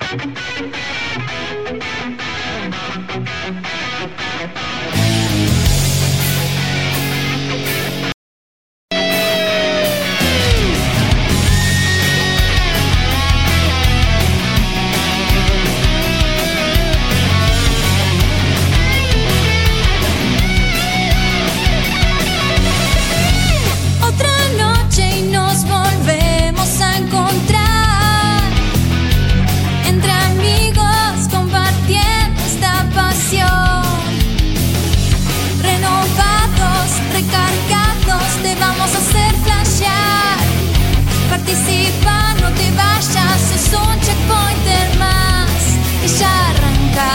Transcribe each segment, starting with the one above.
Participa, no te vayas, es un checkpointer más y ya arranca.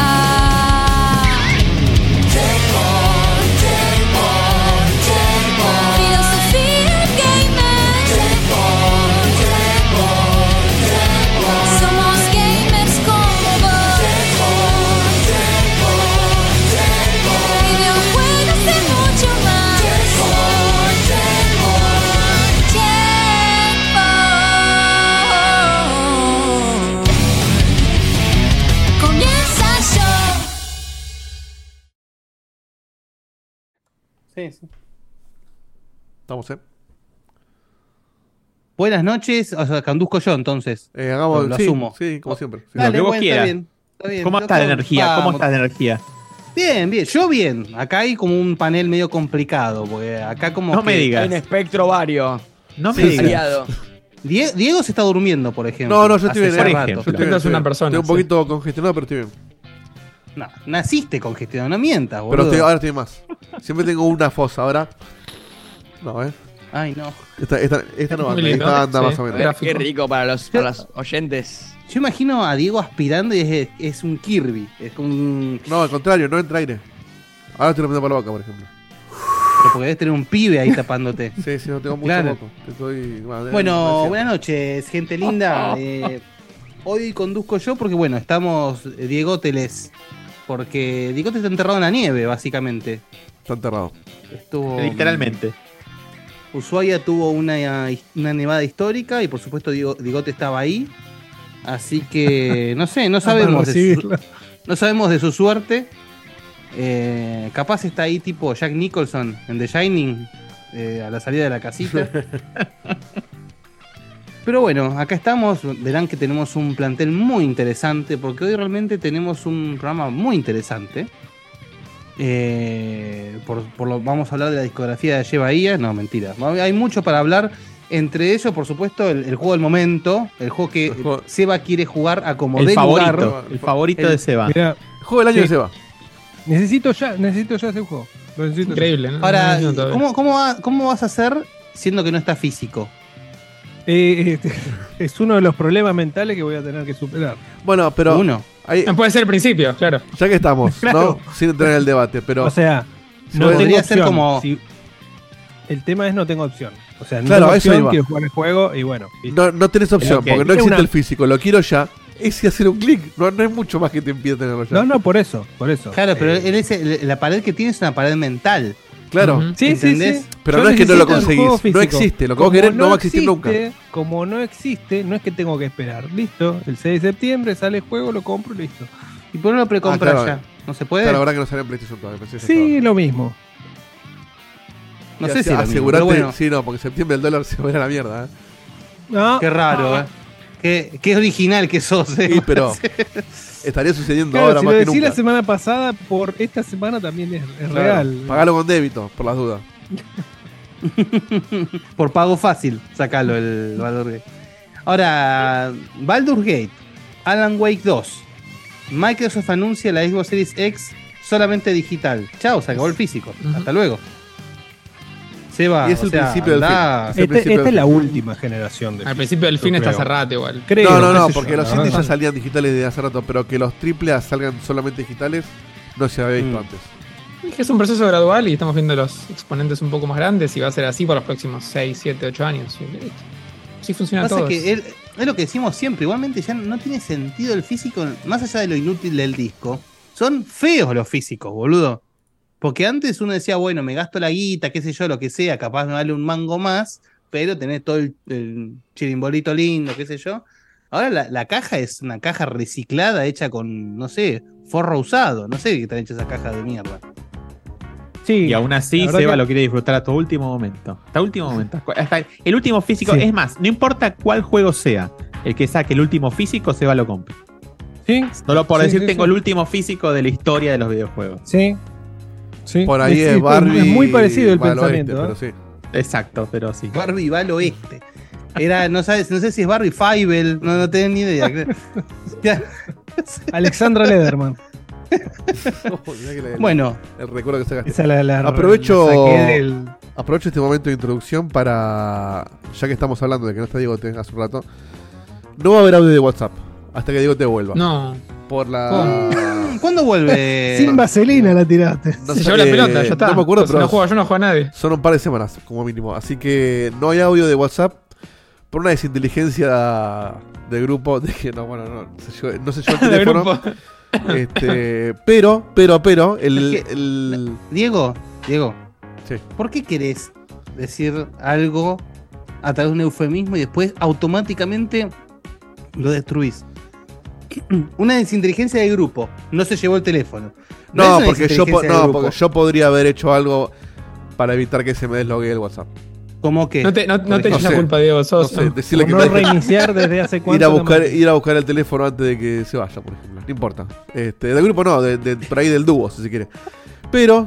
Checkpoint, checkpoint, checkpoint. Filosofía gamer. Checkpoint, checkpoint, checkpoint. Somos gamers como vos. Checkpoint, checkpoint, checkpoint. Videojuegos y mucho más. Checkpoint, checkpoint, checkpoint. Comienza yo. Sí, sí. Estamos, Buenas noches, o sea, conduzco yo entonces. hagamos, Lo sí, asumo. Sí, como siempre. Sí. Dale, Lo que vos bueno, quieras. está bien. ¿Cómo está la energía? ¿Cómo está la energía? Bien, bien. Yo bien. Acá hay como un panel medio complicado, porque acá como No que me digas. Hay un espectro vario. No me Sí, digas. Variado. Diego se está durmiendo, por ejemplo. No, no, yo estoy Hace bien. rato. Por ejemplo. Yo estoy bien, Es una estoy persona, bien. Estoy un sí. poquito congestionado, pero estoy bien. No, naciste congestionado, no mientas, Pero boludo. ahora estoy más. Siempre tengo una fosa ahora. No, Ay, no. Esta no va. Muy lindo, Esta anda sí. más o menos. Gráfico. Qué rico para los oyentes. Yo imagino a Diego aspirando y es un Kirby. Es como un... No, al contrario, no entra aire. Ahora estoy metiendo por la boca, por ejemplo. Pero porque debes tener un pibe ahí tapándote. Sí, sí, no tengo mucho Claro. moco. Bueno, buenas noches, gente linda. Hoy conduzco yo porque, bueno, estamos Diegoteles. Porque Diegote está enterrado en la nieve, básicamente. Está enterrado. Estuvo, Literalmente. Ushuaia tuvo una nevada histórica y, por supuesto, Diegote estaba ahí. Así que, no sé, no sabemos no sabemos de su suerte. Capaz está ahí tipo Jack Nicholson en The Shining, a la salida de la casita. Pero bueno, acá estamos. Verán que tenemos un plantel muy interesante, porque hoy realmente tenemos un programa muy interesante. Vamos a hablar de la discografía de Ye Bahía. No, mentira. Hay mucho para hablar. Entre ellos, por supuesto, el juego del momento. El juego que El juego- Seba quiere jugar a como El dé lugar. favorito. El favorito de Seba. Mirá, Juego del año Sí. que se va. necesito ya ese juego. Lo necesito Increíble, ¿no? Ahora, No, todavía. ¿cómo vas a hacer siendo que no está físico? ya. Es uno de los problemas mentales que voy a tener que superar. Bueno, pero Uno. ahí, No puede ser el principio, claro. ya que estamos, Claro. ¿no? Sin entrar en el debate, pero O sea, Se no podría tengo ser opción. como- El tema es no tengo opción. O sea, no Claro, tengo a eso opción, iba. quiero jugar el juego y bueno. listo. no tenés opción, Ok. porque no Tiene existe una- el físico. Lo quiero ya. Es hacer un clic. No hay mucho más que te impida tenerlo ya. No, por eso. Claro, pero la pared que tiene es una pared mental. Claro. Ujú. Sí, ¿Entendés? sí. Pero Yo no es que no lo necesito el conseguís, juego no físico. existe, lo que vos Como querés no va a existir nunca. Como no existe, no es que tengo que esperar. Listo, el 6 de septiembre sale el juego, lo compro y listo. ¿Y por qué no lo precompras claro. ya? ¿No se puede? Claro, la verdad que no salió en PlayStation todavía. pensé que Sí, estaba. lo mismo. No Y sé si es lo mismo, asegurate, pero bueno. sí, no, porque en septiembre el dólar se va a ir a la mierda. No, Qué raro, Qué original que sos, Sí, pero estaría sucediendo claro, ahora si más lo que decí nunca. la semana pasada, por esta semana también es Claro, real. Pagalo con débito, por las dudas. por pago fácil, sacalo el Baldur's Gate. Ahora, Baldur's Gate, Alan Wake 2. Microsoft anuncia la Xbox Series X solamente digital. Chao, se acabó el físico. Ujú. Hasta luego. Seba, Y es el principio del andá. fin. Es el principio Esta del es la fin. última generación de Al principio del yo fin está creo. hace rato igual. Creo, No, qué sé porque yo, los la indies ya verdad. salían digitales de hace rato, pero que los AAA salgan solamente digitales no se había visto Mm. antes. Es que es un proceso gradual y estamos viendo los exponentes un poco más grandes y va a ser así por los próximos 6, 7, 8 años. Y listo. Así funciona Pasa todo. que es lo que decimos siempre, igualmente ya no tiene sentido el físico, más allá de lo inútil del disco. Son feos los físicos, boludo. Porque antes uno decía, bueno, me gasto la guita, qué sé yo, lo que sea, capaz me vale un mango más, pero tenés todo el chirimbolito lindo, qué sé yo. Ahora la caja es una caja reciclada hecha con, no sé, forro usado. No sé de qué están hechas esa caja de mierda. Sí. Y aún así, Seba lo quiere disfrutar hasta último momento. Hasta último momento. Hasta el último físico. Sí. Es más, no importa cuál juego sea, el que saque el último físico, Seba lo compra. Sí. Solo por Sí, decir, sí, tengo sí. el último físico de la historia de los videojuegos. Sí. Sí. Por ahí Sí, es Barbie. Es muy parecido el va al pensamiento. oeste, pero sí. Exacto, pero sí. Barbie va al oeste. Era, no sé si es Barbie Fievel, no tengo ni idea. Alexandra Lederman. Mirá que Bueno, el recuerdo que sacaste. Esa la Aprovecho- la saqué del- Aprovecho este momento de introducción para, ya que estamos hablando de que no está Diegote hace un rato, no va a haber audio de WhatsApp hasta que Diegote vuelva. No. Por la... ¿cuándo vuelve? Sin vaselina la tiraste. No Se sé, llevó la pelota, ya está. No me acuerdo, Si pero no juega yo, no juega nadie. son un par de semanas como mínimo. Así que no hay audio de WhatsApp por una desinteligencia de grupo. De que no, bueno, no sé yo el De teléfono. grupo. Pero, Es que- el Diego, sí. ¿por qué querés decir algo a través de un eufemismo y después automáticamente lo destruís? Una desinteligencia de grupo. No se llevó el teléfono. No, es una porque desinteligencia de grupo. porque yo podría haber hecho algo para evitar que se me deslogue el WhatsApp. ¿Cómo que? No te eches No la sé, culpa, Diego. No Sos. sé, decirle O que no me deje reiniciar desde hace cuánto. ir a buscar el teléfono antes de que se vaya, por ejemplo. No importa. Del grupo no, por ahí del dúo, si se quiere. Pero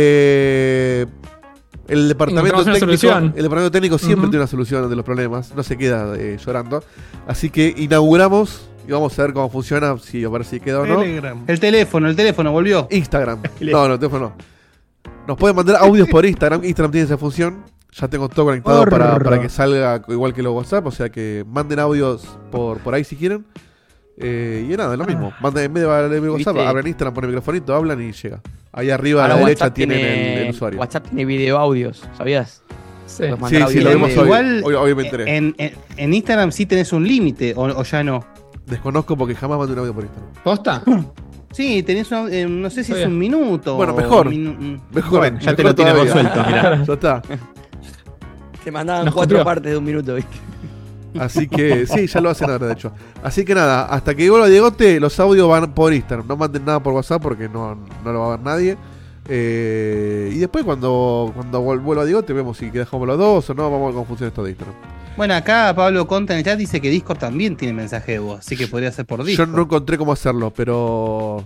el departamento Encontramos una solución. técnico siempre Ujú. tiene una solución de los problemas, no se queda llorando. Así que inauguramos y vamos a ver cómo funciona, si a ver si queda o no. Telegram. El teléfono volvió. Instagram. No, teléfono no. Nos pueden mandar audios por Instagram. Instagram tiene esa función. Ya tengo todo conectado para que salga igual que los WhatsApp. O sea que manden audios por ahí si quieren. Y nada, es lo mismo. Manden en vez de WhatsApp, ¿Viste? abren Instagram, ponen el microfonito, hablan y llega. Ahí arriba a Ahora la derecha WhatsApp tienen tiene el usuario. WhatsApp tiene video audios, ¿sabías? Sí. Puedes Sí, mandar sí, audio lo de vimos video. hoy. Igual, Hoy me enteré. En Instagram sí tenés un límite, o ya no. Desconozco porque jamás mandé un audio por Instagram. ¿Posta? Sí, tenés no sé si es Está bien. un minuto. Bueno, o mejor. Mejor, Bueno, ya te mejor lo tiene todavía. resuelto, mirá. Ya está. Te mandaban Nos 4 copió. partes de un minuto, ¿viste? Así que sí, ya lo hacen ahora, de hecho. Así que nada, hasta que vuelva Diegote, los audios van por Instagram. No manden nada por WhatsApp porque no lo va a ver nadie. Y después cuando vuelva Diegote vemos si dejamos los dos o no. Vamos a ver cómo funciona esto de Instagram. Bueno, acá Pablo Conta en el chat dice que Discord también tiene mensaje de voz, así que podría ser por Yo Discord. no encontré cómo hacerlo, pero...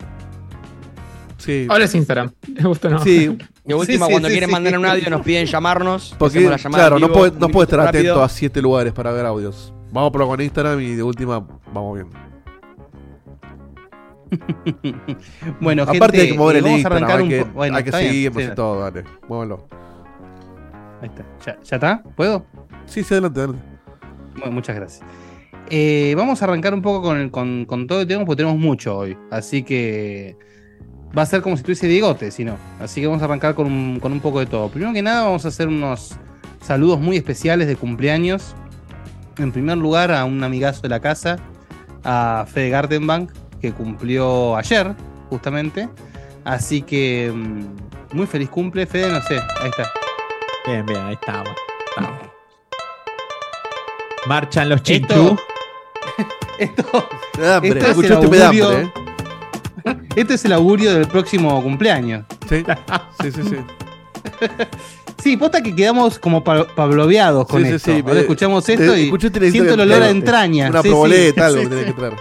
Sí, Ahora es Instagram. Me gusta, no. sí, De última, sí, cuando sí, quieren sí. mandar un audio, nos piden llamarnos. porque hacemos la llamada claro, en no vivo, puede, un no puede estar minuto rápido. atento a 7 lugares para ver audios. Vamos a probar con Instagram y de última vamos bien. Bueno, Aparte gente, hay que mover el vamos a Instagram, arrancar hay que, un po- bueno, hay que está bien, seguirnos sí. y todo, dale, muévelo. Ahí está. ¿Ya está? ¿Puedo? Sí, adelante, adelante. Bueno, muchas gracias. Vamos a arrancar un poco con todo el tema porque tenemos mucho hoy. Así que va a ser como si tuviese Diegote, si no. Así que vamos a arrancar con un poco de todo. Primero que nada, vamos a hacer unos saludos muy especiales de cumpleaños. En primer lugar, a un amigazo de la casa, a Fede Gartenbank, que cumplió ayer, justamente. Así que muy feliz cumple, Fede, no sé, ahí está. Bien, ahí estamos. Marchan los chinchú. Esto Hambre, Esto es escuchaste, el me da augurio. hambre, Este es el augurio del próximo cumpleaños. Sí, sí. Sí, posta que quedamos como pavloveados con Sí, sí, esto. sí, Ahora escuchamos esto y escuchaste la siento el historia, olor a claro, entraña. Una Sí, proboleta, sí, algo sí, que tenés sí. que traer.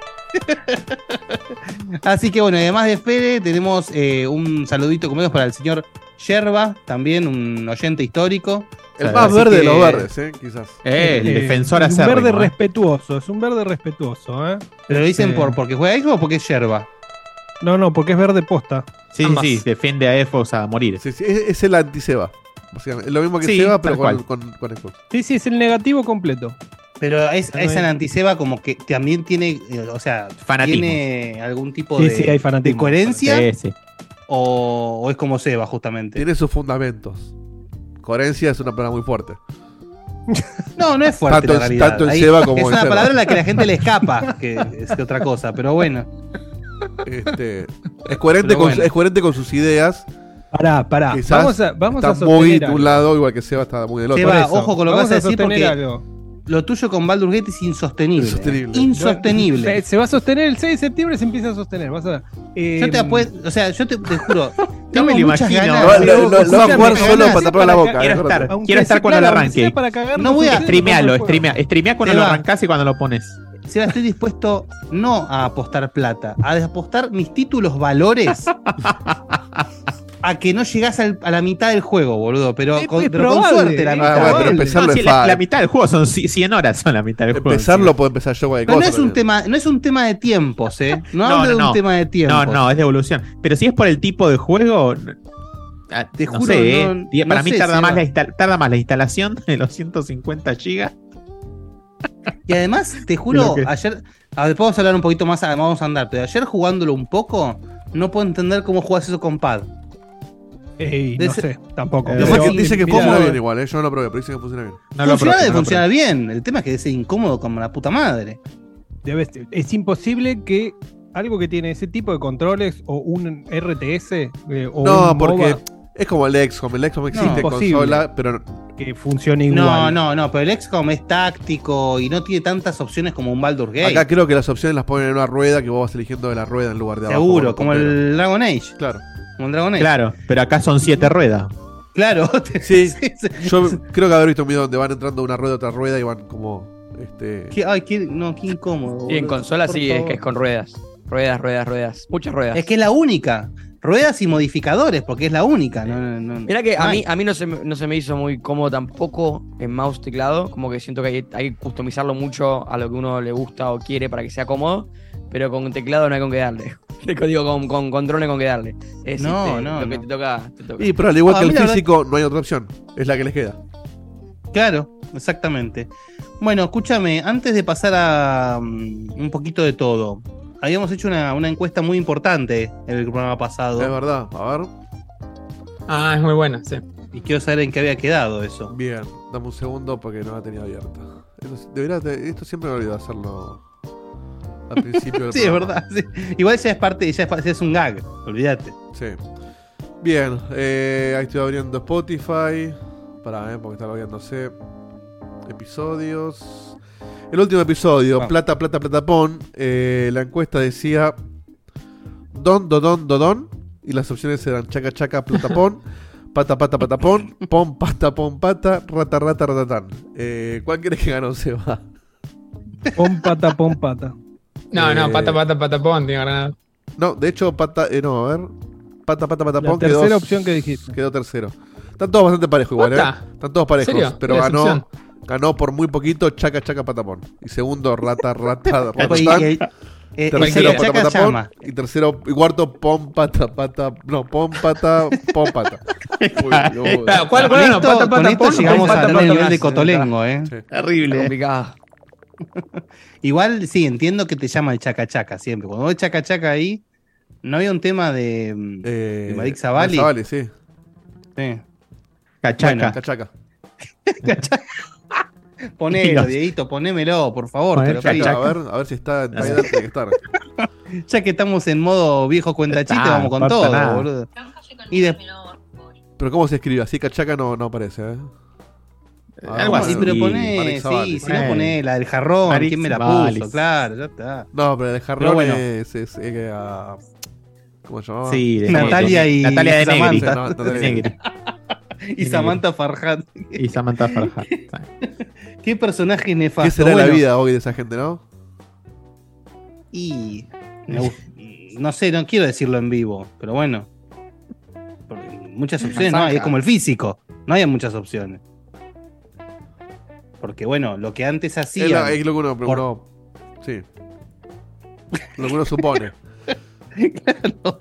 Sí. Así que bueno, además de Fede, tenemos un saludito como para el señor Yerba, también un oyente histórico. El Así más verde de que- los verdes, quizás. El defensor es un acérrimo. verde respetuoso, es un verde respetuoso, ¿Pero lo dicen Sí. porque juega eso o porque es Yerba? No, porque es verde posta. Sí, Ambas. sí, defiende a EFOS a morir. Sí, sí, es el anti-Seba. Básicamente. Es lo mismo que Sí, Seba, pero tal con Xbox. Sí, es el negativo completo. Pero es No es- el antiseba como que también tiene, o sea, Fanatismo. tiene algún tipo Sí, de, sí, hay fanatismo. de coherencia Sí, sí. o es como Seba, justamente. Tiene sus fundamentos. Coherencia es una palabra muy fuerte. No es fuerte Tanto la en- realidad. tanto en Ahí Seba como es en una Seba. palabra a la que la gente le escapa, que es otra cosa, pero bueno. Es coherente, Pero bueno. es coherente con sus ideas. Pará. Quizás Vamos a está sostener muy de algo. un lado, igual que Seba está muy del otro. Seba, Por eso, ojo con lo que vamos vas a decir sostener porque algo. lo tuyo con Baldur's Gate es insostenible. Insostenible. Se va a sostener el 6 de septiembre, se empieza a sostener. Vas a ver. Yo te apuesto, o sea, yo te juro. No me lo imagino. Lo va a jugar solo para tapar la boca. Quiero estar cuando lo arranque. No voy a streamearlo, streamea cuando lo arrancás y cuando lo pones. Seba, estoy dispuesto no a apostar plata, a apostar mis títulos valores a que no llegás a la mitad del juego, boludo. Pero con suerte la mitad. Bueno, pero empezarlo es fácil. La mitad del juego son 100 horas, son la mitad del juego. Empezarlo puede empezar yo cualquier cosa. No es un tema de tiempos, No hablo de un tema de tiempos. No, es de evolución. Pero si es por el tipo de juego, te juro, sé, para mí tarda más la instalación de los 150 GB. Y además, te juro, ayer, después vamos a hablar un poquito más, vamos a andar, pero ayer jugándolo un poco, no puedo entender cómo jugás eso con pad. No sé, tampoco. Dice que funciona bien igual, yo no lo probé, pero dice que funciona bien. Funciona bien, el tema es que es incómodo como la puta madre. Es imposible que algo que tiene ese tipo de controles o un RTS o no, un porque MOBA, es como el XCOM existe en consola, pero que funcione igual. No, pero el XCOM es táctico y no tiene tantas opciones como un Baldur's Gate. Acá creo que las opciones las ponen en una rueda que vos vas eligiendo de la rueda en lugar de abajo. Seguro, como el Dragon Age. Claro. Como el Dragon Age. Claro, pero acá son 7 ruedas. Claro. Sí, yo creo que haber visto un video donde van entrando de una rueda a otra rueda y van como qué incómodo. Sí, en consola sí, es que es con ruedas. Ruedas. Muchas ruedas. Es que es la única. Ruedas y modificadores, porque es la única. Mirá que a mí no se me hizo muy cómodo tampoco en mouse teclado. Como que siento que hay que customizarlo mucho a lo que uno le gusta o quiere para que sea cómodo. Pero con teclado no hay con qué darle. Digo, con control no hay con qué darle. Lo que te toca. Y pero al igual que el físico, no hay otra opción. Es la que les queda. Claro, exactamente. Bueno, escúchame, antes de pasar a un poquito de todo, habíamos hecho una encuesta muy importante en el programa pasado. Es verdad, a ver. Es muy buena, sí. Y quiero saber en qué había quedado eso. Bien, dame un segundo porque no la tenía abierta. Esto siempre me olvido hacerlo al principio del sí, programa. Es verdad. Sí. Igual ya es un gag, olvídate. Sí. Bien, ahí estoy abriendo Spotify. Porque estaba abriéndose episodios. El último episodio, Plata, Pon. La encuesta decía Don. Y las opciones eran Chaca, Chaca, Plata, Pon. Pata, Pon. Pon, Pata, Rata, Ratatán. ¿Cuál querés que ganó, Seba? Pon, Pata. No, Pata, Pon, tiene ganado. No, de hecho, no, a ver. Pata, Pon. La tercera opción que dijiste. Quedó tercero. Están todos bastante parejos igual, Están todos parejos. ¿Serio? Pero ganó por muy poquito Chaca, Chaca, Patapón. Y segundo, Rata, Ratatán. Tercero, Patapón. Y tercero y cuarto, Pon, Pata. Pon, Pata. ¿Cuál no? Pata, con esto Pon, llegamos Pata, al Pata, nivel de Cotolengo, Sí. Terrible. Complicado. Igual, sí, entiendo que te llama el Chaca Chaca siempre. Cuando ves Chaca Chaca ahí, ¿no había un tema de Marik Zavalli? Zavalli, sí. Sí. Cachaca. Cachaca. Ponelo, Dieguito, ponémelo, por favor. Te lo pido. A ver si está ahí antes de estar. Ya que estamos en modo viejo cuentachiste, vamos con todo, boludo. Pero ¿cómo se escribe? Así Cachaca no aparece, Algo así. Pero poné, sí, si no poné la del jarrón, Marik ¿quién me la Zavalli. puso? Claro, ya está. No, pero el jarrón bueno. es ¿cómo se llamaba? Sí, Natalia y Natalia de Negri. Samantha. No, Natalia de Negri. Y Samantha Farhat. Y Samantha Farhat. Qué personaje nefasto. ¿Qué será bueno, la vida hoy de esa gente, no? Y no sé, no quiero decirlo en vivo, pero bueno. Muchas opciones, ¿no? Es como el físico. No hay muchas opciones. Porque bueno, lo que antes hacía. Es lo que uno sí. Lo que uno supone. Claro.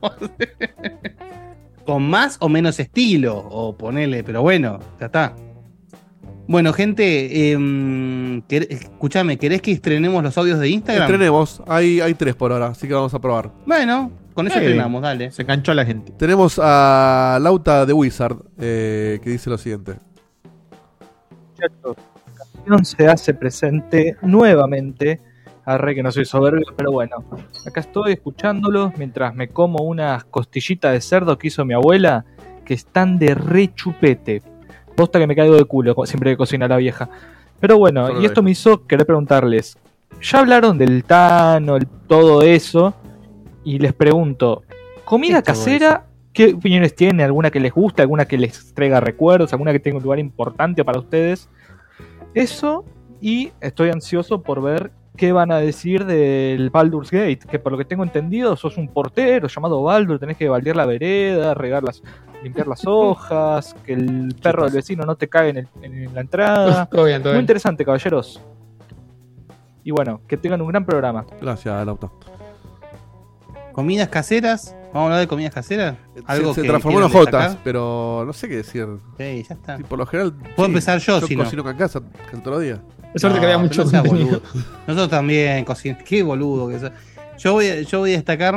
Con más o menos estilo, o ponele, pero bueno, ya está. Bueno, gente, escúchame, ¿querés que estrenemos los audios de Instagram? Estrenemos, hay 3 por ahora, así que vamos a probar. Bueno, con eso estrenamos, dale. Se canchó la gente. Tenemos a Lauta de Wizard, que dice lo siguiente. Muchachos, la canción se hace presente nuevamente. Arre que no soy soberbio, pero bueno, acá estoy escuchándolos mientras me como unas costillitas de cerdo que hizo mi abuela, que están de re chupete. Posta que me caigo de culo siempre que cocina la vieja. Pero bueno, Solo y esto dejo. me hizo querer preguntarles, ya hablaron del Tano, todo eso, y les pregunto, ¿comida ¿Qué es todo casera? ¿Qué opiniones tienen? ¿Alguna que les gusta? ¿Alguna que les traiga recuerdos? ¿Alguna que tenga un lugar importante para ustedes? Eso, y estoy ansioso por ver qué van a decir del Baldur's Gate, que por lo que tengo entendido sos un portero llamado Baldur, tenés que baldear la vereda, limpiar las hojas, que el perro del vecino no te cague en la entrada. Todo bien, todo Muy bien. interesante, caballeros. Y bueno, que tengan un gran programa. Gracias, Lauta. ¿Comidas caseras? ¿Vamos a hablar de comidas caseras? Se que transformó en quieran Jotas, destacar? pero no sé qué decir. Sí, ya está. Sí, por lo general. Puedo empezar yo, si no. cocino acá en casa casi todos los días. Es suerte que había No, mucho pero no seas contenido. boludo. Nosotros también cocinamos. Qué boludo que sos. Yo voy a destacar.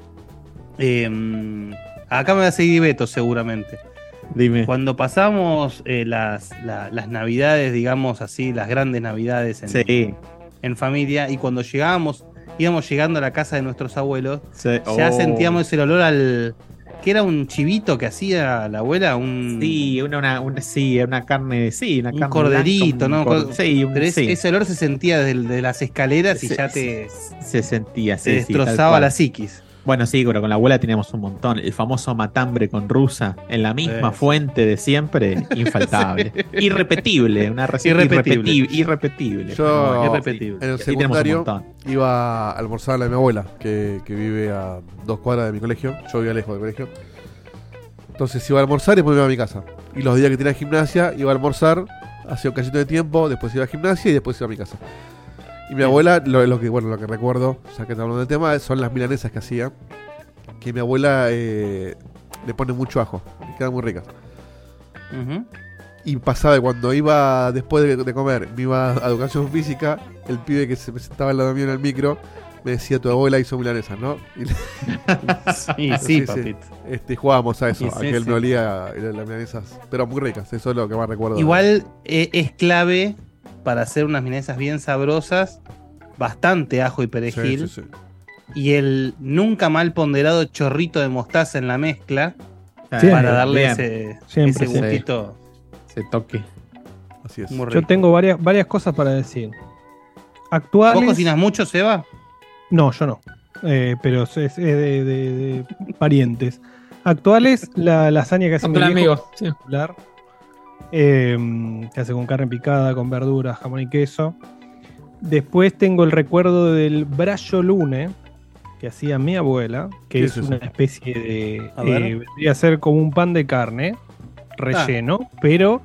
Acá me va a seguir Beto, seguramente. Dime. Cuando pasamos las navidades, digamos así, las grandes navidades Sí. en familia, y cuando íbamos llegando a la casa de nuestros abuelos, Sí. ya Oh. sentíamos el olor al. Que era un chivito que hacía la abuela, Sí, una carne, sí, una un carne corderito, blanca, ¿no? Sí, Pero sí. ese olor se sentía desde las escaleras y Se- ya te Se sentía, sí, sí, destrozaba tal cual. la psiquis. Bueno, sí, pero con la abuela teníamos un montón. El famoso matambre con rusa, en la misma Sí. fuente de siempre, infaltable. Irrepetible, una receta Irrepetible. irrepetible. Yo- Pero, Irrepetible. En el sí, tenemos un secundario montón. iba a almorzar a la de mi abuela, que vive a 2 cuadras de mi colegio. Yo vivía lejos del colegio. Entonces iba a almorzar y después me iba a mi casa. Y los días que tenía gimnasia, iba a almorzar, hacía un cachito de tiempo, después iba a gimnasia y después iba a mi casa. Y mi abuela, lo que recuerdo, ya que estamos hablando del tema, son las milanesas que hacía. Que mi abuela le pone mucho ajo, y quedan muy ricas. Ujú. Y pasaba que cuando iba, después de comer, me iba a educación física, el pibe que se me sentaba al lado mío en el micro, me decía, tu abuela hizo milanesas, ¿no? Y Sí, papito. jugábamos a eso, Y a sí, que él sí. me olía las milanesas, pero muy ricas, eso es lo que más recuerdo. Igual es clave para hacer unas milanesas bien sabrosas, bastante ajo y Sí, perejil, sí, sí. y el nunca mal ponderado chorrito de mostaza en la mezcla Sí, para darle bien, ese Siempre, sí. gustito se toque. Así es. muy Yo rico. tengo varias cosas para decir. ¿Vos Actuales. cocinas mucho, Seba? No, yo no. Pero es de parientes. Actuales, la lasaña que hace mi Son viejo, amigos. Sí. particular, que hace con carne picada, con verduras, jamón y queso. Después tengo el recuerdo del braccio lune que hacía mi abuela, que ¿Qué es es eso? una especie de... A ver. vendría a ser como un pan de carne relleno, pero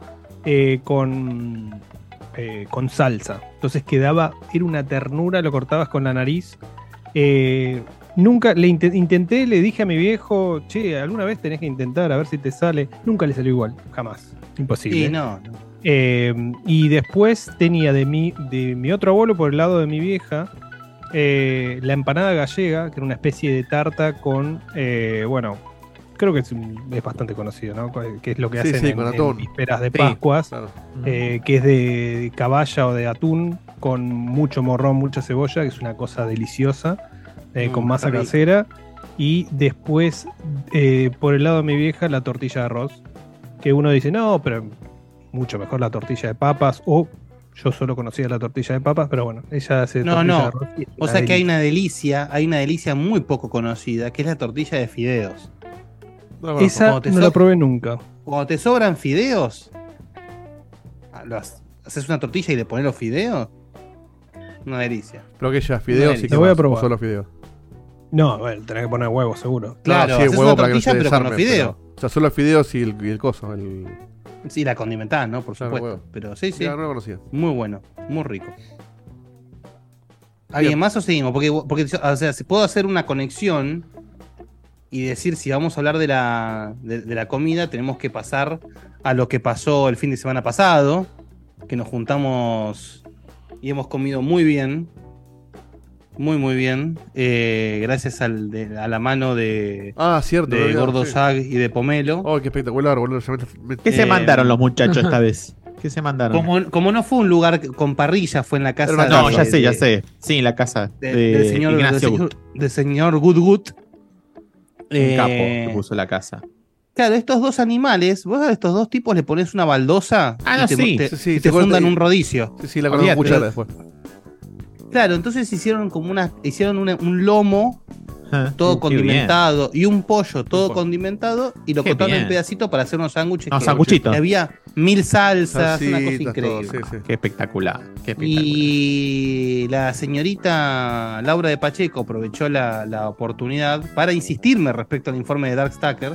con salsa. Entonces era una ternura, lo cortabas con la nariz. Nunca intenté, le dije a mi viejo, che, alguna vez tenés que intentar a ver si te sale. Nunca le salió igual, jamás. Imposible. Sí, no. Y después tenía de mi otro abuelo por el lado de mi vieja la empanada gallega, que era una especie de tarta con, bueno, creo que es bastante conocido, ¿no? Que es lo que Sí, hacen sí, en, con en atún. vísperas de Sí. Pascuas, Claro. que es de caballa o de atún con mucho morrón, mucha cebolla, que es una cosa deliciosa, con masa qué rico. casera. Y después, por el lado de mi vieja, la tortilla de arroz, que uno dice, no, pero mucho mejor la tortilla de papas, o yo solo conocía la tortilla de papas, pero bueno, ella hace No, tortilla no. de arroz. y es O una sea que hay delicia. una delicia muy poco conocida, que es la tortilla de fideos. No lo conozco. Esa Como te no so- la probé nunca. Cuando te sobran fideos, haces una tortilla y le pones los fideos. Una delicia. Pero que ya, fideos Bueno, y lo voy a más, probar. o solo fideos. No, bueno, tenés que poner huevos seguro. Claro, sí, haces huevo una para que no tortilla, se pero con desarme, los fideos. pero- o sea, solo fideos y el coso. Sí, la condimentás, ¿no? Por Claro, supuesto. huevo. Pero sí, sí. Ya, no lo conocía. Muy bueno, muy rico. ¿Alguien más o seguimos? Porque, o sea, si puedo hacer una conexión y decir si vamos a hablar de la comida, tenemos que pasar a lo que pasó el fin de semana pasado, que nos juntamos y hemos comido muy bien. Muy bien. Gracias a la mano de Cierto. de no, Gordo sí. Zag y de Pomelo. Oh, qué espectacular, boludo. ¿Qué se Eh, mandaron los muchachos esta vez? ¿Qué se mandaron? Como no fue un lugar con parrilla, fue en la casa Era una No, casa. ya sé. Sí, la casa del señor, Ignacio del Gut. señor Good Good. Un capo que puso la casa. Claro, estos dos animales, vos a estos dos tipos le pones una baldosa Ah, y no, te fundan un rodicio. Sí, la conozco mucho después. Claro, entonces hicieron como un lomo todo Qué condimentado y un pollo todo pollo. condimentado y lo Qué cortaron bien. en pedacitos para hacer unos sándwiches. Unos que- sanguchitos. que había 1000 salsas, una cosa Salsitas, increíble. todo, sí. Qué espectacular. Qué espectacular. Y la señorita Laura de Pacheco aprovechó la oportunidad para insistirme respecto al informe de Darkstalker.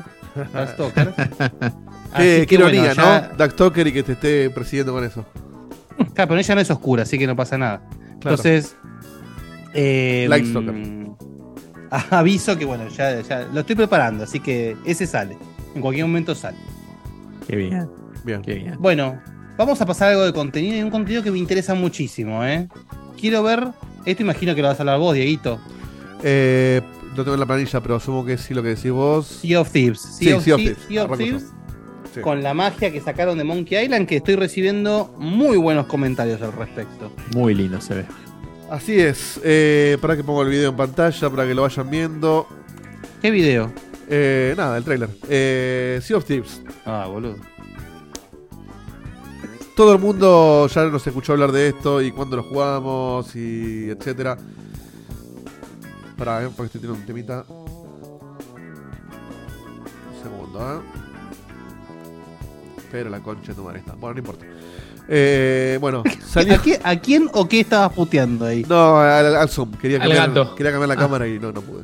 Qué ironía, bueno, ya- ¿no? Darkstalker y que te esté persiguiendo con eso. Claro, pero ella no es oscura, así que no pasa nada. Claro. Entonces, Lightstalker. aviso que bueno, ya lo estoy preparando, así que ese sale. En cualquier momento sale. Qué bien. Bien. Qué bien. Bueno, vamos a pasar algo de contenido y un contenido que me interesa muchísimo, Quiero ver, esto imagino que lo vas a hablar vos, Dieguito. No tengo en la planilla, pero asumo que sí lo que decís vos. Sea of Thieves. Sea of Thieves. Sea of Arranco Thieves, Sí. con la magia que sacaron de Monkey Island, que estoy recibiendo muy buenos comentarios al respecto. Muy lindo se ve. Así es. Para que pongo el video en pantalla, para que lo vayan viendo. ¿Qué video? Nada, el trailer. Sea of Thieves. Ah, boludo. Todo el mundo ya nos escuchó hablar de esto y cuándo lo jugamos y etcétera. Porque este tiene un temita. Un segundo, Pero la concha de tu madre está. Bueno, no importa. Bueno, salió. ¿A quién o qué estabas puteando ahí? No, al Zoom. Quería Al gato. cambiar la cámara y no pude.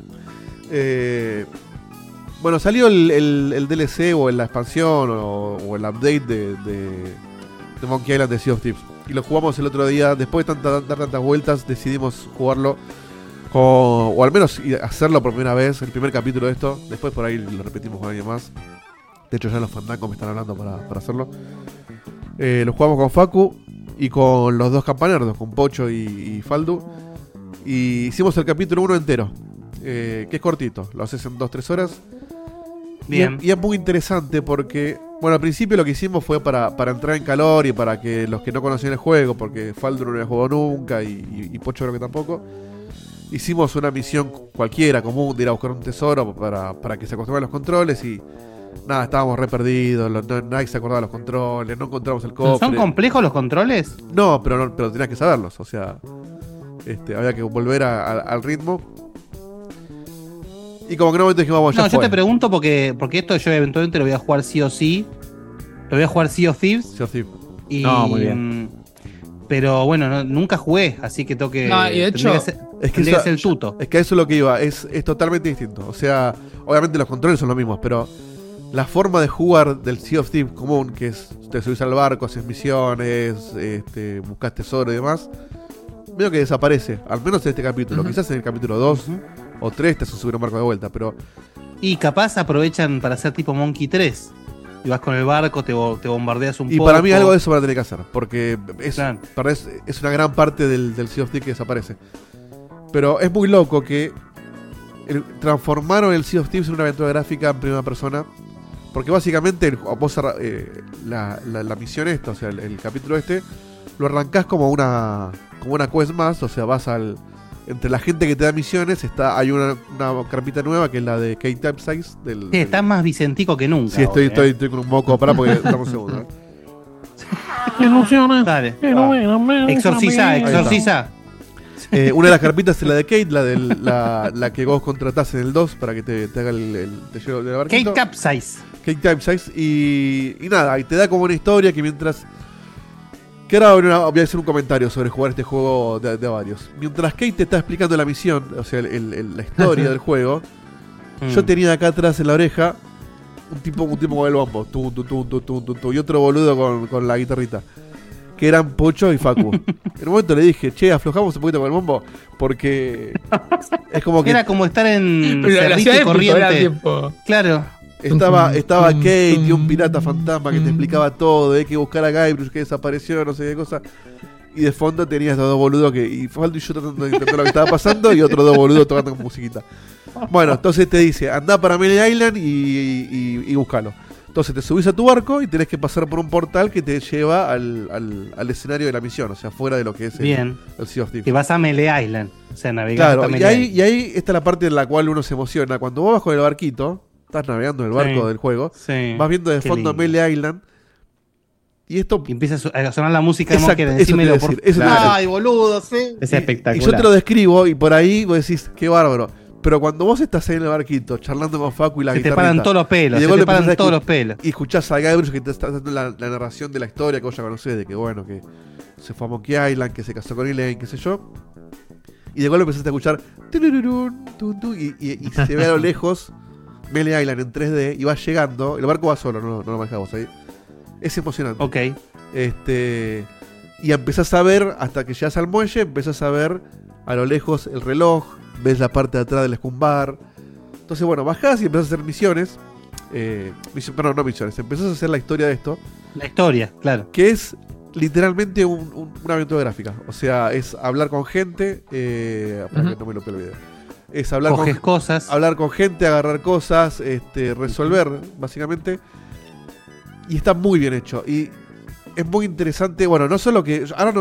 Bueno, salió el DLC o la expansión o el update de Monkey Island de Sea of Thieves. Y lo jugamos el otro día. Después de dar tantas vueltas, decidimos jugarlo. O al menos hacerlo por primera vez, el primer capítulo de esto. Después por ahí lo repetimos con alguien más. De hecho ya los fandangos me están hablando para hacerlo. Lo jugamos con Facu y con los dos campanerdos, con Pocho y Faldu. Y hicimos el capítulo 1 entero, que es cortito, lo haces en 2-3 horas. Bien. Y es muy interesante porque, bueno, al principio lo que hicimos fue para entrar en calor y para que los que no conocían el juego, porque Faldu no lo había jugado nunca y Pocho creo que tampoco, hicimos una misión cualquiera, común, de ir a buscar un tesoro para que se acostumbren a los controles y nada, estábamos re perdidos, nadie se acordaba de los controles, no encontramos el cofre. ¿Son complejos los controles? No, pero tenías que saberlos, o sea, había que volver al ritmo. Y como que en un momento dijimos, vamos, ya No, fue. yo te pregunto porque esto yo eventualmente lo voy a jugar sí o sí. Lo voy a jugar Sea of Thieves. Sea of Thieves. Y, No, muy bien. Pero bueno, nunca jugué, así que tengo que. No, y de hecho, tendría que ser el tuto. Es que a eso es lo que iba, es totalmente distinto. O sea, obviamente los controles son los mismos, pero la forma de jugar del Sea of Thieves común, que es te subís al barco, haces misiones, buscas tesoro y demás, veo que desaparece, al menos en este capítulo. Quizás en el capítulo 2 o 3 te hacen subir un barco de vuelta, pero Y capaz aprovechan para hacer tipo Monkey 3. Y vas con el barco, te bombardeas un y poco. para mí algo de eso van a tener que hacer, porque Claro. es una gran parte del Sea of Thieves que desaparece. Pero es muy loco que transformaron el Sea of Thieves en una aventura gráfica en primera persona. Porque básicamente la misión esta, o sea, el capítulo lo arrancás como una quest más, o sea, vas entre la gente que te da misiones, hay una carpita nueva que es la de K-Type Size Sí, estás más vicentico que nunca. Sí, hoy, estoy con un moco, pará porque estamos segundos. Dale. Exorciza. Una de las carpitas es la de Kate, la que vos contratás en el 2 para que te haga te lleve del barquito. Cake Capsize. Cake Type Size y nada, y te da como una historia que mientras... Que ahora voy a hacer un comentario sobre jugar este juego de varios. Mientras Kate te está explicando la misión, o sea, la historia del juego, yo tenía acá atrás en la oreja un tipo con el bombo, y otro boludo con la guitarrita, que eran Pocho y Facu. En un momento le dije, che, aflojamos un poquito con el bombo, porque es como que... Era como estar en Pero la ciudad Cerrito y de Corriente. Era Corriente. tiempo. Claro. Estaba Kate y un pirata fantasma que te explicaba todo, hay que buscar a Guybrush que desapareció, no sé qué cosa. Y de fondo tenías los dos boludos y Faldo y yo tratando de entender lo que estaba pasando y otros dos boludos tocando con musiquita. Bueno, entonces te dice, andá para Melee Island y búscalo. Entonces te subís a tu barco y tenés que pasar por un portal que te lleva al escenario de la misión, o sea, fuera de lo que es el Sea of Thieves. Y vas a Melee Island. O sea, navegar Claro, hasta y Melee Island. ahí está la parte en la cual uno se emociona. Cuando vos vas con el barquito, estás navegando en el barco del juego, vas viendo de fondo Melee Island. Y esto y empieza a sonar la música de Monkey Island. Decímelo, Ay, boludo, sí. Es espectacular. Y yo te lo describo y por ahí vos decís, qué bárbaro. Pero cuando vos estás ahí en el barquito, charlando con Facu y la guitarrita, te paran todos los pelos, y escuchás a Guybrush que te está dando la narración de la historia que vos ya conocés, de que bueno, que se fue a Monkey Island, que se casó con Elaine, qué sé yo. Y de golpe empezaste a escuchar y se ve a lo lejos Melee Island en 3D y va llegando. El barco va solo, no lo manejamos ahí. Es emocionante. Ok. Y empezás a ver, hasta que llegas al muelle, empezás a ver a lo lejos el reloj, ves la parte de atrás del Scumbar. Entonces, bueno, bajás y empezás a hacer misiones. No misiones, empezás a hacer la historia de esto. La historia, claro. Que es literalmente una aventura gráfica. O sea, es hablar con gente. Para que no me lo olvide. Es hablar hablar con gente, agarrar cosas, resolver, básicamente. Y está muy bien hecho. Y es muy interesante. Bueno, no solo que. Ahora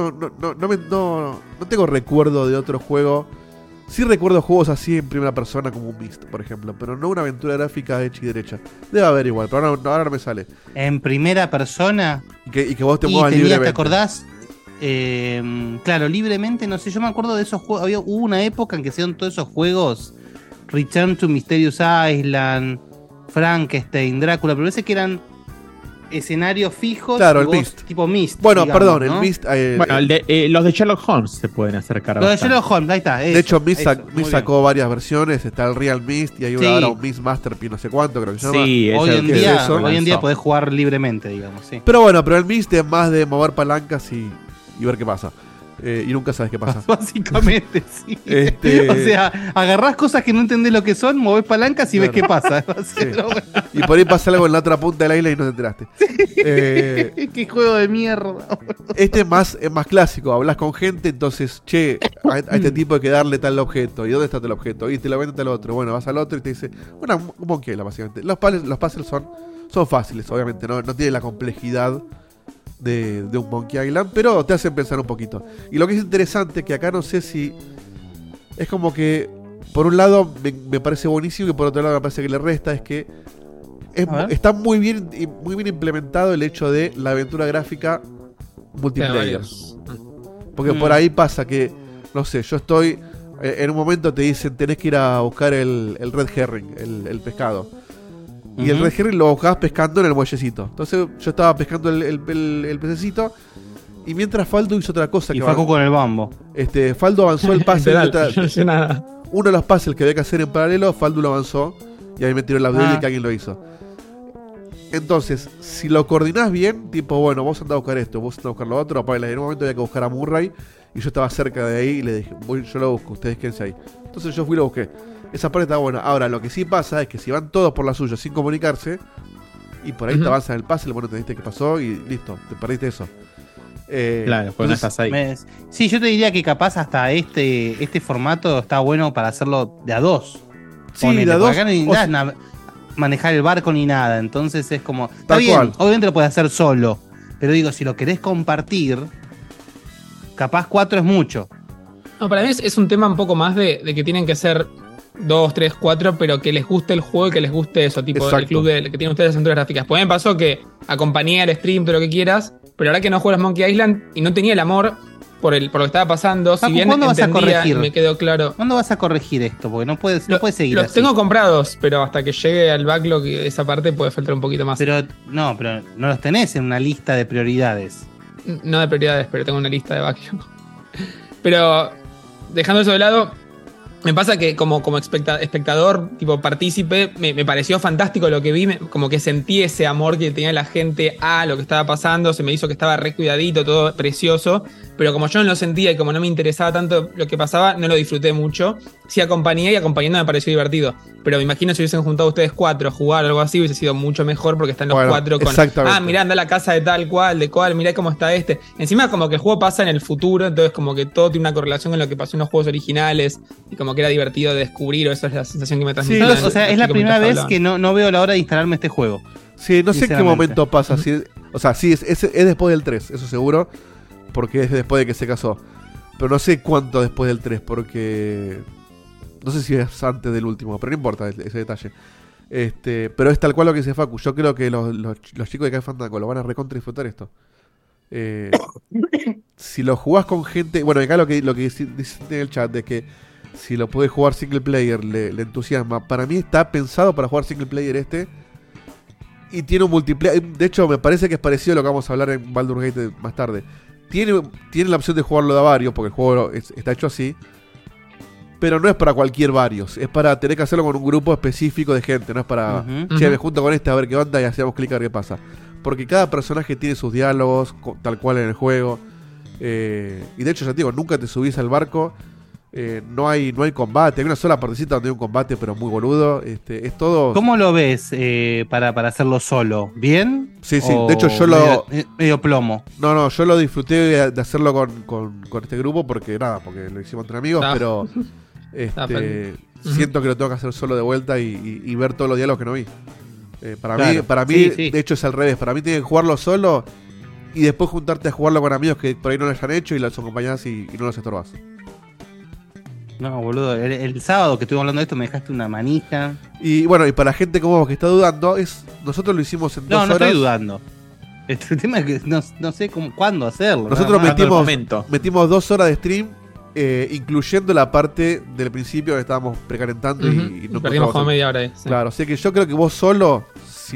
no tengo recuerdo de otro juego. Sí recuerdo juegos así en primera persona como un Myst, por ejemplo. Pero no una aventura gráfica hecha y derecha. Debe haber igual, pero ahora no me sale. En primera persona. Y que vos te muevas libremente. ¿Te acordás? Claro, libremente, no sé. Yo me acuerdo de esos juegos. Hubo una época en que se dieron todos esos juegos. Return to Mysterious Island, Frankenstein, Drácula. Pero parece que eran escenarios fijos, claro, el Myst. Tipo Myst. Bueno, digamos, perdón, ¿no? el Myst. Bueno, los de Sherlock Holmes se pueden acercar a los de Sherlock Holmes, ahí está. De hecho, Myst sacó varias versiones. Está el Real Myst y hay ahora un Myst Masterpiece, no sé cuánto, creo que se llama. Sí, hoy en día podés jugar libremente, digamos. Sí. Pero bueno, el Myst es más de mover palancas y ver qué pasa. Y nunca sabes qué pasa. Básicamente, sí. O sea, agarrás cosas que no entendés lo que son, movés palancas y ves qué pasa. Sí. Y por ahí pasa algo en la otra punta de la isla y no te enteraste. Qué juego de mierda. Este es más clásico. Hablas con gente, entonces, a este tipo hay que darle tal objeto. ¿Y dónde está tal objeto? Y te lo vende tal otro. Bueno, vas al otro y te dice, un Monkey Island, básicamente. Los puzzles son fáciles, obviamente. No tienen la complejidad de un Monkey Island, pero te hacen pensar un poquito. Y lo que es interesante, que acá no sé si es como que por un lado me parece buenísimo y por otro lado me parece que le resta, es que está muy bien implementado el hecho de la aventura gráfica multiplayer. Porque por ahí pasa que, no sé, yo estoy en un momento te dicen tenés que ir a buscar el red herring, el pescado. Y el red herring lo buscabas pescando en el muellecito. Entonces yo estaba pescando el pececito. Y mientras Faldo hizo otra cosa. Y Facu con el bambo. Faldo avanzó el puzzle. Yo no sé nada. Uno de los puzzles que había que hacer en paralelo, Faldo lo avanzó. Y ahí me tiró la duda de que alguien lo hizo. Entonces, si lo coordinás bien, tipo, bueno, vos andás a buscar esto, vos andás a buscar lo otro. En un momento había que buscar a Murray. Y yo estaba cerca de ahí y le dije, yo lo busco, ustedes quédense ahí. Entonces yo fui y lo busqué. Esa parte está buena. Ahora, lo que sí pasa es que si van todos por la suya sin comunicarse, y por ahí te avanzan el puzzle, bueno, te diste qué pasó y listo, te perdiste eso. Claro, pues no estás ahí. Sí, yo te diría que capaz hasta este formato está bueno para hacerlo de a dos. Sí, ponele, de a dos. Acá no necesitas manejar el barco ni nada, entonces es como... Está bien, cual. Obviamente lo puedes hacer solo, pero digo, si lo querés compartir, capaz 4 es mucho. No, para mí es un tema un poco más de que tienen que ser 2, 3, 4, pero que les guste el juego y que les guste eso, tipo el club que tienen ustedes de aventuras gráficas. Pues me pasó que acompañé al stream, todo lo que quieras, pero ahora que no juego a Monkey Island y no tenía el amor por lo que estaba pasando, Paco, si bien ¿cuándo vas a corregir? Me quedó claro. ¿Cuándo vas a corregir esto? Porque no puedes seguir los así. Tengo comprados, pero hasta que llegue al backlog esa parte puede faltar un poquito más. Pero no los tenés en una lista de prioridades. No de prioridades, pero tengo una lista de backlog. Pero dejando eso de lado, me pasa que como espectador, tipo partícipe, me pareció fantástico lo que vi, como que sentí ese amor que tenía la gente a lo que estaba pasando, se me hizo que estaba re cuidadito, todo precioso, pero como yo no lo sentía y como no me interesaba tanto lo que pasaba, no lo disfruté mucho. Sí acompañé y acompañando me pareció divertido, pero me imagino si hubiesen juntado ustedes 4 a jugar o algo así, hubiese sido mucho mejor porque están los 4 con, mirá, anda a la casa de tal cual, mirá cómo está este. Encima como que el juego pasa en el futuro, entonces como que todo tiene una correlación con lo que pasó en los juegos originales y como que era divertido de descubrir, o esa es la sensación que me transmitió. Sí, o sea, es la primera vez que no veo la hora de instalarme este juego. Sí, no sé en qué momento pasa. O sea, sí, es después del 3, eso seguro, porque es después de que se casó. Pero no sé cuánto después del 3, porque... No sé si es antes del último, pero no importa ese detalle. Pero es tal cual lo que dice Facu. Yo creo que los chicos de Café Fandango lo van a recontra disfrutar esto. Si lo jugás con gente. Bueno, acá lo que dicen en el chat de que si lo podés jugar single player le entusiasma. Para mí está pensado para jugar single player y tiene un multiplayer. De hecho, me parece que es parecido a lo que vamos a hablar en Baldur's Gate más tarde. Tiene la opción de jugarlo de a varios, porque el juego está hecho así. Pero no es para cualquier varios. Es para tener que hacerlo con un grupo específico de gente. No es para, che, me junto con a ver qué onda y hacemos clic a ver qué pasa. Porque cada personaje tiene sus diálogos, tal cual en el juego. Y de hecho, ya te digo, nunca te subís al barco. No hay combate. Hay una sola partecita donde hay un combate, pero muy boludo. Es todo. ¿Cómo lo ves para hacerlo solo? ¿Bien? Sí. De hecho, yo medio plomo. No, yo lo disfruté de hacerlo con este grupo porque lo hicimos entre amigos, pero siento que lo tengo que hacer solo de vuelta y ver todos los diálogos que no vi. Para mí, de hecho, es al revés. Para mí tienes que jugarlo solo y después juntarte a jugarlo con amigos que por ahí no lo hayan hecho y los acompañás y no los estorbas. No, boludo, el sábado que estuve hablando de esto me dejaste una manija. Y bueno, y para gente como vos que está dudando, nosotros lo hicimos en 2 horas. No estoy dudando. El tema es que no sé cuándo hacerlo. Nosotros metimos 2 horas de stream, incluyendo la parte del principio que estábamos precalentando y no perdimos como media hora ahí. Sí. Claro, así que yo creo que vos solo, si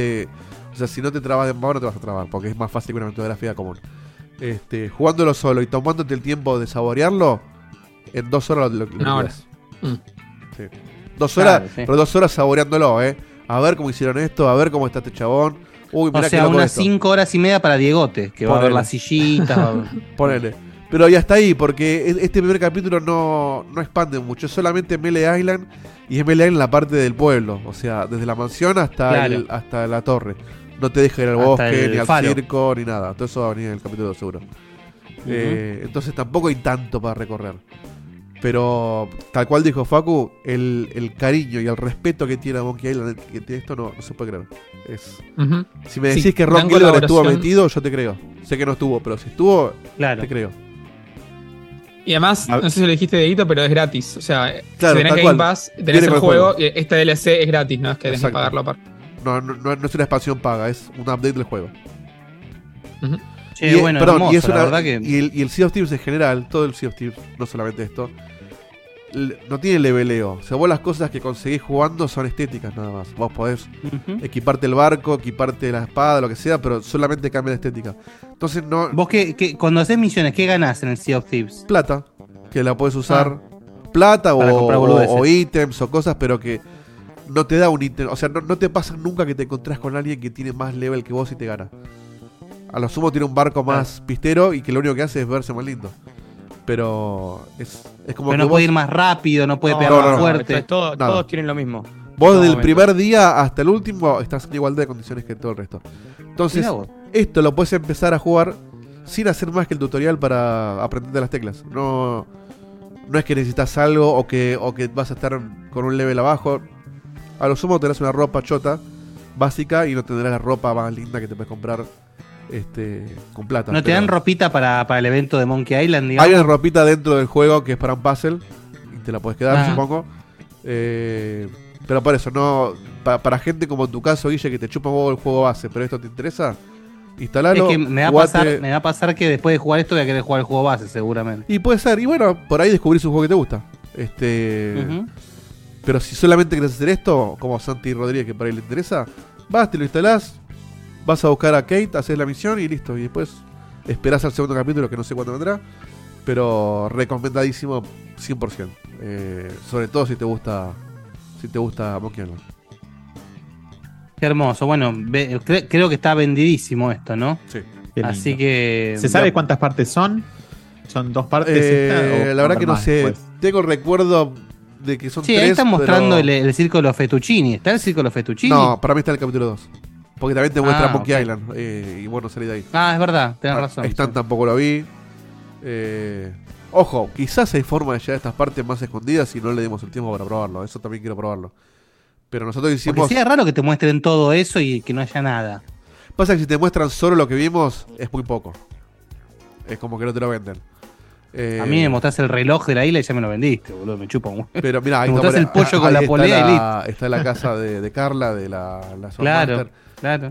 no te trabas de mano, no te vas a trabar, porque es más fácil que una metodografía común. Jugándolo solo y tomándote el tiempo de saborearlo, en 2 horas lo una hora. Sí. 2 horas, Claro, sí. pero 2 horas saboreándolo, A ver cómo hicieron esto, a ver cómo está este chabón. Uy, mirá O sea, qué loco unas esto. 5 horas y media para Diegote, que va a ver Ponele. las sillitas. Ponele. Pero ya está ahí, porque este primer capítulo no expande mucho. Es solamente Melee Island y es Melee Island la parte del pueblo. O sea, desde la mansión hasta la torre. No te deja ir al Hasta bosque, el ni al faro. circo, ni nada. Todo eso va a venir en el capítulo 2 seguro. Entonces tampoco hay tanto para recorrer. Pero, tal cual dijo Facu, el cariño y el respeto que tiene a Monkey Island, que tiene esto, no se puede creer. Si me decís que Ron Gilbert estuvo metido, yo te creo. Sé que no estuvo, pero si estuvo, te creo. Y además, no sé si lo dijiste, Dieguito, pero es gratis. O sea, claro, si tenés Game Pass, tenés el juego, y este DLC es gratis, no es que tenés que pagarlo aparte. No es una expansión paga, es un update del juego. Che, hermoso, y es la verdad que... y el Sea of Thieves en general, todo el Sea of Thieves, no solamente esto, no tiene leveleo. O sea, vos las cosas que conseguís jugando son estéticas nada más. Vos podés equiparte el barco, equiparte la espada, lo que sea, pero solamente cambia la estética. Entonces no... Vos cuando haces misiones, ¿qué ganás en el Sea of Thieves? Plata, que la podés usar. Plata o ítems o cosas, pero que no te da un ítem. O sea, no te pasa nunca que te encontrás con alguien que tiene más level que vos y te gana. A lo sumo tiene un barco más pistero y que lo único que hace es verse más lindo. Pero es como pero que no puede ir más rápido, no puede pegar más fuerte. Todos tienen lo mismo. Vos desde el primer día hasta el último estás en igualdad de condiciones que todo el resto. Entonces, esto lo puedes empezar a jugar sin hacer más que el tutorial para aprender las teclas. No es que necesitas algo o que vas a estar con un level abajo. A lo sumo tendrás una ropa chota básica y no tendrás la ropa más linda que te puedes comprar con plata. ¿No te dan ropita para el evento de Monkey Island, digamos? Hay una ropita dentro del juego que es para un puzzle y te la puedes quedar, supongo. Pero por eso, no para gente como en tu caso, Guille, que te chupa un huevo el juego base, pero esto te interesa, instalalo. Es que me va a pasar que después de jugar esto voy a querer jugar el juego base, seguramente. Y puede ser, y bueno, por ahí descubrís un juego que te gusta. Pero si solamente querés hacer esto, como Santi Rodríguez, que por ahí le interesa, vas, te lo instalás, vas a buscar a Kate, haces la misión y listo. Y después esperás al segundo capítulo, que no sé cuándo vendrá. Pero recomendadísimo 100%. Sobre todo si te gusta Monkey Island. Qué hermoso. Bueno, creo que está vendidísimo esto, ¿no? Sí. Así que... ¿Se sabe cuántas partes son? ¿Son 2 partes? La verdad que no sé. Pues. Tengo el recuerdo de que son 3. Sí, ahí están mostrando el círculo Fettuccini. ¿Está el círculo Fettuccini? No, para mí está en el capítulo 2. Porque también te muestra Monkey Island. Y bueno, salí de ahí. Es verdad, tenés razón. Stan tampoco lo vi. Ojo, quizás hay forma de llegar a estas partes más escondidas y no le dimos el tiempo para probarlo. Eso también quiero probarlo. Pero nosotros hicimos... Porque sería raro que te muestren todo eso y que no haya nada. Pasa que si te muestran solo lo que vimos, es muy poco. Es como que no te lo venden. A mí me mostrás el reloj de la isla y ya me lo vendiste, boludo, me chupa un... Pero mira, me mostrás el pollo con la polea y listo. Está la casa de Carla, de la Claro, claro.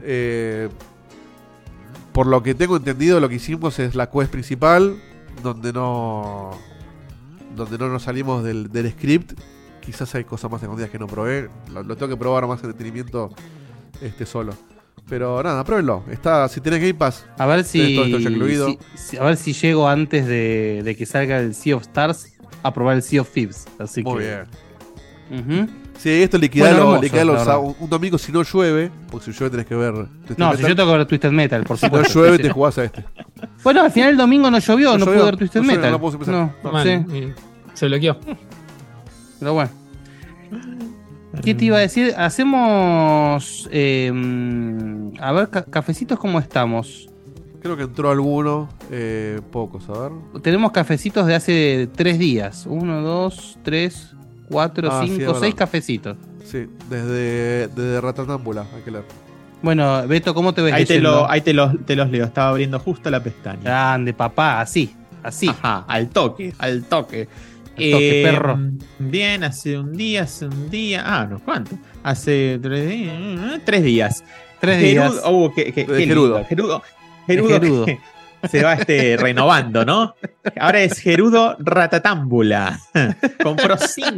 Por lo que tengo entendido, lo que hicimos es la quest principal, donde no nos salimos del script. Quizás hay cosas más escondidas que no probé. Lo tengo que probar más en detenimiento solo. Pero nada, pruébenlo. Si tenés Game Pass, a ver si, todo esto ya incluido. A ver si llego antes de que salga el Sea of Stars a probar el Sea of Thieves. Así muy que... bien. Sí, esto liquidalo un domingo si no llueve, porque si llueve tenés que ver Twisted Metal. Si yo tengo que ver Twisted Metal, por supuesto. Si no llueve te jugás a este. Bueno, al final el domingo no llovió, no pude ver Twisted Metal. No puedo empezar. Sí. Se bloqueó. Pero bueno. ¿Qué te iba a decir? Hacemos... a ver, cafecitos, ¿cómo estamos? Creo que entró alguno, pocos, a ver. Tenemos cafecitos de hace 3 días. 1, 2, 3, 4, 5, 6 cafecitos. Sí, desde Ratatámbula, hay que leer. Bueno, Beto, ¿cómo te ves? Ahí te los leo, estaba abriendo justo la pestaña. Grande, papá, así. Ajá, al toque. Perro. Bien, hace un día. Ah, no, ¿cuánto? Hace 3 días. 3 días. Gerudo. Gerudo. Se va renovando, ¿no? Ahora es Gerudo Ratatámbula. Compró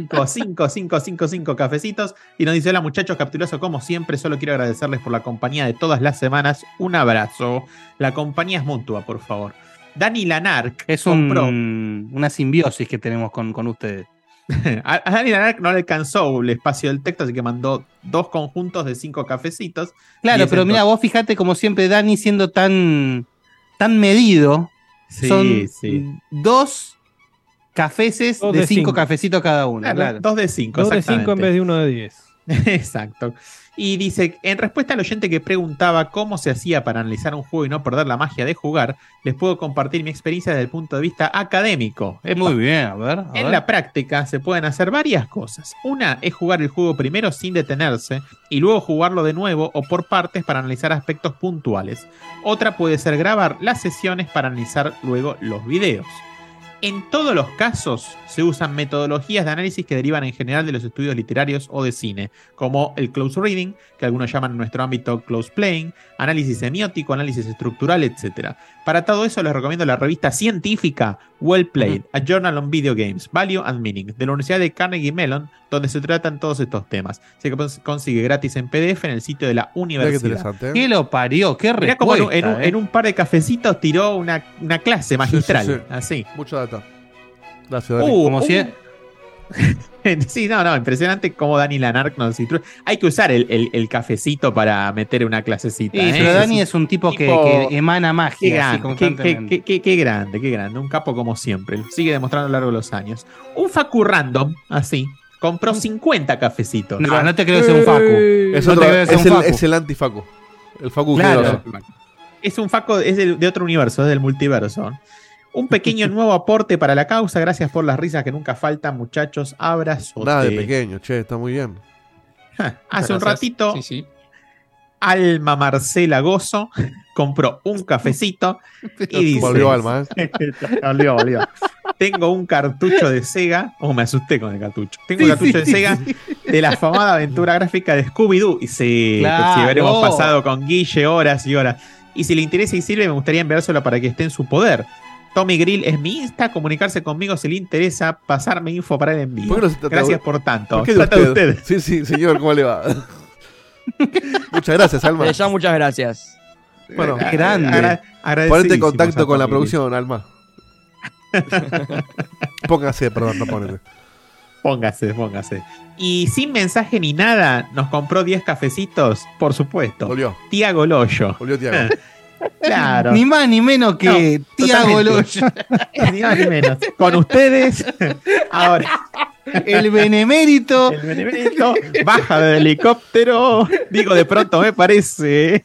5 cafecitos y nos dice: hola muchachos, capituloso como siempre, solo quiero agradecerles por la compañía de todas las semanas. Un abrazo. La compañía es mutua, por favor. Dani Lanark es una simbiosis que tenemos con ustedes. A Dani Lanark no le alcanzó el espacio del texto, así que mandó 2 conjuntos de 5 cafecitos. Claro, pero mira, vos fíjate, como siempre, Dani siendo tan medido, son 2 cafeces de 5 cafecitos cada uno. Claro. 2 de 5. 2 de 5 en vez de 1 de 10. Exacto. Y dice, en respuesta al oyente que preguntaba cómo se hacía para analizar un juego y no perder la magia de jugar, les puedo compartir mi experiencia desde el punto de vista académico. Muy bien, a ver. En la práctica se pueden hacer varias cosas. Una es jugar el juego primero sin detenerse y luego jugarlo de nuevo o por partes para analizar aspectos puntuales. Otra puede ser grabar las sesiones para analizar luego los videos. En todos los casos se usan metodologías de análisis que derivan en general de los estudios literarios o de cine, como el close reading, que algunos llaman en nuestro ámbito close playing, análisis semiótico, análisis estructural, etc. Para todo eso les recomiendo la revista científica Well Played, A Journal on Video Games, Value and Meaning, de la Universidad de Carnegie Mellon, donde se tratan todos estos temas. Así que consigue gratis en PDF en el sitio de la universidad. ¿Qué lo parió? ¿Qué respuesta? Mirá como en un par de cafecitos tiró una clase magistral. Sí. Así. Mucha data. Gracias, Dani. Como si... Sí, no, impresionante cómo Dani Lanark nos instruye. Hay que usar el cafecito para meter una clasecita. Sí, pero Dani es un tipo que emana magia. Qué grande. Un capo como siempre. Sigue demostrando a lo largo de los años. Un Facu random, así, compró 50 cafecitos. No te creo que sea un Facu. Es el anti-Facu. El Facu claro. Es un Facu, es de otro universo, es del multiverso. Un pequeño nuevo aporte para la causa. Gracias por las risas que nunca faltan, muchachos. Abrazo. Nada de pequeño, está muy bien. Hace un ratito, Alma Marcela Gozo compró un cafecito y dice... Volvió Alma, Volvió. Tengo un cartucho de Sega. Me asusté con el cartucho. Tengo un cartucho de Sega de la afamada aventura gráfica de Scooby-Doo. Y si habremos pasado con Guille horas y horas. Y si le interesa y sirve, me gustaría enviárselo para que esté en su poder. Tommy Grill es mi Insta, comunicarse conmigo si le interesa, pasarme info para el envío. Gracias por tanto. ¿Por qué trata de usted? Sí, señor, ¿cómo le va? Muchas gracias, Alma. Ya, muchas gracias. Bueno, grande. Ponete en contacto con la producción, Alma. Póngase, perdón, no ponete. Póngase. Y sin mensaje ni nada, nos compró 10 cafecitos, por supuesto. Volvió. Tiago Loyo. Volvió Tiago. Claro. Ni más ni menos que Tiago Loyo. Ni más ni menos. Con ustedes, ahora. El benemérito. Baja del helicóptero. Digo, de pronto me parece.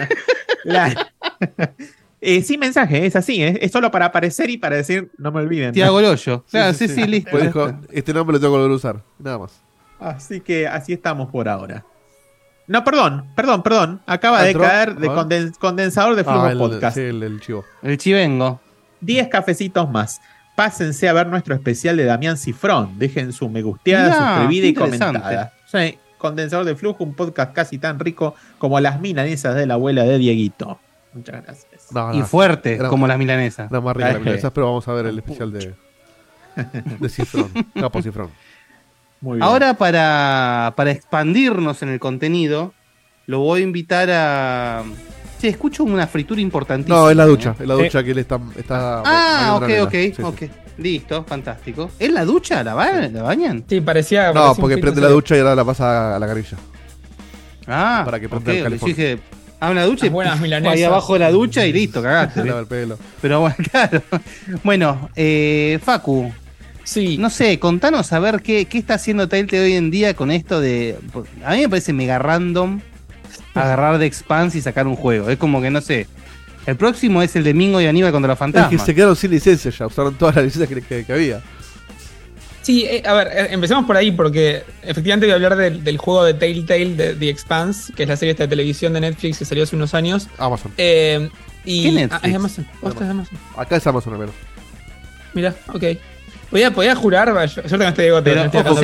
Sin mensaje, es así, es solo para aparecer y para decir, no me olviden. Tiago Loyo. Claro, sí, listo. Pues dijo, este nombre lo tengo que volver a usar, nada más. Así que así estamos por ahora. No, perdón. Acaba de caer de condensador de flujo podcast. El chivo. El chivengo. 10 cafecitos más. pásense a ver nuestro especial de Damián Cifrón. Dejen su me gusteada, suscribida y comentada. Sí, Condensador de Flujo, un podcast casi tan rico como las milanesas de la abuela de Dieguito. Muchas gracias. Y fuerte como las milanesas. No, más rica las milanesas, pero vamos a ver el especial de Cifrón, Capo Cifrón. Muy bien. Ahora para expandirnos en el contenido, lo voy a invitar a... Sí, escucho una fritura importantísima. No, es la ducha, que él está ok. Listo, fantástico. ¿Es la ducha? ¿La bañan? Sí, parecía... No, porque prende la ducha y ahora la pasa a la canilla. Para que prenda el calefón. Dije, una ducha y buenas milanesas ahí abajo de la ducha y listo, cagaste. Lava el pelo. Pero bueno, claro. Bueno, Facu. Sí. No sé, contanos a ver qué está haciendo Telltale hoy en día con esto de... A mí me parece mega random agarrar de Expanse y sacar un juego. Es como que, no sé, el próximo es el de Mingo y Aníbal contra los fantasmas. Es que se quedaron sin licencia ya, usaron todas las licencias que había. Sí, a ver, empecemos por ahí porque efectivamente voy a hablar del juego de Telltale, de The Expanse, que es la serie de televisión de Netflix que salió hace unos años. Amazon. ¿Qué Netflix? Es Amazon. ¿Vos es Amazon? Acá es Amazon, al menos. Mira, ok. Podía jurar, yo que no estoy de gote.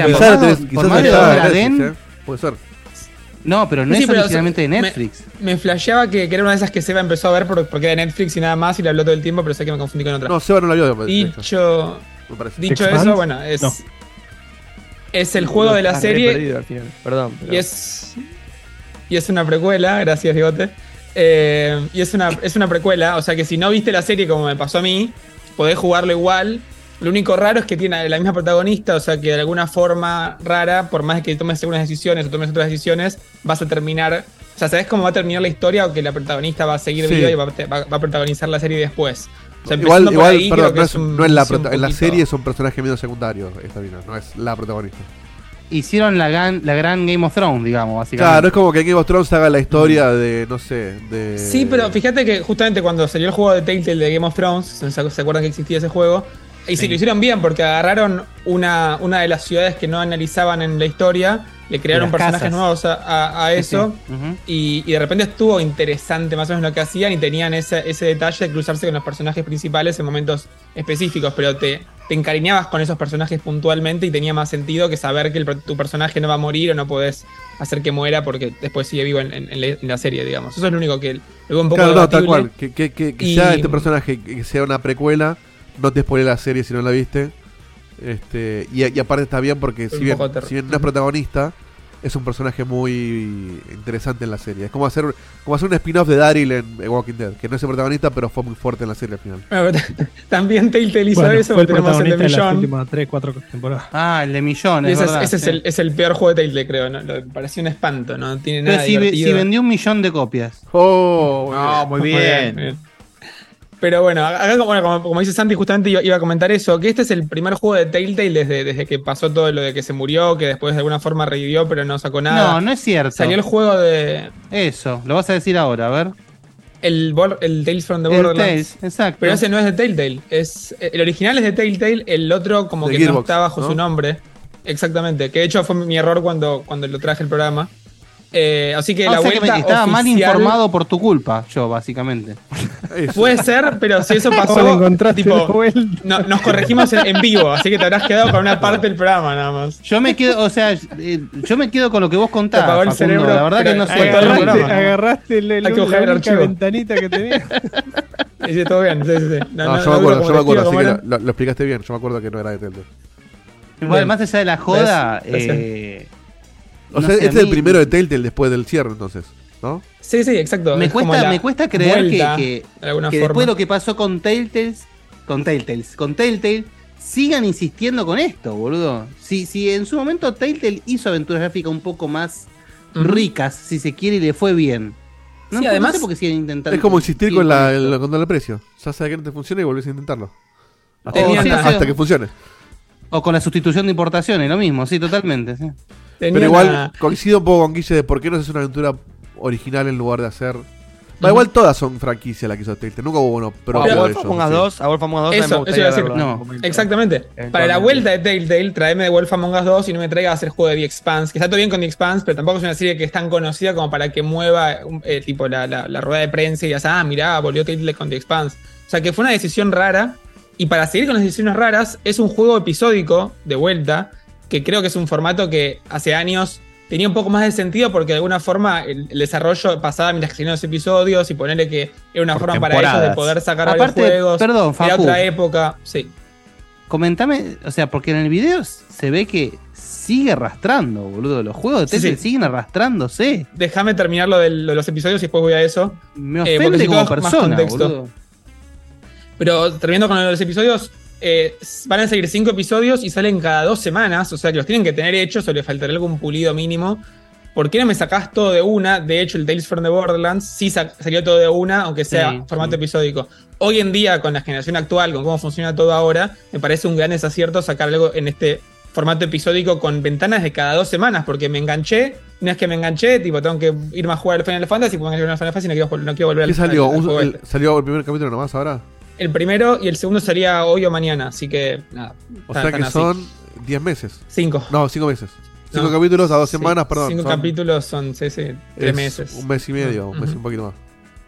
Puede ser. No, pero no es originalmente de Netflix. Me flasheaba que era una de esas que Seba empezó a ver porque era de Netflix y nada más y le habló todo el tiempo, pero sé que me confundí con otra. No, Seba no la vio. Dicho eso, bueno, es el juego de la serie. Perdón. Y es una precuela, gracias, Bigote. Y es una precuela, o sea que si no viste la serie como me pasó a mí, podés jugarlo igual. Lo único raro es que tiene la misma protagonista, o sea que de alguna forma rara, por más que tomes algunas decisiones o tomes otras decisiones, vas a terminar. O sea, ¿sabés cómo va a terminar la historia? O que la protagonista va a seguir viva y va a protagonizar la serie después. O sea, igual ahí, perdón, no es la serie es un personaje medio secundario, esta mina, no es la protagonista. Hicieron la gran Game of Thrones, digamos, básicamente. Claro, es como que en Game of Thrones haga la historia de, no sé, de... Sí, pero fíjate que justamente cuando salió el juego de Telltale de Game of Thrones, ¿se acuerdan que existía ese juego? Y sí, lo hicieron bien porque agarraron una de las ciudades que no analizaban en la historia, le crearon personajes nuevos a eso, y de repente estuvo interesante más o menos lo que hacían y tenían ese detalle de cruzarse con los personajes principales en momentos específicos, pero te encariñabas con esos personajes puntualmente y tenía más sentido que saber que tu personaje no va a morir o no podés hacer que muera porque después sigue vivo en la serie, digamos. Eso es lo único que luego un poco tal cual, que sea este personaje, que sea una precuela. No te spoilé la serie si no la viste. Y aparte está bien porque si bien no es protagonista, es un personaje muy interesante en la serie. Es como hacer un spin-off de Daryl en Walking Dead, que no es el protagonista, pero fue muy fuerte en la serie al final. También Telltale hizo eso, fue el protagonista de las últimas 3-4 temporadas. El de Millón, es verdad. Ese es el peor juego de Telltale, creo. ¿No? Pareció un espanto, no tiene nada divertido. Si vendió 1 millón de copias. Muy bien. Pero bueno, acá como dice Santi, justamente iba a comentar eso, que este es el primer juego de Telltale desde que pasó todo lo de que se murió, que después de alguna forma revivió, pero no sacó nada. No es cierto. Salió el juego de... Eso, lo vas a decir ahora, a ver. El Tales from the Borderlands. Tales, exacto. Pero ese no es de Telltale. El original es de Telltale, el otro como de que Gearbox, no está bajo su nombre. Exactamente, que de hecho fue mi error cuando lo traje el programa. Así que la vuelta estaba oficial, mal informado por tu culpa, yo, básicamente. Puede ser, pero si eso pasó, tipo, nos corregimos en vivo, así que te habrás quedado con una parte del programa nada más. Yo me quedo con lo que vos contás. Te apagó el cerebro, la verdad que no sé. Agarraste la única ventanita que tenías. Sí, todo bien. Sí. No, yo me acuerdo, así que lo explicaste bien. Yo me acuerdo que no era de Telltale. Igual, más allá de la joda, o sea, este es el primero de Telltale después del cierre, entonces, ¿no? Sí, exacto. Me cuesta creer que después de lo que pasó con Telltale, sigan insistiendo con esto, boludo. Si en su momento Telltale hizo aventuras gráficas un poco más ricas, si se quiere, y le fue bien. Además, no sé por qué siguen intentando. Es como insistir con el precio. Ya sabes que no te funciona y volvés a intentarlo. Hasta que funcione. O con la sustitución de importaciones, lo mismo, sí, totalmente. Sí. Pero igual coincido un poco con Guille de por qué no se hace una aventura original en lugar de hacer... Igual todas son franquicias las que hizo Telltale. Nunca hubo uno propio de ellos. A Wolf Among Us 2 eso iba a decir. No. Exactamente. Para la vuelta de Telltale, tráeme de Wolf Among Us 2 y no me traiga a hacer juego de The Expanse. Que está todo bien con The Expanse, pero tampoco es una serie que es tan conocida como para que mueva tipo la rueda de prensa y digas, mirá, volvió Telltale con The Expanse. O sea que fue una decisión rara. Y para seguir con las decisiones raras, es un juego episódico de vuelta, que creo que es un formato que hace años tenía un poco más de sentido porque de alguna forma el desarrollo pasaba mientras que salían los episodios y ponerle que era una forma para ellos de poder sacar Aparte, varios juegos. perdón, era Facu, otra época. Sí. Comentame, o sea, porque en el video se ve que sigue arrastrando, boludo. Los juegos de Telltale siguen arrastrándose. Déjame terminar lo de los episodios y después voy a eso. Me ofende como persona, boludo. Pero terminando con los episodios, van a seguir 5 episodios y salen cada 2 semanas, o sea que los tienen que tener hechos o le faltará algún pulido mínimo. ¿Por qué no me sacás todo de una? De hecho, el Tales from the Borderlands sí salió todo de una, aunque sea formato episódico. Hoy en día, con la generación actual, con cómo funciona todo ahora, me parece un gran desacierto sacar algo en este formato episódico con ventanas de cada 2 semanas, porque me enganché. Una vez que me enganché, tipo, tengo que irme a jugar al Final Fantasy, porque me enganché al Final Fantasy y no quiero volver al Final Fantasy. ¿Salió el primer capítulo nomás ahora? El primero y el segundo sería hoy o mañana, así que nada. O sea que son 10 meses. 5. No, 5 meses. 5 capítulos a 2 semanas, perdón. 5 capítulos son 3 meses. Un mes y medio, un mes y un poquito más.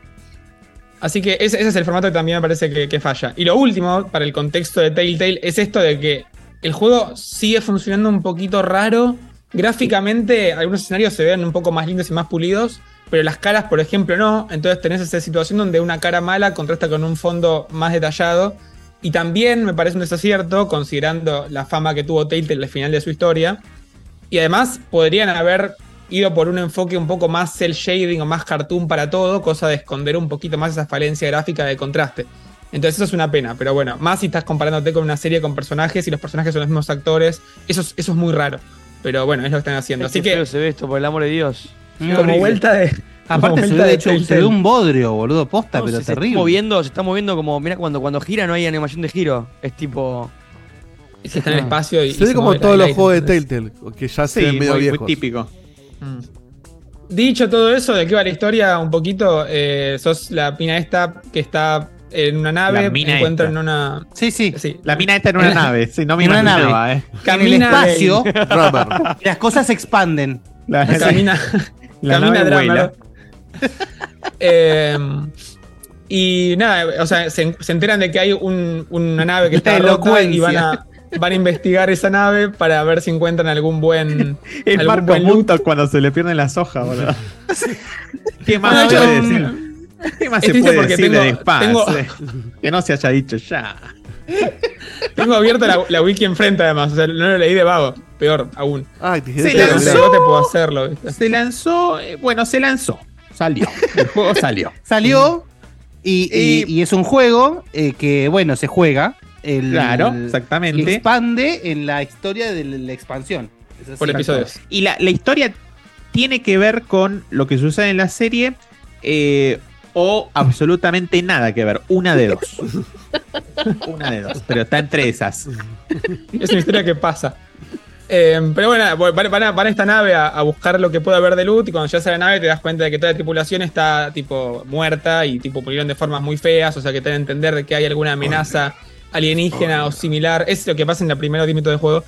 Así que ese es el formato que también me parece que falla. Y lo último, para el contexto de Telltale, es esto de que el juego sigue funcionando un poquito raro. Gráficamente, algunos escenarios se ven un poco más lindos y más pulidos, pero las caras, por ejemplo, no. Entonces tenés esa situación donde una cara mala contrasta con un fondo más detallado. Y también me parece un desacierto, considerando la fama que tuvo Telltale al final de su historia. Y además podrían haber ido por un enfoque un poco más cel shading o más cartoon para todo, cosa de esconder un poquito más esa falencia gráfica de contraste. Entonces eso es una pena, pero bueno, más si estás comparándote con una serie con personajes y los personajes son los mismos actores, eso es muy raro. Pero bueno, es lo que están haciendo. Así que se ve esto, por el amor de Dios. Como vuelta de... Aparte se ve un bodrio, boludo, posta, pero terrible. Se está moviendo como, mira, cuando gira no hay animación de giro. Es tipo... Se está en el espacio y... Se ve como todos los juegos de Telltale, que ya se ven medio viejos. Muy típico. Dicho todo eso, ¿de qué va la historia? Un poquito, sos la mina esta que está en una nave, encuentran en una... Sí. La mina esta en una nave, sí, no me imaginaba, Camina en el espacio, las cosas se expanden. Camina Drummer. Y nada, o sea, se enteran de que hay una nave que está rota y van a investigar esa nave para ver si encuentran algún buen... El Marco Muto cuando se le pierden las hojas, boludo. ¿Qué más se puede decir? ¿Qué más se puede decir de Spans? Que no se haya dicho ya. Tengo abierta la wiki enfrente además, o sea, no lo leí de vago. Peor aún. Ay, se lanzó, no te puedo hacerlo, ¿viste? Se lanzó, salió. El juego salió. Salió y es un juego que, bueno, se juega. Claro, exactamente. Que expande en la historia de la expansión. Por episodios. Y la historia tiene que ver con lo que sucede en la serie o absolutamente nada que ver. Una de dos. Una de dos, pero está entre esas. Es una historia que pasa. Pero bueno, van a esta nave a buscar lo que pueda haber de loot y cuando llegas a la nave te das cuenta de que toda la tripulación está tipo muerta y tipo murieron de formas muy feas, o sea que te da a entender de que hay alguna amenaza alienígena o similar. Es lo que pasa en la primera 10 minutos de juego.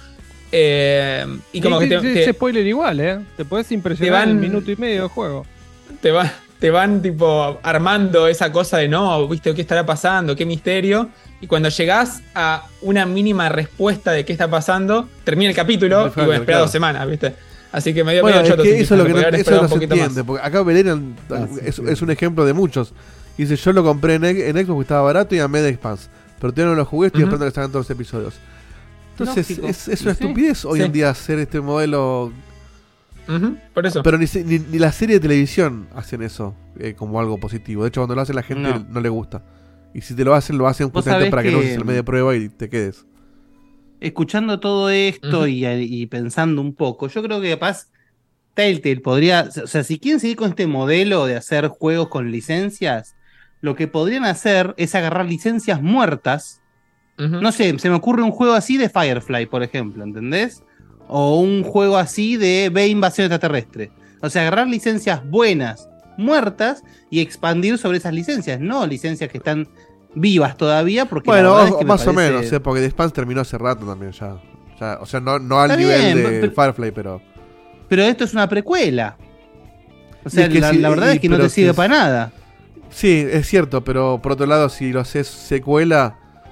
Y como que es spoiler igual, te puedes impresionar en minuto y medio de juego. Te van tipo armando esa cosa de no, viste, ¿qué estará pasando? ¿Qué misterio? Y cuando llegás a una mínima respuesta de qué está pasando, termina el capítulo y bueno, espera 2 semanas, ¿viste? Así que medio choto. Eso es lo que no se entiende, porque acá Belén es un ejemplo de muchos. Dice, yo lo compré en Xbox porque estaba barato y amé de Expanse. Pero todavía no lo jugué, estoy esperando que salgan todos los episodios. Entonces, es una estupidez hoy en día hacer este modelo. Por eso. Pero ni la serie de televisión hacen eso como algo positivo. De hecho, cuando lo hace la gente no le gusta. Y si te lo hacen justamente para que no uses el medio de prueba y te quedes. Escuchando todo esto y pensando un poco, yo creo que capaz Telltale podría, o sea, si quieren seguir con este modelo de hacer juegos con licencias, lo que podrían hacer es agarrar licencias muertas. No sé, se me ocurre un juego así de Firefly, por ejemplo, ¿entendés? O un juego así de Ve Invasión Extraterrestre. O sea, agarrar licencias buenas, muertas, y expandir sobre esas licencias, no licencias que están vivas todavía, porque bueno, es que más o menos, porque The Expanse terminó hace rato también ya. O sea, no al nivel de Firefly, pero esto es una precuela. O sea, la verdad es que no te sirve para nada. Sí, es cierto, pero por otro lado, si lo haces secuela,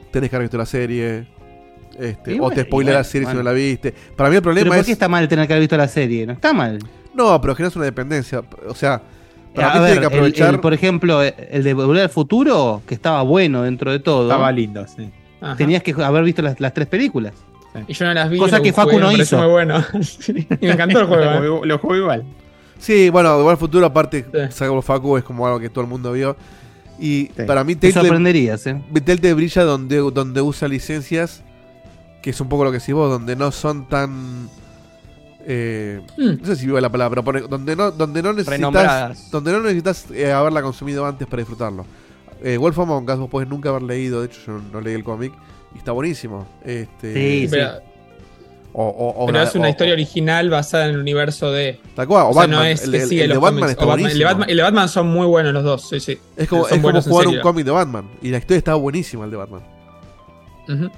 tenés que haber visto la serie. Y o te spoilea la serie si no la viste. Para mí el problema ¿Pero por es. qué está mal tener que haber visto la serie? No está mal. No, pero generas una dependencia. O sea, para A mí ver, tiene que aprovechar. por ejemplo, el de Volver al Futuro, que estaba bueno dentro de todo. Estaba lindo, sí. Ajá. Tenías que haber visto las 3 películas. Y yo no las vi. Cosa lo que jugué, Facu no me pareció hizo. muy bueno. Sí, y me encantó el juego. Lo juego igual. Sí, bueno, Volver al Futuro, aparte, Sí. sacamos Facu, es como algo que todo el mundo vio. Y Sí. para mí, Te sorprenderías, Telltale brilla donde usa licencias, que es un poco lo que decís vos, donde no son tan. No sé si vivo la palabra, pero donde no necesitas. Renombradas. Donde no necesitas haberla consumido antes para disfrutarlo. Wolf Among Us vos podés nunca haber leído, de hecho yo no leí el cómic, y está buenísimo. Sí, Pero, O pero es una historia original basada en el universo de. Tal cual, o O sea, Batman. no es que sigue el de los Batman cómics. está O Batman- buenísimo. el de Batman son muy buenos los dos, sí, sí. Es como buenos en jugar un serio. cómic de Batman. Y la historia está buenísima, el de Batman. Ujú.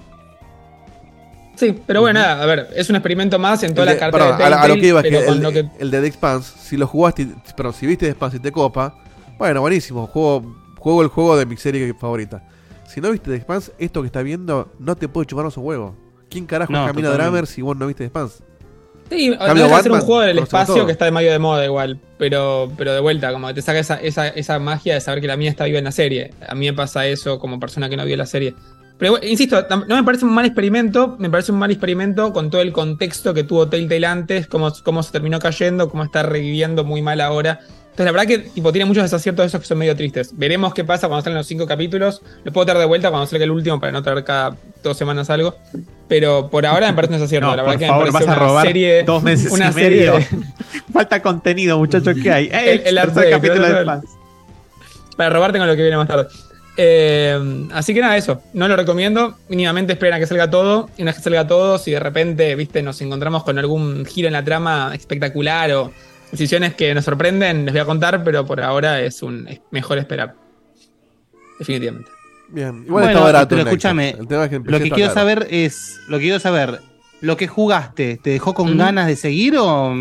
Sí, pero bueno, nada, a ver, es un experimento más en toda El la de- carta perdón, de a lo Telltale, que iba es pero que con lo que. el de The Expanse, si lo jugaste, perdón, si viste The Expanse y te copa, bueno, buenísimo, juego el juego de mi serie favorita. Si no viste The Expanse, esto que está viendo no te puede chupar su huevo. ¿Quién carajo No, camina totalmente. Drummer si vos no viste The Expanse? Sí, no Cambio deja de ser un Batman, juego del conocemos espacio todo. que está de medio de moda igual, pero de vuelta, como que te saca esa magia de saber que la mía está viva en la serie. A mí me pasa eso como persona que no vio la serie. Pero insisto, no me parece un mal experimento, me parece un mal experimento con todo el contexto que tuvo Telltale antes, cómo se terminó cayendo, cómo está reviviendo muy mal ahora. Entonces la verdad que tipo, tiene muchos desaciertos de esos que son medio tristes. Veremos qué pasa cuando salen los 5 capítulos. Lo puedo traer de vuelta cuando salga el último para no traer cada 2 semanas algo. Pero por ahora me parece un desacierto. No, la por verdad que favor, me vas parece a robar una serie. 2 meses una y serie medio. Falta contenido, muchachos, ¿qué hay? El arte tercer de- capítulo de- de fans. Para robarte con lo que viene más tarde. Así que nada, eso. No lo recomiendo. Mínimamente esperen a que salga todo. Y una vez que salga todo, si de repente, viste, nos encontramos con algún giro en la trama espectacular o decisiones que nos sorprenden, les voy a contar, pero por ahora es mejor esperar. Definitivamente. Bien, igual Bueno, está barato. pero en Xbox. escúchame, El tema es que Lo empecé que está quiero caro. saber, ¿lo que jugaste te dejó con ganas de seguir o...?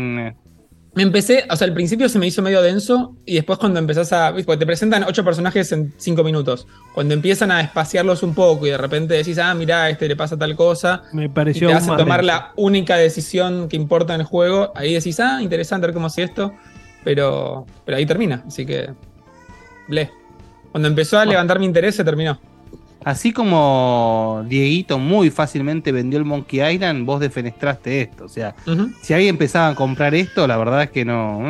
Me empecé, o sea, al principio se me hizo medio denso y después cuando empezás ¿viste? Porque te presentan 8 personajes en 5 minutos. Cuando empiezan a espaciarlos un poco y de repente decís, mirá, a este le pasa tal cosa, Me y pareció te aún hace más tomar denso. la única decisión que importa en el juego, ahí decís, interesante ver cómo hace esto, pero ahí termina, así que ble. Cuando empezó a levantar mi interés se terminó. Así como Dieguito muy fácilmente vendió el Monkey Island, vos defenestraste esto. O sea, Ujú. si alguien empezaba a comprar esto, la verdad es que no.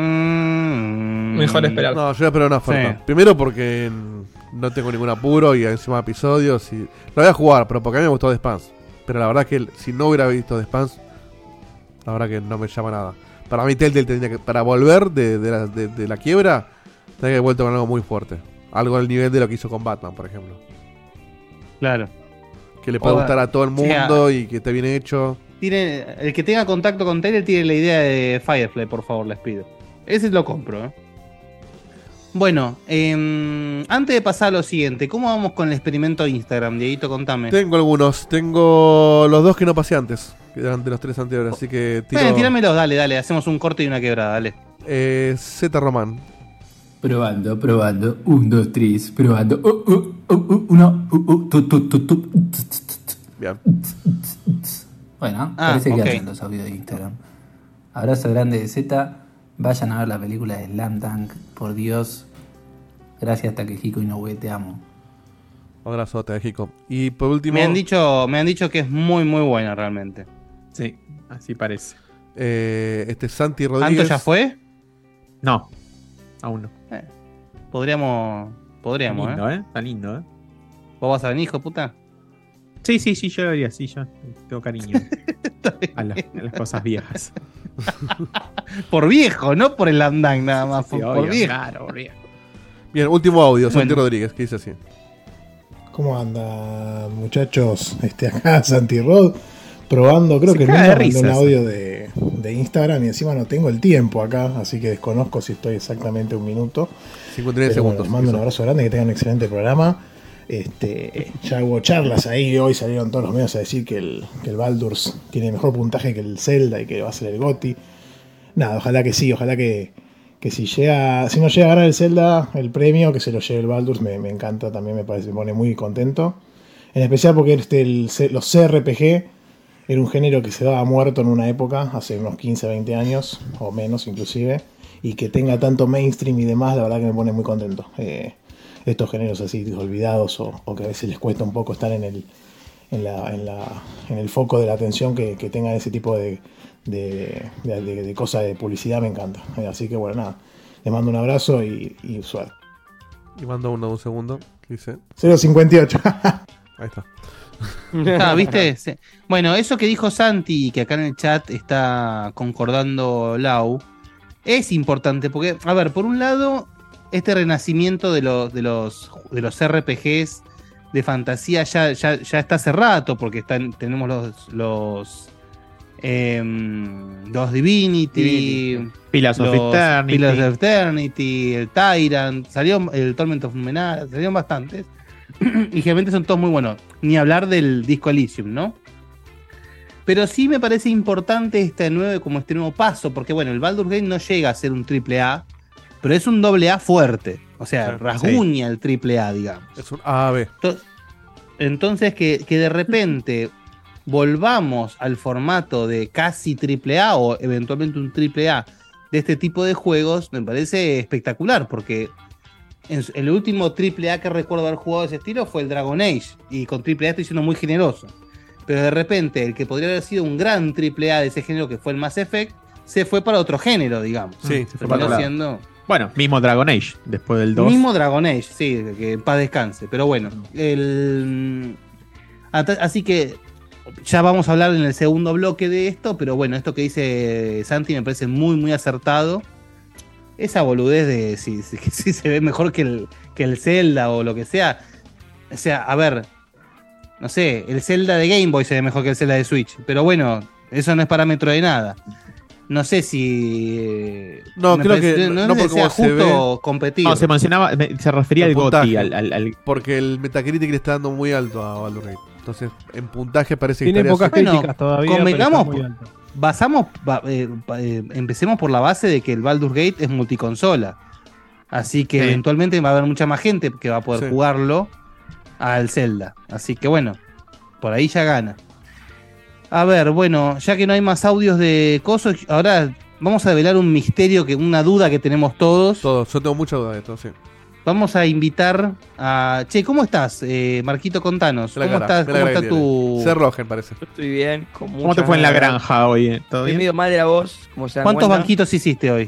Mejor esperar. No, yo voy a esperar una oferta. Sí. Primero porque no tengo ningún apuro y encima episodios. Lo voy a jugar, pero porque a mí me gustó The Expanse. Pero la verdad es que si no hubiera visto The Expanse, la verdad que no me llama nada. Para mí Telltale tendría que, para volver de la quiebra, tendría que haber vuelto con algo muy fuerte. Algo al nivel de lo que hizo con Batman, por ejemplo. Claro. Que le pueda gustar a todo el mundo sea, y que esté bien hecho. El que tenga contacto con Taylor tiene la idea de Firefly, por favor, les pido. Ese lo compro, ¿eh? Bueno, antes de pasar a lo siguiente, ¿cómo vamos con el experimento de Instagram, Dieguito? Contame. Tengo algunos. Tengo los 2 que no pasé antes, que eran de los 3 anteriores. Así que Tíramelos, dale. Hacemos un corte y una quebrada, dale. Z Román. Probando. 1, 2, 3. Probando. 1. Bien. Bueno, parece que ok. hacen los audios de Instagram. Abrazo grande de Z. Vayan a ver la película de Slam Dunk. Por Dios. Gracias, Takehiko Inoue. Te amo. Abrazote, México. Y por último. Me han dicho que es muy, muy buena realmente. Sí, así parece. Santi Rodríguez. ¿Anto ya fue? No, aún no. Podríamos, Lindo, Está lindo, ¿eh? ¿Vos vas a venir, hijo de puta? Sí, yo lo haría, sí, yo tengo cariño a las cosas viejas. Por viejo, no por el andang nada más, Sí, por obvio, viejo. claro, por viejo. Bien, último audio, Santi Bueno. Rodríguez, que dice así. ¿Cómo anda, muchachos? Acá Santi Rod probando, creo Se que caga nunca de mandé un risas. audio de Instagram y encima no tengo el tiempo acá, así que desconozco si estoy exactamente un minuto. 59 Pero bueno, segundos. les mando un Eso. abrazo grande, que tengan un excelente programa. Ya hubo charlas ahí, hoy salieron todos los medios a decir que el Baldur's tiene mejor puntaje que el Zelda y que va a ser el GOTY. Nada, ojalá que sí, ojalá que si no llega a ganar el Zelda el premio, que se lo lleve el Baldur's, me encanta, también me pone muy contento. En especial porque los CRPG era un género que se daba muerto en una época, hace unos 15, 20 años, o menos inclusive, y que tenga tanto mainstream y demás, la verdad que me pone muy contento. Estos géneros así olvidados o que a veces les cuesta un poco estar en el foco de la atención, que tengan ese tipo de cosas de publicidad, me encanta. Así que bueno, nada, les mando un abrazo y suerte. Y mando uno de un segundo, dice 0.58. Ahí está. ¿Viste? Sí. Bueno, eso que dijo Santi, que acá en el chat está concordando Lau, es importante porque, a ver, por un lado, este renacimiento de los RPGs de fantasía ya está hace rato, porque tenemos los Divinity, Pillars of Eternity, el Tyrant, salió el Torment of Numenera, salieron bastantes. Y generalmente son todos muy buenos. Ni hablar del Disco Elysium, ¿no? Pero sí me parece importante este nuevo paso, porque bueno, el Baldur's Gate no llega a ser un AAA, pero es un AA fuerte. O sea, rasguña el AAA, digamos. Es un AAB. Entonces que de repente volvamos al formato de casi AAA o eventualmente un AAA de este tipo de juegos, me parece espectacular, porque el último AAA que recuerdo haber jugado de ese estilo fue el Dragon Age, y con AAA estoy siendo muy generoso. Pero de repente, el que podría haber sido un gran AAA de ese género, que fue el Mass Effect, se fue para otro género, digamos. Sí, se fue siendo... Bueno, mismo Dragon Age, después del 2. Mismo Dragon Age, sí, que en paz descanse. Pero bueno, así que ya vamos a hablar en el segundo bloque de esto, pero bueno, esto que dice Santi me parece muy, muy acertado. Esa boludez de si se ve mejor que el Zelda o lo que sea. O sea, a ver, no sé, el Zelda de Game Boy se ve mejor que el Zelda de Switch, pero bueno, eso no es parámetro de nada. No sé si... No, creo que no porque sea justo competir. No, se refería al GOTY, porque el Metacritic le está dando muy alto a Baldur's Gate. Entonces, en puntaje parece que tiene pocas críticas todavía. Convengamos, empecemos por la base de que el Baldur's Gate es multiconsola. Así que eventualmente va a haber mucha más gente que va a poder jugarlo al Zelda. Así que bueno, por ahí ya gana. A ver, bueno, ya que no hay más audios de cosas, ahora vamos a develar un misterio, una duda que tenemos todos. Yo tengo mucha duda de esto, sí. Vamos a invitar a... Che, ¿cómo estás? Marquito, contanos. ¿Cómo estás? ¿Cómo está tu...? Ser Rogen, parece. Yo estoy bien. ¿Cómo te fue en la granja hoy? ¿Todo bien? Medio mal de la voz, como se dan ¿Cuántos cuenta? banquitos hiciste hoy?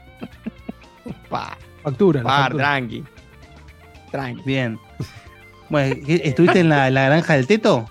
Factura. Tranqui. Bien. Bueno, ¿estuviste en la granja del Teto?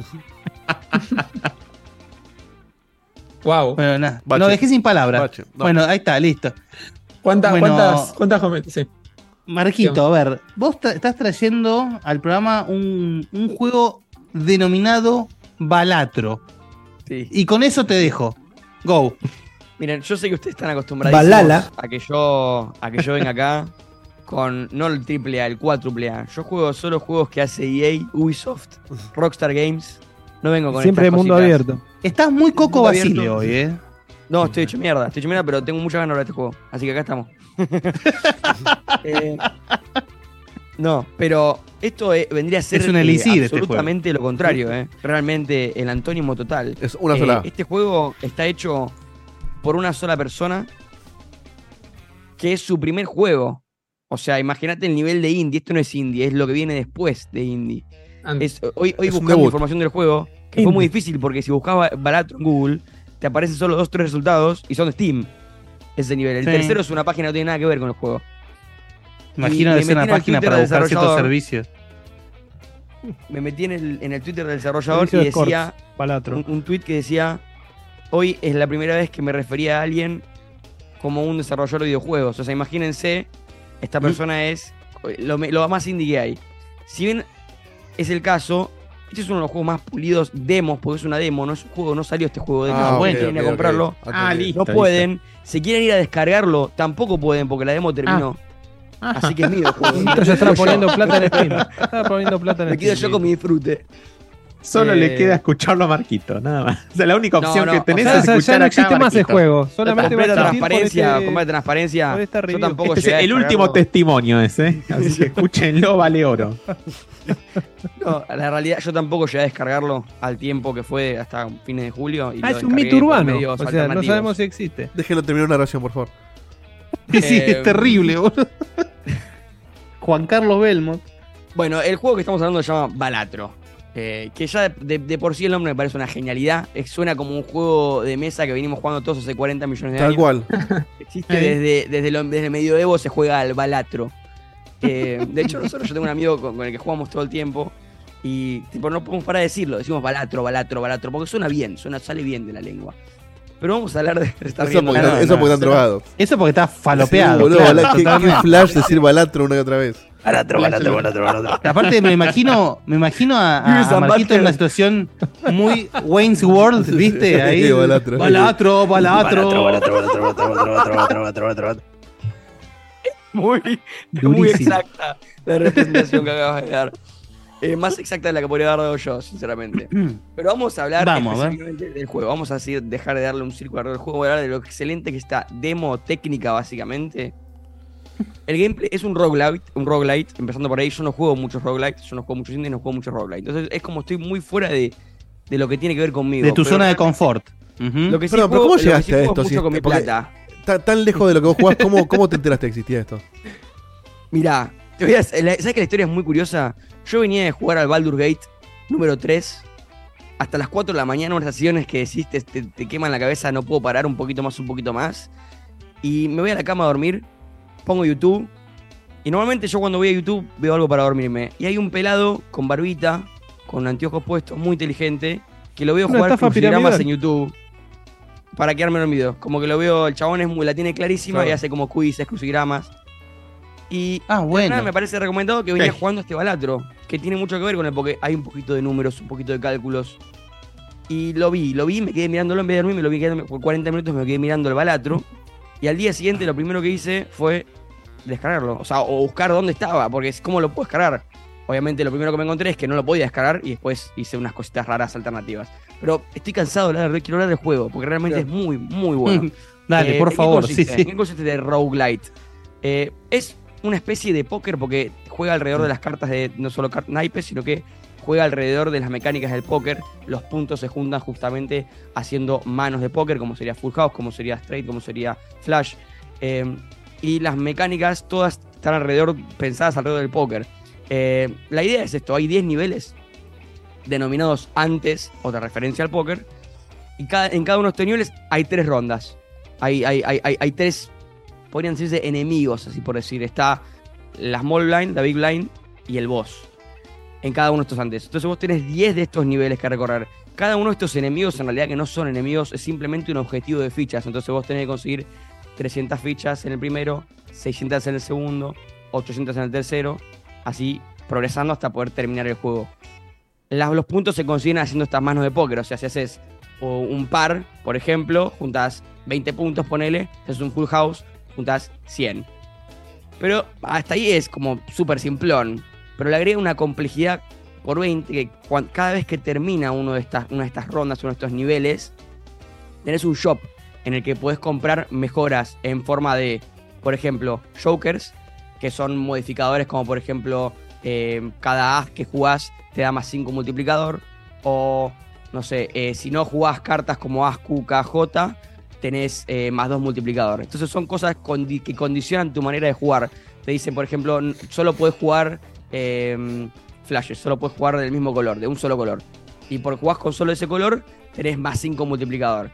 Wow. Bueno, nada. No, dejé sin palabras. No. Bueno, ahí está, listo. ¿Cuántas cometas? Sí. Marquito, a ver, vos estás trayendo al programa un juego denominado Balatro. Sí. Y con eso te dejo. Go. Miren, yo sé que ustedes están acostumbrados a que yo venga acá con no el AAA, el 4AAA. Yo juego solo juegos que hace EA, Ubisoft, Rockstar Games. No vengo con siempre estas mundo cositas. Abierto. Estás muy Coco Basile hoy, No, estoy hecho mierda, pero tengo muchas ganas de este juego. Así que acá estamos. No, pero esto vendría a ser un elixir, absolutamente lo contrario, realmente el antónimo total. Es una sola. Este juego está hecho por una sola persona, que es su primer juego. O sea, imagínate el nivel de indie. Esto no es indie, es lo que viene después de indie. Hoy buscando información del juego, que fue muy difícil porque si buscabas Balatro en Google, te aparecen solo 2 o 3 resultados y son de Steam. Ese nivel. El tercero es una página que no tiene nada que ver con el juego. Imagino que es una página para buscar ciertos servicios. Me metí en el Twitter del desarrollador y decía un tweet que decía: hoy es la primera vez que me refería a alguien como un desarrollador de videojuegos. O sea, imagínense, esta persona es lo más indie que hay. Si bien es el caso, este es uno de los juegos más pulidos, demos, porque es una demo, no es un juego, no salió este juego de demo. Quieren ir a comprarlo. Listo. No pueden. Si quieren ir a descargarlo, tampoco pueden porque la demo terminó. Así que es mío el juego. Ya estaba poniendo plata en Steam. Me quedo yo con mi disfrute. Solo le queda escucharlo a Marquito, nada más. O sea, la única opción que tenés es escuchar ya no existe más el juego. Solamente completa transparencia, completa transparencia. Yo tampoco este es el último testimonio ese. Así que escúchenlo, vale oro. No, la realidad, yo tampoco llegué a descargarlo al tiempo que fue hasta fines de julio. Y es un mito urbano. O sea, no sabemos si existe. Déjenlo terminar una oración, por favor. Sí, es terrible, boludo. Juan Carlos Belmont. Bueno, el juego que estamos hablando se llama Balatro. Que ya de por sí el nombre me parece una genialidad. Suena como un juego de mesa que venimos jugando todos hace 40 millones de años. Tal cual. Existe desde el medioevo, se juega al Balatro. De hecho, yo tengo un amigo con el que jugamos todo el tiempo. Y tipo, no podemos parar de decirlo. Decimos Balatro, Balatro, Balatro. Porque suena bien, sale bien de la lengua. Pero vamos a hablar de estar eso porque están drogados. Eso porque está falopeado. Sí, boludo, qué flash decir Balatro una y otra vez. Balatro. Aparte me imagino a Marquito en una situación muy Wayne's World, ¿viste? Ahí. Sí, Balatro. Muy exacta la representación que acabas de dar. Más exacta de la que podría haber dado yo, sinceramente. Pero vamos a hablar específicamente del juego. Vamos a dejar de darle un círculo alrededor del juego. Voy a hablar de lo excelente que está, demo técnica básicamente. El gameplay es un roguelite, empezando por ahí. Yo no juego muchos roguelites, yo no juego muchos indies, no juego muchos roguelites. Entonces es como estoy muy fuera de lo que tiene que ver conmigo. De tu zona de confort. Lo que sí pero ¿cómo llegaste a esto? Mucho con mi plata. Tan lejos de lo que vos jugás, ¿cómo te enteraste que existía esto? Mirá, ¿sabes que la historia es muy curiosa? Yo venía de jugar al Baldur's Gate número 3 hasta las 4 de la mañana, unas sesiones que decís te queman la cabeza, no puedo parar un poquito más. Y me voy a la cama a dormir, pongo YouTube, y normalmente yo cuando voy a YouTube veo algo para dormirme. Y hay un pelado con barbita, con anteojos puestos, muy inteligente, que lo veo jugar crucigramas en YouTube para quedarme dormido. Como que lo veo, el chabón la tiene clarísima, y hace como quizzes, crucigramas. Y bueno. Nada, me parece recomendado que venía jugando este Balatro, que tiene mucho que ver con él, porque hay un poquito de números, un poquito de cálculos. Y lo vi, me quedé mirándolo en vez de dormir, me lo vi quedando por 40 minutos, me quedé mirando el Balatro. Y al día siguiente lo primero que hice fue descargarlo, o buscar dónde estaba, porque ¿cómo lo puedo descargar? Obviamente lo primero que me encontré es que no lo podía descargar y después hice unas cositas raras alternativas. Pero estoy cansado de hablar, quiero hablar del juego, porque realmente es muy, muy bueno. Dale, por favor. ¿En qué consiste de roguelite? Es una especie de póker porque juega alrededor de las cartas de no solo naipes, sino que juega alrededor de las mecánicas del póker. Los puntos se juntan justamente haciendo manos de póker, como sería Full House, como sería Straight, como sería Flash. Y las mecánicas todas están pensadas alrededor del póker. La idea es esto, hay 10 niveles denominados antes, otra referencia al póker, y en cada uno de estos niveles hay 3 rondas. Hay 3, podrían decirse enemigos, así por decir. Está la Small Blind, la Big Blind y el boss en cada uno de estos antes. Entonces vos tenés 10 de estos niveles que recorrer. Cada uno de estos enemigos en realidad que no son enemigos, es simplemente un objetivo de fichas. Entonces vos tenés que conseguir 300 fichas en el primero, 600 en el segundo, 800 en el tercero, así progresando hasta poder terminar el juego. Los puntos se consiguen haciendo estas manos de póker. O sea, si haces un par, por ejemplo, juntas 20 puntos, ponele, haces un full house, juntas 100. Pero hasta ahí es como súper simplón. Pero le agrega una complejidad por 20 que cada vez que termina una de estas rondas, uno de estos niveles, tenés un shop en el que podés comprar mejoras en forma de, por ejemplo, jokers, que son modificadores como por ejemplo cada as que jugás te da más 5 multiplicador, o no sé, si no jugás cartas como as, q, k, j, tenés más 2 multiplicador. Entonces son cosas que condicionan tu manera de jugar. Te dicen, por ejemplo, solo podés jugar flashes, solo podés jugar del mismo color, de un solo color. Y por jugás con solo ese color, tenés más 5 multiplicador.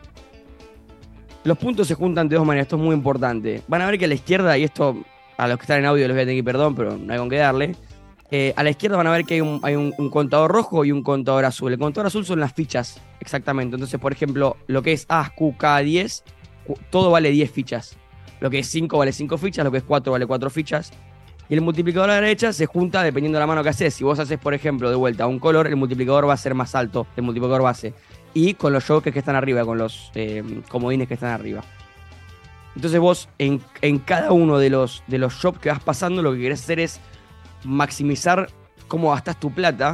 Los puntos se juntan de dos maneras, esto es muy importante. Van a ver que a la izquierda, y esto a los que están en audio les voy a tener que perdón, pero no hay con qué darle. A la izquierda van a ver que hay un contador rojo y un contador azul. El contador azul son las fichas, exactamente. Entonces, por ejemplo, lo que es A, Q, K, 10, todo vale 10 fichas. Lo que es 5 vale 5 fichas, lo que es 4 vale 4 fichas. Y el multiplicador a la derecha se junta dependiendo de la mano que haces. Si vos haces, por ejemplo, de vuelta un color, el multiplicador va a ser más alto, el multiplicador base. Y con los jokers que están arriba, con los comodines que están arriba. Entonces vos, en cada uno de los shops que vas pasando, lo que querés hacer es maximizar cómo gastás tu plata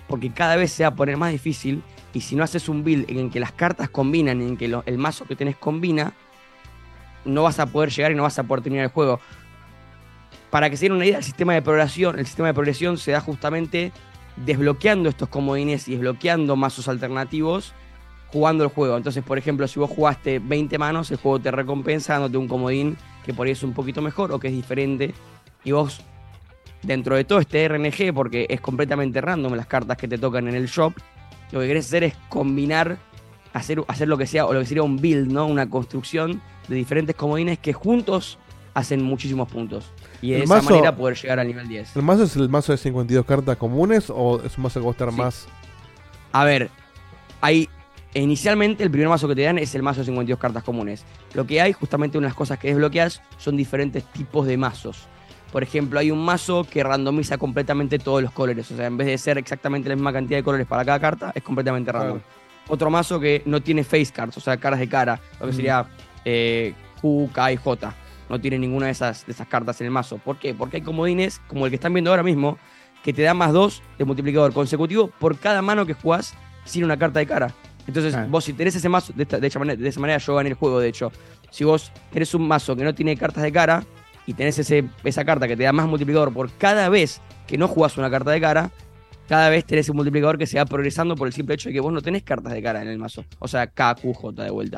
porque cada vez se va a poner más difícil, y si no haces un build en que las cartas combinan, en que el mazo que tenés combina, no vas a poder llegar y no vas a poder terminar el juego. Para que se den una idea, el sistema de progresión se da justamente desbloqueando estos comodines y desbloqueando mazos alternativos jugando el juego. Entonces, por ejemplo, si vos jugaste 20 manos, el juego te recompensa dándote un comodín que por ahí es un poquito mejor o que es diferente, y vos, dentro de todo este RNG, porque es completamente random las cartas que te tocan en el shop, lo que querés hacer es combinar, hacer lo que sea, o lo que sería un build, ¿no? Una construcción de diferentes comodines que juntos hacen muchísimos puntos. Y de esa manera poder llegar al nivel 10. ¿El mazo es el mazo de 52 cartas comunes o es un mazo que va a estar más? A ver, inicialmente el primer mazo que te dan es el mazo de 52 cartas comunes. Lo que hay, justamente una de las cosas que desbloqueas, son diferentes tipos de mazos. Por ejemplo, hay un mazo que randomiza completamente todos los colores. O sea, en vez de ser exactamente la misma cantidad de colores para cada carta, es completamente random. Otro mazo que no tiene face cards, o sea, caras de cara. Lo que sería Q, K y J. No tiene ninguna de esas cartas en el mazo. ¿Por qué? Porque hay comodines, como el que están viendo ahora mismo, que te dan +2 de multiplicador consecutivo por cada mano que jugás sin una carta de cara. Entonces, vos si tenés ese mazo, de esa manera yo gané el juego, de hecho. Si vos tenés un mazo que no tiene cartas de cara y tenés esa carta que te da más multiplicador por cada vez que no jugás una carta de cara, cada vez tenés un multiplicador que se va progresando por el simple hecho de que vos no tenés cartas de cara en el mazo. O sea, K, Q, J de vuelta.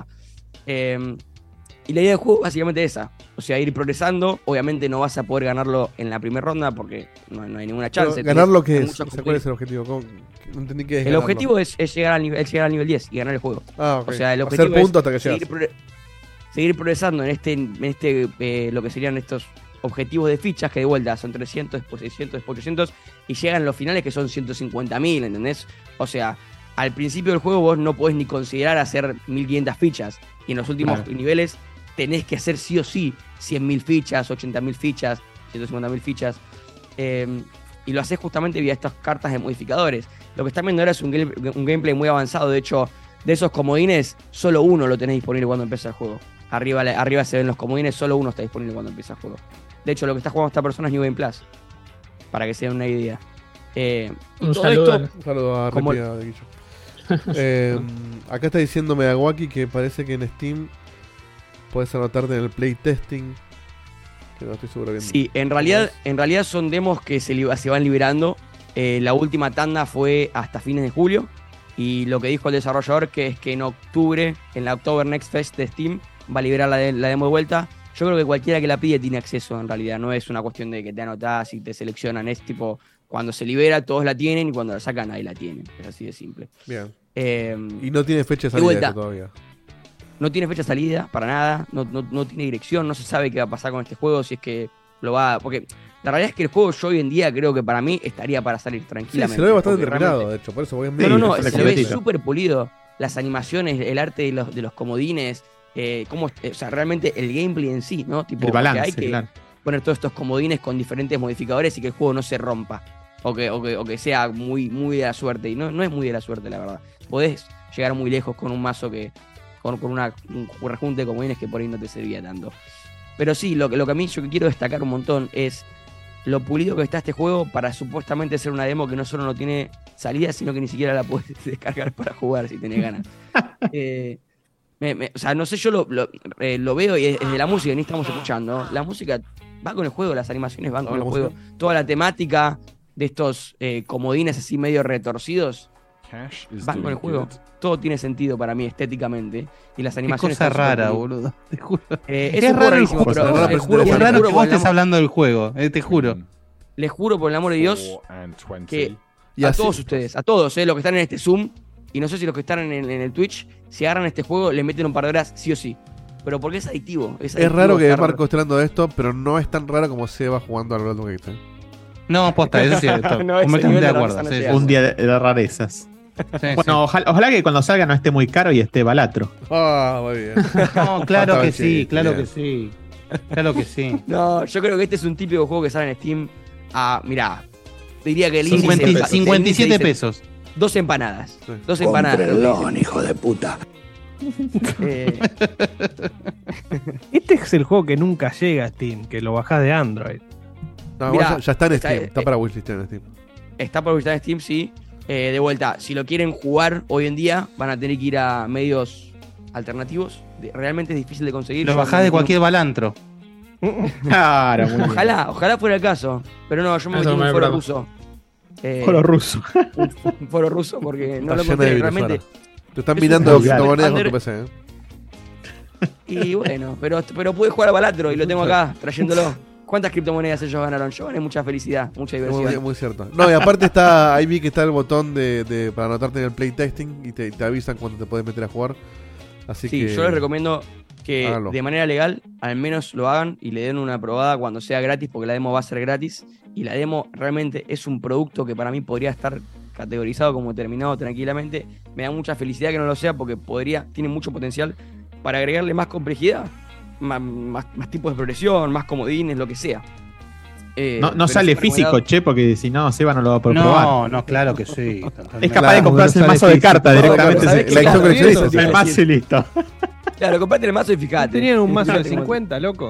Y la idea del juego básicamente es esa. O sea, ir progresando. Obviamente no vas a poder ganarlo en la primera ronda porque no hay ninguna chance. ¿Ganarlo qué es? O sea, ¿cuál es el objetivo? No entendí qué es. El objetivo es llegar al nivel 10 y ganar el juego. Ah, okay. O sea, el objetivo hacer puntos hasta que seguir progresando en lo que serían estos objetivos de fichas, que de vuelta son 300, después 600, después 800, y llegan los finales que son 150.000, ¿entendés? O sea, al principio del juego vos no podés ni considerar hacer 1500 fichas, y en los últimos niveles tenés que hacer sí o sí 100.000 fichas, 80.000 fichas, 150.000 fichas, y lo haces justamente vía estas cartas de modificadores. Lo que están viendo ahora es un gameplay muy avanzado. De hecho, de esos comodines, solo uno lo tenés disponible cuando empieza el juego. Arriba se ven los comodines, solo uno está disponible cuando empieza el juego. De hecho, lo que está jugando esta persona es New Game Plus, para que se den una idea. Un saludo a Repida de Guillo. Acá está diciendo Medawaki que parece que en Steam puedes anotarte en el playtesting. Que no estoy seguro bien. Sí, en realidad son demos que se van liberando. La última tanda fue hasta fines de julio. Y lo que dijo el desarrollador que es que en octubre, en la October Next Fest de Steam, va a liberar la demo de vuelta. Yo creo que cualquiera que la pide tiene acceso en realidad. No es una cuestión de que te anotás y te seleccionan. Es tipo, cuando se libera todos la tienen y cuando la sacan nadie la tiene. Es así de simple. Bien. Y no tiene fecha de salida todavía. No tiene fecha de salida, para nada. No tiene dirección. No se sabe qué va a pasar con este juego. Si es que lo va... Porque la realidad es que el juego yo hoy en día creo que para mí estaría para salir tranquilamente. Sí, se lo ve bastante terminado, de hecho. Por eso voy a se lo ve súper pulido. Las animaciones, el arte de los comodines... o sea, realmente el gameplay en sí, ¿no? Tipo, el balance, hay que poner todos estos comodines con diferentes modificadores y que el juego no se rompa. O que sea muy, muy de la suerte. Y no es muy de la suerte, la verdad. Podés llegar muy lejos con un mazo con un rejunte de comodines que por ahí no te servía tanto. Pero sí, lo que a mí yo quiero destacar un montón es lo pulido que está este juego para supuestamente ser una demo que no solo no tiene salida, sino que ni siquiera la puedes descargar para jugar si tenés ganas. O sea, no sé, yo lo veo y es de la música, ni estamos escuchando, ¿no? La música va con el juego, las animaciones van con el juego. Toda la temática de estos comodines así medio retorcidos van con el juego. Todo tiene sentido para mí estéticamente. Y las animaciones. Qué cosa rara, boludo. Te juro. Es raro el juego. Es raro que vos estés hablando del juego, te juro. Les juro por el amor de Dios que a todos ustedes, a todos, los que están en este Zoom, y no sé si los que están en el Twitch, si agarran este juego, le meten un par de horas sí o sí. Pero porque es adictivo. Es raro que Marco esté hablando de esto, pero no es tan raro como Seba jugando al World of Gate. No, posta, eso sí. Completamente de acuerdo. Un día de rarezas. Sí, bueno, sí. Ojalá que cuando salga no esté muy caro y esté balatro. Ah, muy bien. No, claro que sí, claro que sí. Claro que sí. No, yo creo que este es un típico juego que sale en Steam a, mirá, diría que el 57 pesos. 2 empanadas. 2 empanadas. Cómprenlo, hijo de puta. Este es el juego que nunca llega a Steam, que lo bajás de Android. No, mirá, ya está en Steam, está para wishlist en Steam. Está para wishlist en Steam, sí. De vuelta, si lo quieren jugar hoy en día, van a tener que ir a medios alternativos. Realmente es difícil de conseguir. Lo bajás de cualquier balantro. Claro, muy bien. Ojalá fuera el caso. Pero no, yo me metí en un foro ruso. Foro ruso. Un foro ruso porque no Está lo lleno encontré de realmente. virus ahora. Te están Es minando un criptomonedas con under- tu PC, Y bueno, pero pude jugar a Balatro y lo tengo acá, trayéndolo. ¿Cuántas criptomonedas ellos ganaron? Yo gané mucha felicidad, mucha diversión. Muy cierto. No, y aparte está, ahí vi que está el botón para anotarte en el playtesting y te avisan cuando te puedes meter a jugar. Así Sí, que yo les recomiendo que háganlo. de manera legal al menos lo hagan y le den una probada cuando sea gratis, porque la demo va a ser gratis. Y la demo realmente es un producto que para mí podría estar categorizado como terminado tranquilamente. Me da mucha felicidad que no lo sea porque tiene mucho potencial para agregarle más complejidad, más tipos de progresión, más comodines, lo que sea. No Pero sale súper físico, recomendado. che, porque si no, Seba no lo va a poder probar. No, claro que sí. Es capaz de comprarse el Claro, mazo de sale cartas físico. directamente. No, ¿sabés qué? La edición Claro, coleccionista, eso sí. te iba El a mazo decir. y listo. Claro, comprate el mazo y fijate. Tenían un mazo de Fíjate cómo- 50, loco.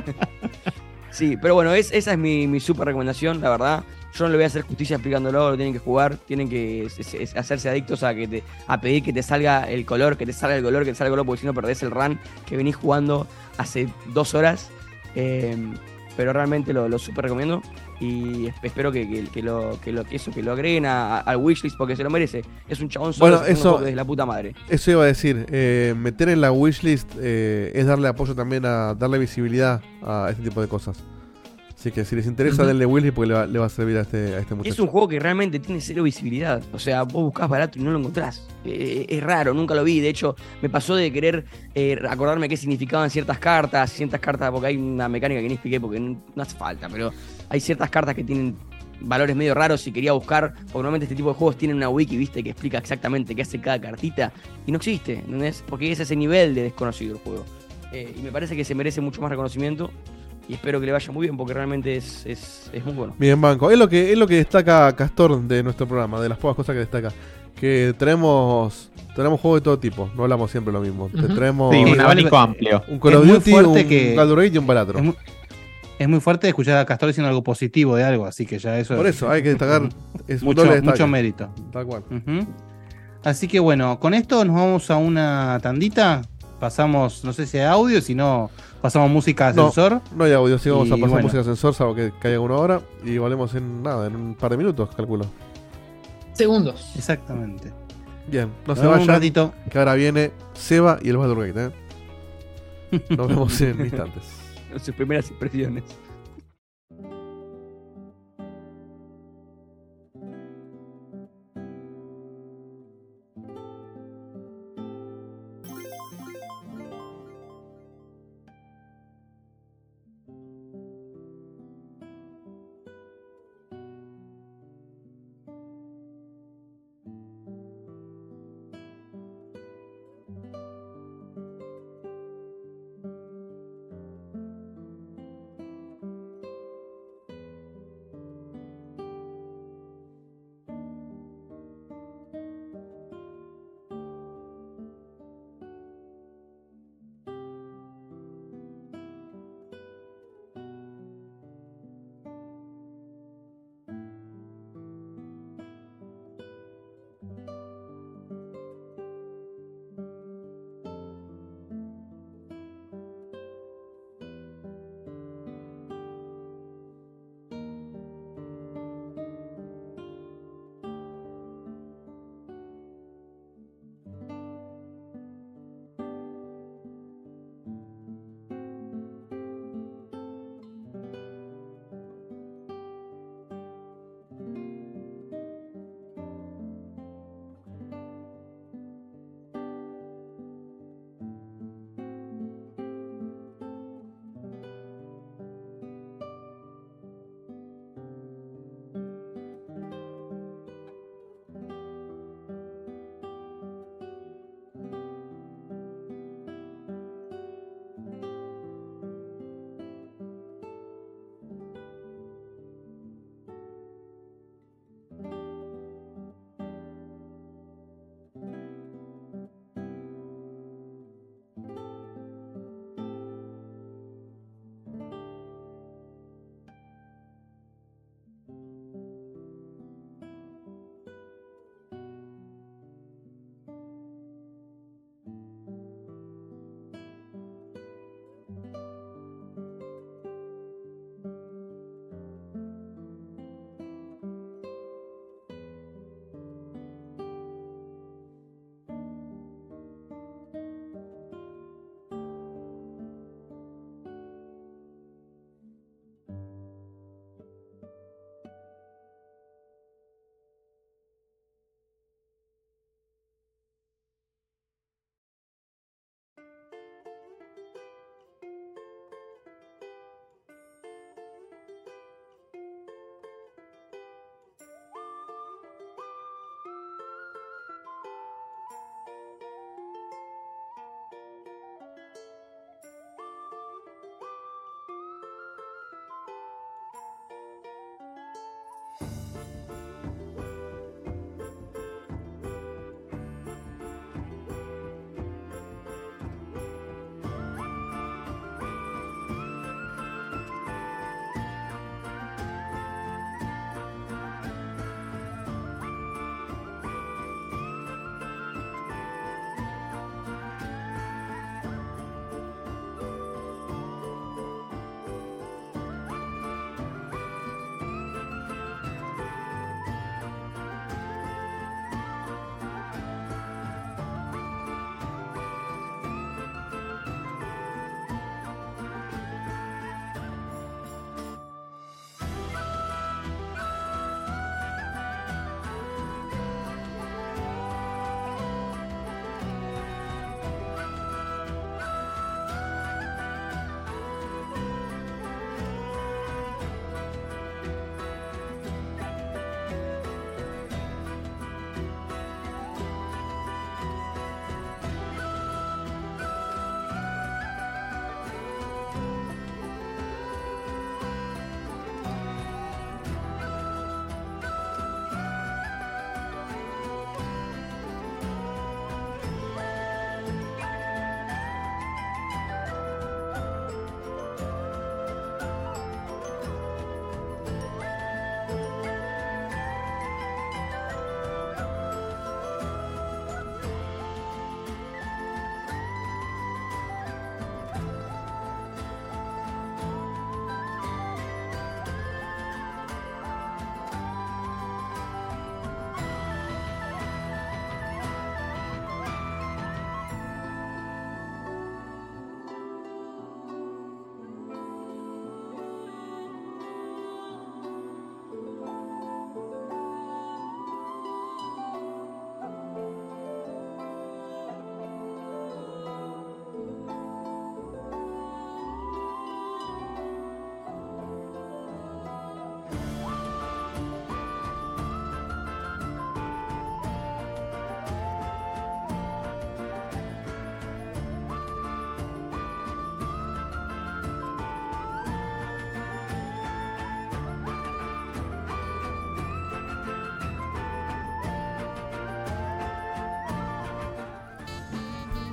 Sí, pero bueno, esa es mi super recomendación, la verdad. Yo no le voy a hacer justicia explicándolo, lo tienen que jugar, tienen que hacerse adictos a pedir que te salga el color, que te salga el color, que te salga el color, porque si no perdés el run que venís jugando hace 2 horas. Pero realmente lo super recomiendo y espero que lo agreguen al wishlist porque se lo merece. Es un chabón solo, Bueno, haciendo eso- juegos desde la puta madre. Eso iba a decir, meter en la wishlist es darle apoyo también darle visibilidad a este tipo de cosas. Así que si les interesa, denle wishlist porque le va a servir a este muchacho. Es un juego que realmente tiene cero visibilidad. O sea, vos buscás barato y no lo encontrás. Es raro, nunca lo vi. De hecho, me pasó de querer acordarme qué significaban ciertas cartas, porque hay una mecánica que ni expliqué porque no hace falta, pero hay ciertas cartas que tienen valores medio raros y quería buscar, porque normalmente este tipo de juegos tienen una wiki, viste, que explica exactamente qué hace cada cartita y no existe, ¿entendés? Porque es ese nivel de desconocido el juego. Y me parece que se merece mucho más reconocimiento. Y espero que le vaya muy bien porque realmente es muy bueno. Bien, banco. Es lo que destaca Castor de nuestro programa, de las pocas cosas que destaca. Que tenemos juegos de todo tipo, no hablamos siempre lo mismo. Te traemos Sí, un abanico amplio. un Call Es of muy Duty, fuerte un que- Baldur's Gate y un Balatro. Es muy fuerte escuchar a Castor diciendo algo positivo de algo, así que ya eso Por eso hay que destacar. Es un mucho, doble destaque. mucho mérito. Tal cual. Ujú. Así que bueno, con esto nos vamos a una tandita. Pasamos, no sé si hay audio, si no, pasamos música No, ascensor. no hay audio, sí vamos Y a pasar bueno. música ascensor, salvo que caiga una hora. Y volvemos en un par de minutos, calculo. Segundos. Exactamente. Bien, no se Nos vemos un vayan, ratito. que ahora viene Seba y el Baldur's Gate, Nos vemos en instantes. Sus primeras impresiones.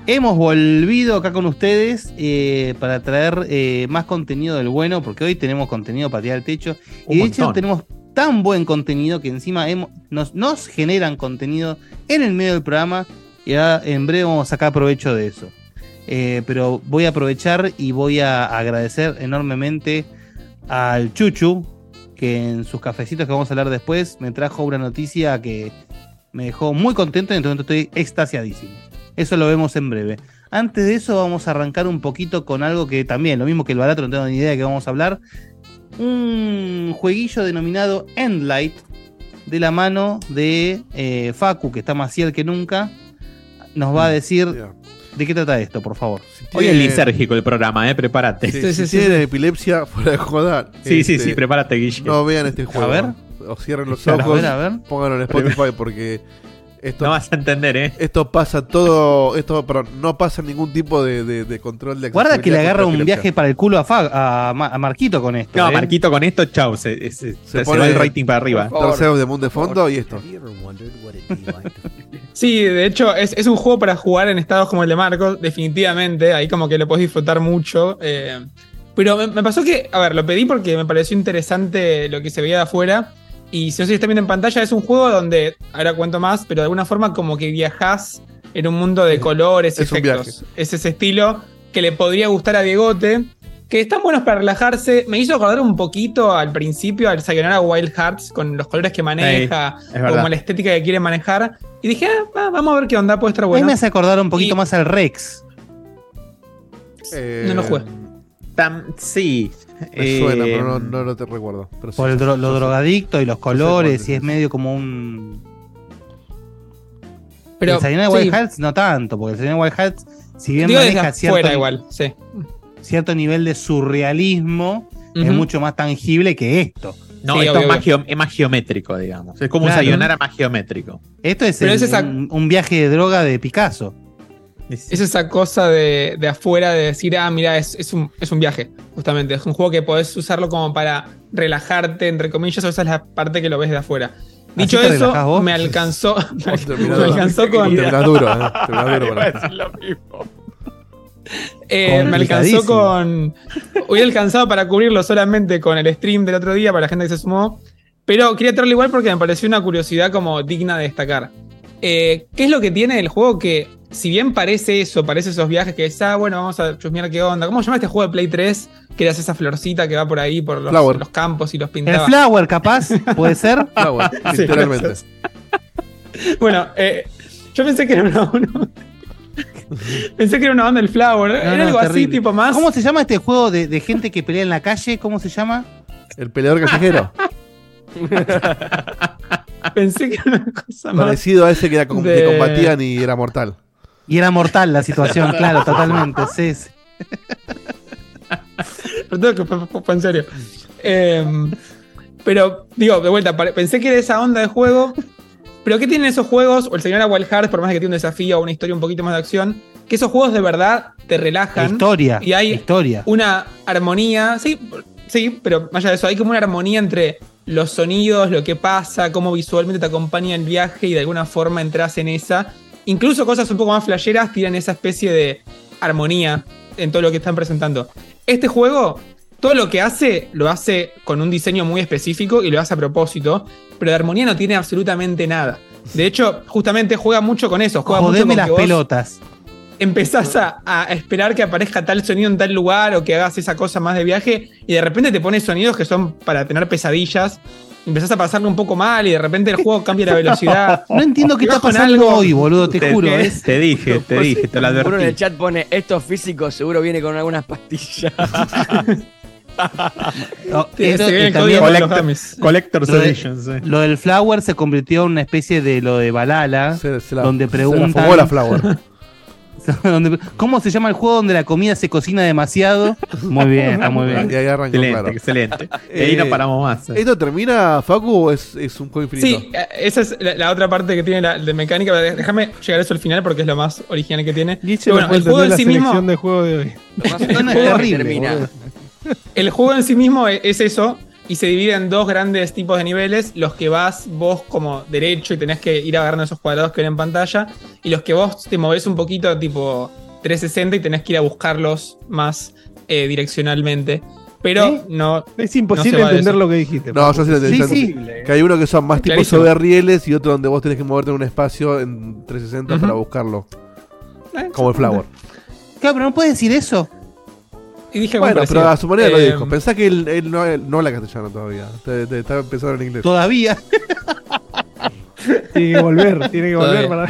Hemos volvido acá con ustedes para traer más contenido del bueno, porque hoy tenemos contenido para tirar el techo. Y de hecho tenemos tan buen contenido que encima nos generan contenido en el medio del programa. Y ahora en breve vamos a sacar provecho de eso. Pero voy a aprovechar y voy a agradecer enormemente al Chuchu, que en sus cafecitos que vamos a hablar después me trajo una noticia que me dejó muy contento y en este momento estoy extasiadísimo. Eso lo vemos en breve. Antes de eso vamos a arrancar un poquito con algo que también, lo mismo que el barato, no tengo ni idea de qué vamos a hablar. Un jueguillo denominado Endlight, de la mano de Facu, que está más fiel que nunca. Nos va a decir de qué trata esto, por favor. Hoy es lisérgico el programa, prepárate. Si tienen epilepsia, fuera de joder. Sí, prepárate, Guille. No vean este juego. A ver. O cierren los ojos. A ver. Pónganlo en Spotify porque esto, no vas a entender, Esto pasa todo. Pero no pasa ningún tipo de control de accesibilidad. Guarda que le agarra un viaje para el culo a Marquito con esto. No, Marquito con esto, chau. Se pone va el rating para arriba. Tercero de mundo de fondo y esto. Sí, de hecho es un juego para jugar en estados como el de Marcos, definitivamente, ahí como que lo podés disfrutar mucho. Pero me pasó que, a ver, lo pedí porque me pareció interesante lo que se veía de afuera. Y si no sé si está viendo en pantalla, es un juego donde, ahora cuento más, pero de alguna forma como que viajás en un mundo de colores, efectos. Es ese estilo que le podría gustar a Diegote, que están buenos para relajarse. Me hizo acordar un poquito al principio al Sayonara Wild Hearts, con los colores que maneja, como la estética que quiere manejar. Y dije, vamos a ver qué onda, puede estar bueno. A mí me hace acordar un poquito más al Rex. No lo jugué. Sí. Me suena, pero no te recuerdo. Pero por sí, lo drogadicto y los colores, y es medio como un... Pero el Sayonara Wild Hearts no tanto, porque el Sayonara Wild Hearts, si bien maneja cierto nivel de surrealismo, es mucho más tangible que esto. No, esto es más geométrico, digamos. Es como un Sayonara más geométrico. Esto es un viaje de droga de Picasso. Es esa cosa de afuera de decir, mira, es un viaje, justamente. Es un juego que podés usarlo como para relajarte, entre comillas, o esa es la parte que lo ves de afuera. Dicho eso, me alcanzó. Me alcanzó con. Me alcanzó con. Hoy alcanzado para cubrirlo solamente con el stream del otro día para la gente que se sumó. Pero quería traerlo igual porque me pareció una curiosidad como digna de destacar. ¿Qué es lo que tiene el juego? Que si bien parece esos viajes que es, bueno, vamos a chusmear qué onda. ¿Cómo se llama este juego de Play 3? Que eras esa florcita que va por ahí, por los campos y los pintaba. El Flower, capaz, puede ser. Flower, literalmente. Bueno, yo pensé que era una pensé que era una banda del Flower. Era algo terrible. Así, tipo más. ¿Cómo se llama este juego de gente que pelea en la calle? ¿Cómo se llama? El peleador callejero. Pensé que era una cosa más. Parecido a ese que combatían y era mortal. Y era mortal la situación, claro, totalmente. Sí. Pero que fue en serio. Pero, digo, de vuelta, pensé que era esa onda de juego. Pero ¿qué tienen esos juegos? O el Sayonara Wild Hearts, por más que tiene un desafío o una historia un poquito más de acción, que esos juegos de verdad te relajan. Historia. Y hay una armonía. Sí, pero más allá de eso, hay como una armonía entre los sonidos, lo que pasa, cómo visualmente te acompaña el viaje y de alguna forma entras en esa. Incluso cosas un poco más flasheras tienen esa especie de armonía en todo lo que están presentando. Este juego, todo lo que hace, lo hace con un diseño muy específico y lo hace a propósito, pero de armonía no tiene absolutamente nada. De hecho, justamente juega mucho con eso. Juega mucho con las pelotas. Empezás a esperar que aparezca tal sonido en tal lugar o que hagas esa cosa más de viaje y de repente te pones sonidos que son para tener pesadillas. Empezás a pasarlo un poco mal y de repente el juego cambia la velocidad. No entiendo qué está pasando hoy, boludo, te juro. Te dije, te lo advertí. Uno en el chat pone, esto físico seguro viene con algunas pastillas. Collector's Editions. Lo del Flower se convirtió en una especie de lo de Balala, donde preguntan... Se la fumó la Flower. ¿Cómo se llama el juego donde la comida se cocina demasiado? Muy bien, está muy bien. Y ahí arrancó, excelente. Y ahí no paramos más. ¿Esto termina, Facu, o es un juego infinito? Sí, esa es la otra parte que tiene de mecánica. Déjame llegar a eso al final porque es lo más original que tiene. Bueno, el juego en sí mismo... de juego de hoy. El juego en sí mismo es eso. y se divide en dos grandes tipos de niveles, los que vas vos como derecho y tenés que ir agarrando esos cuadrados que ven en pantalla, y los que vos te movés un poquito tipo 360 y tenés que ir a buscarlos más direccionalmente. Pero no. Es imposible entender lo que dijiste. No, yo sí lo entendí. Que hay uno que son más tipos sobre rieles y otro donde vos tenés que moverte en un espacio en 360 para buscarlo. Como el Flower. Claro, pero no puedes decir eso. Y dije, bueno, pero a su manera lo dijo. Pensá que él no habla castellano todavía. Te está empezando en inglés. Todavía. Tiene que volver para.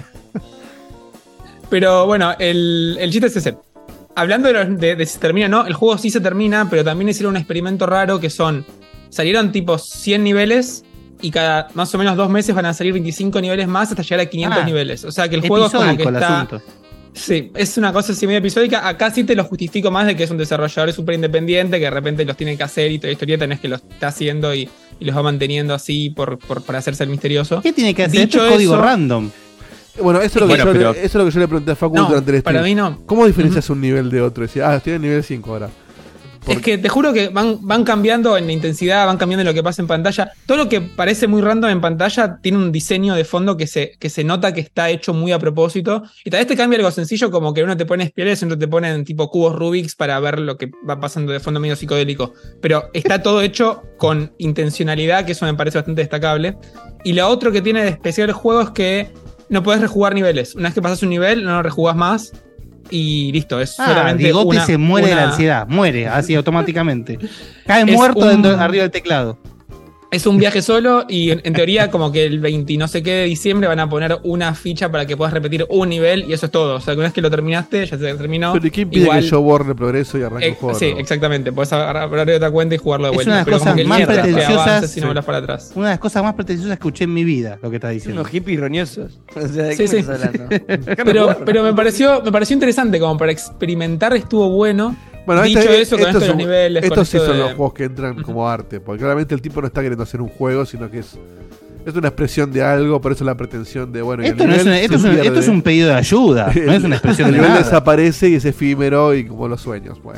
Pero bueno, el chiste es ese. Hablando de si se termina o no, el juego sí se termina, pero también hicieron un experimento raro que salieron tipo 100 niveles y cada más o menos 2 meses van a salir 25 niveles más hasta llegar a 500 niveles. O sea que el juego es como que está... Sí, es una cosa así medio episódica. Acá sí te lo justifico más de que es un desarrollador súper independiente, que de repente los tiene que hacer y toda la historia tenés que los está haciendo y los va manteniendo así para hacerse el misterioso. ¿Qué tiene que hacer? Esto es código random. Bueno, eso es lo que yo le pregunté a Facu durante el stream. Para mí no. ¿Cómo diferencias un nivel de otro? Decía, estoy en nivel 5 ahora. Es que te juro que van cambiando en la intensidad, van cambiando en lo que pasa en pantalla. Todo lo que parece muy random en pantalla tiene un diseño de fondo que se nota que está hecho muy a propósito. Y tal vez te cambia algo sencillo, como que uno te pone espirales y otro te ponen tipo cubos Rubik's para ver lo que va pasando de fondo medio psicodélico. Pero está todo hecho con intencionalidad, que eso me parece bastante destacable. Y lo otro que tiene de especial el juego es que no podés rejugar niveles. Una vez que pasas un nivel, no lo rejugás más. Y listo, es solamente Digote se muere de la ansiedad. Muere, así automáticamente. Cae muerto arriba del teclado. Es un viaje solo y en teoría como que el 20 no sé qué de diciembre van a poner una ficha para que puedas repetir un nivel y eso es todo. O sea, que una vez que lo terminaste, ya se terminó. Pero ¿quién pide que yo borre el progreso y arranque el juego? Sí, exactamente. Puedes abrir otra cuenta y jugarlo de vuelta. Es una de las cosas más pretenciosas. Si no vuelas para atrás. Una de las cosas más pretenciosas que escuché en mi vida, lo que estás diciendo. Unos hippies roñosos. O sea, ¿de qué me estás hablando? pero me pareció interesante, como para experimentar estuvo bueno. Bueno, dicho eso, con esto de los niveles. Estos sí son los juegos que entran como arte, porque claramente el tipo no está queriendo hacer un juego, sino que es una expresión de algo, por eso la pretensión de, bueno... Esto es un pedido de ayuda, no es una expresión de nada. El nivel desaparece y es efímero y como los sueños, bueno.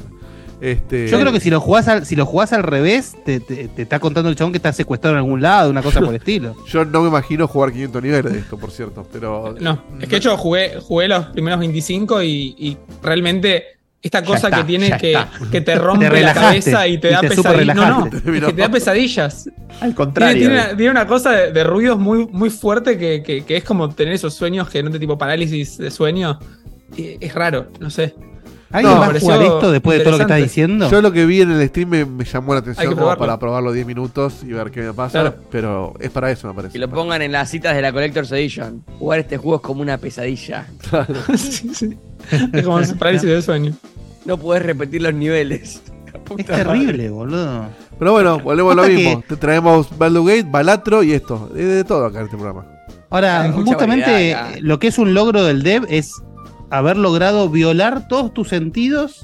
Yo creo que si lo jugás al revés, te está contando el chabón que está secuestrado en algún lado, una cosa por el estilo. Yo no me imagino jugar 500 niveles de esto, por cierto, pero... No, es que yo jugué los primeros 25 y realmente... Esta cosa que tiene que te rompe la cabeza y te da pesadillas. No, es que te da pesadillas. Al contrario. Tiene una cosa de ruidos muy, muy fuerte que es como tener esos sueños que no te tipo parálisis de sueño. Es raro, no sé. ¿Alguien va a jugar esto después de todo lo que estás diciendo? Yo lo que vi en el stream me llamó la atención como para probarlo 10 minutos y ver qué me pasa, claro. Pero es para eso me parece. Que lo pongan en las citas de la Collector's Edition. Jugar este juego es como una pesadilla. Claro. Sí. Es como parálisis de sueño. No podés repetir los niveles. Es terrible, boludo. Pero bueno, volvemos a lo mismo. Te traemos Baldur's Gate, Balatro y esto. De todo acá en este programa. Ahora, justamente lo que es un logro del dev es haber logrado violar todos tus sentidos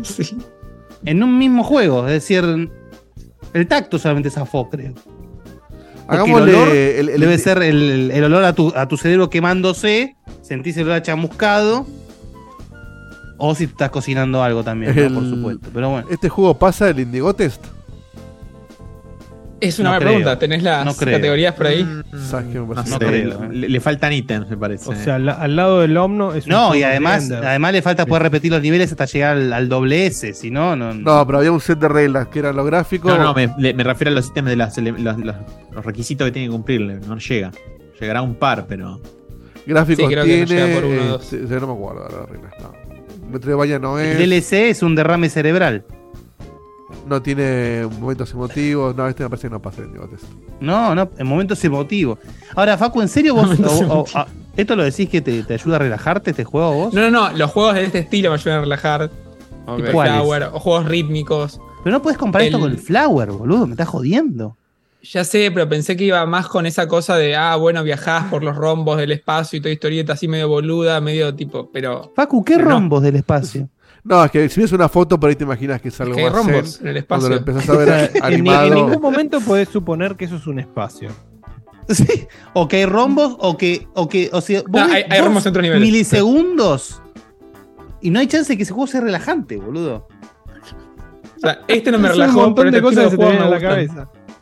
en un mismo juego. Es decir, el tacto solamente zafó, creo. Hagámosle debe ser el olor a tu cerebro quemándose. Sentís el olor a chamuscado. O si estás cocinando algo también, ¿no? Por supuesto. Pero bueno. ¿Este juego pasa el Indigo Test? Es una buena pregunta. ¿Tenés las categorías por ahí? ¿Sabes qué me parece? No creo. Le faltan ítems, me parece. O sea, al lado del Omno es un... No, y además le falta poder repetir los niveles hasta llegar al doble S. Si no, no. No, pero había un set de reglas que eran los gráficos. No, me refiero a los ítems de los requisitos que tiene que cumplirle. No llega. Llegará un par, pero. Gráficos creo tiene. Que no llega por uno o dos. No me acuerdo ahora las reglas. No. Metroidvania no es. El DLC es un derrame cerebral. No tiene momentos emotivos. No, este me parece que no pasa el Indigo Test. No, en momentos emotivos. Ahora, Facu, ¿en serio vos esto lo decís que te ayuda a relajarte este juego vos? No, los juegos de este estilo me ayudan a relajar. Okay. Tipo Flower, o juegos rítmicos. Pero no puedes comparar esto con el Flower, boludo, me estás jodiendo. Ya sé, pero pensé que iba más con esa cosa de, bueno, viajás por los rombos del espacio y toda historieta así medio boluda, medio tipo, pero... Facu, ¿qué rombos del espacio? No, es que si ves una foto por ahí te imaginas que es algo más rombos en el espacio. Cuando lo empezás a ver animado. En ningún momento podés suponer que eso es un espacio. Sí, o que hay rombos, o sea, hay rombos en otros niveles. Milisegundos y no hay chance de que ese juego sea relajante, boludo. O sea, este no me es relajó, un montón pero de cosas que se te vienen vienen a la cabeza.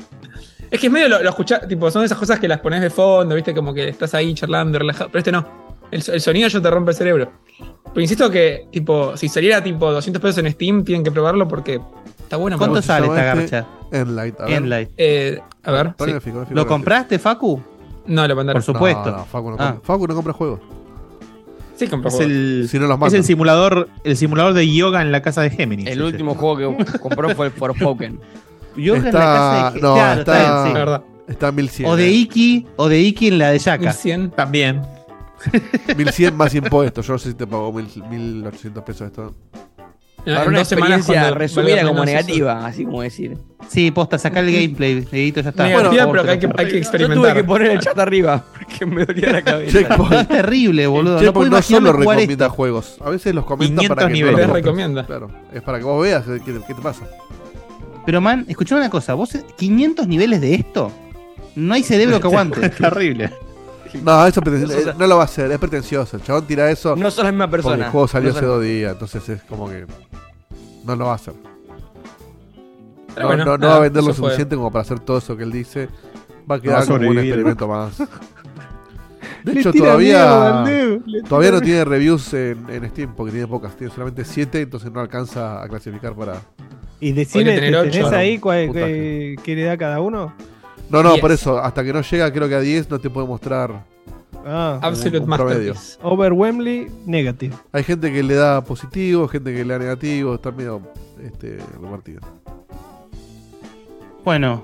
Es que es medio lo escuchás, tipo, son esas cosas que las pones de fondo, viste, como que estás ahí charlando, relajado. Pero este no. El sonido ya te rompe el cerebro. Pero insisto que, tipo, si saliera tipo 200 pesos en Steam, tienen que probarlo porque está bueno. ¿Cuánto sale esta garcha? Enlight, a ver. Enlight. A ver. Sí. ¿Lo compraste, Facu? No, lo mandaron. Por supuesto. No, Facu no compra juegos. Sí, compró Es juegos. Si no los es mandan. el simulador de yoga en la casa de Géminis. El último juego que compró fue el Forspoken. Yoga en la casa de No, claro, está, bien, sí. La verdad. está 1100. O de Iki en la de Yaka. 1100. También. 1100 más impuestos. Yo no sé si te pago 1800 pesos esto. Para En una 2 semanas experiencia cuando resumida valga como menos negativa, así como decir. Sí, posta, sacar el gameplay, Dieguito, ya está. Negativa, Bueno, pero que hay que Yo experimentar. tuve que poner el chat arriba porque me dolía la cabeza. Checkpoint. es terrible, boludo. No puedo Checkpoint no imaginarme solo jugar recomienda esto. juegos. A veces los comenta 500 para que niveles. no los Les compres. recomienda. Claro, es para que vos veas qué te pasa. Pero man, escuchame una cosa, vos 500 niveles de esto, no hay cerebro que aguante. Es terrible. No, eso no lo va a hacer, es pretencioso. El chabón tira eso No sos la misma porque persona. el juego salió No hace sos- 2 días, entonces es como que no lo va a hacer. Pero No, bueno, no va nada, a vender lo eso fue. suficiente como para hacer todo eso que él dice. Va a va quedar a como un sobrevivir. experimento más. De hecho, todavía no tiene reviews en Steam porque tiene pocas, tiene solamente 7, entonces no alcanza a clasificar para... Y Podría decime, tener ¿tenés ocho. ahí Puntaje. qué le da cada uno? No, 10. por eso, hasta que no llega creo que a 10 no te puede mostrar. Ah, Absolute un promedio. Masterpiece. overwhelmingly negative. Hay gente que le da positivo, gente que le da negativo, está medio repartido. Bueno,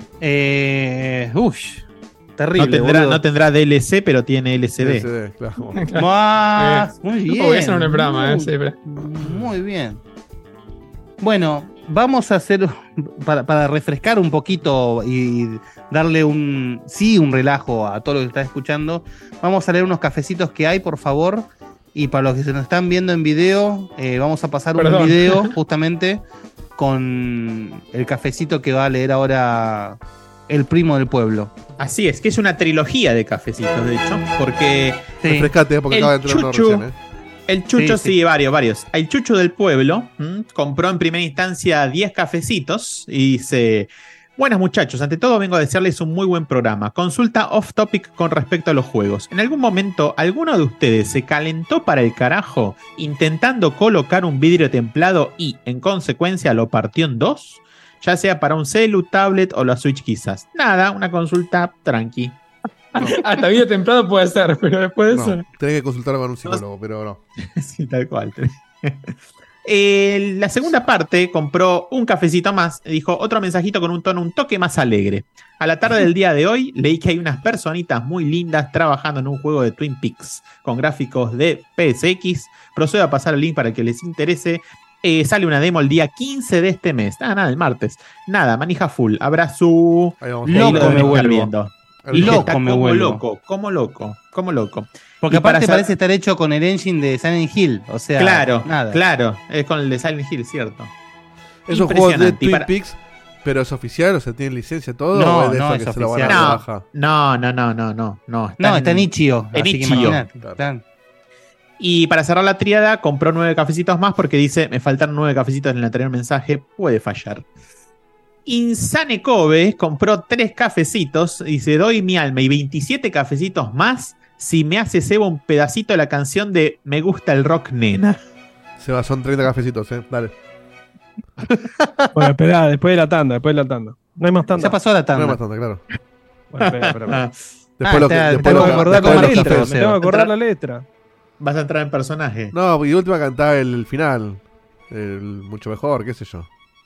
No terrible. tendrá, boludo. no tendrá DLC, pero tiene LCD. LCD, claro. Más, muy bien. Oh, eso no es un programa, muy, sí, pero- muy bien. Bueno, vamos a hacer, para refrescar un poquito y darle un relajo a todo lo que está escuchando, vamos a leer unos cafecitos que hay, por favor. Y para los que se nos están viendo en video, vamos a pasar Perdón. un video justamente con el cafecito que va a leer ahora el primo del pueblo. Así es, que es una trilogía de cafecitos, de hecho, porque Refrescate porque El acaba de entrar uno Chuchu. recién, el Chucho, Sí, sí. sí, varios. El Chucho del pueblo compró en primera instancia 10 cafecitos y dice: buenas muchachos, ante todo vengo a desearles un muy buen programa. Consulta off topic con respecto a los juegos. ¿En algún momento alguno de ustedes se calentó para el carajo intentando colocar un vidrio templado y, en consecuencia, lo partió en dos? Ya sea para un celu, tablet o la Switch quizás. Nada, una consulta tranqui. Hasta video templado puede ser, pero después de No, eso. tenés que consultar con un psicólogo, pero no. Sí, tal cual. La segunda parte compró un cafecito más. Dijo otro mensajito con un tono un toque más alegre. A la tarde del día de hoy leí que hay unas personitas muy lindas trabajando en un juego de Twin Peaks con gráficos de PSX. Procedo a pasar el link para el que les interese. Sale una demo el día 15 de este mes. Nada, el martes. Nada, manija full. Abrazo. Ahí vamos. Ahí lo Loco deben me estar vuelvo. viendo. Loco Está me como vuelvo. loco, como loco. Porque Y para aparte hacer- parece estar hecho con el engine de Silent Hill. O sea, Claro, nada. claro. Es con el de Silent Hill, cierto. Es un juego de Impresionante. Y Twin para- Peaks, pero es oficial, o sea, tiene licencia todo, No, o es de no eso es que se lo van a oficial. dar de No, baja. no. No, está en Ichio. en así que Ichio. imagínate. Claro. Están- Y para cerrar la tríada, compró 9 cafecitos más porque dice: me faltaron 9 cafecitos en el anterior mensaje, puede fallar. Insane Kobe compró 3 cafecitos y dice: doy mi alma y 27 cafecitos más si me hace Seba un pedacito de la canción de Me gusta el rock, nena. Seba, son 30 cafecitos, dale. Bueno, esperá, después de la tanda. No hay más tanda. Ya pasó la No tanda. hay más tanta, claro. Bueno, espera. Después lo que. está- Después está lo Tengo que- que acordar después la lo que- letra. Me Seba. tengo que acordar la letra. Vas a entrar en personaje. No, y última cantaba el final. Mucho mejor, qué sé yo.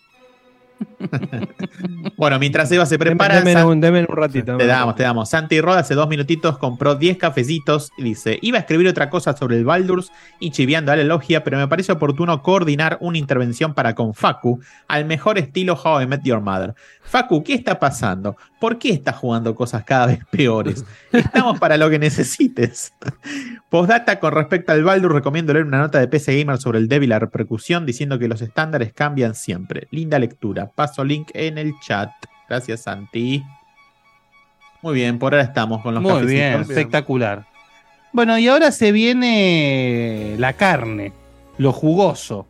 Bueno, mientras Seba se prepara. Deme un ratito. Te damos. Santi Roda hace 2 minutitos compró 10 cafecitos y dice: iba a escribir otra cosa sobre el Baldur's y chiviando a la logia, pero me parece oportuno coordinar una intervención para con Facu, al mejor estilo How I Met Your Mother. Facu, ¿qué está pasando? ¿Por qué estás jugando cosas cada vez peores? Estamos para lo que necesites. Postdata, con respecto al Baldur, recomiendo leer una nota de PC Gamer sobre el Devil y la repercusión, diciendo que los estándares cambian siempre. Linda lectura. Paso link en el chat. Gracias, Santi. Muy bien, por ahora estamos con los Muy cafecitos. bien, espectacular. Bueno, y ahora se viene la carne, lo jugoso.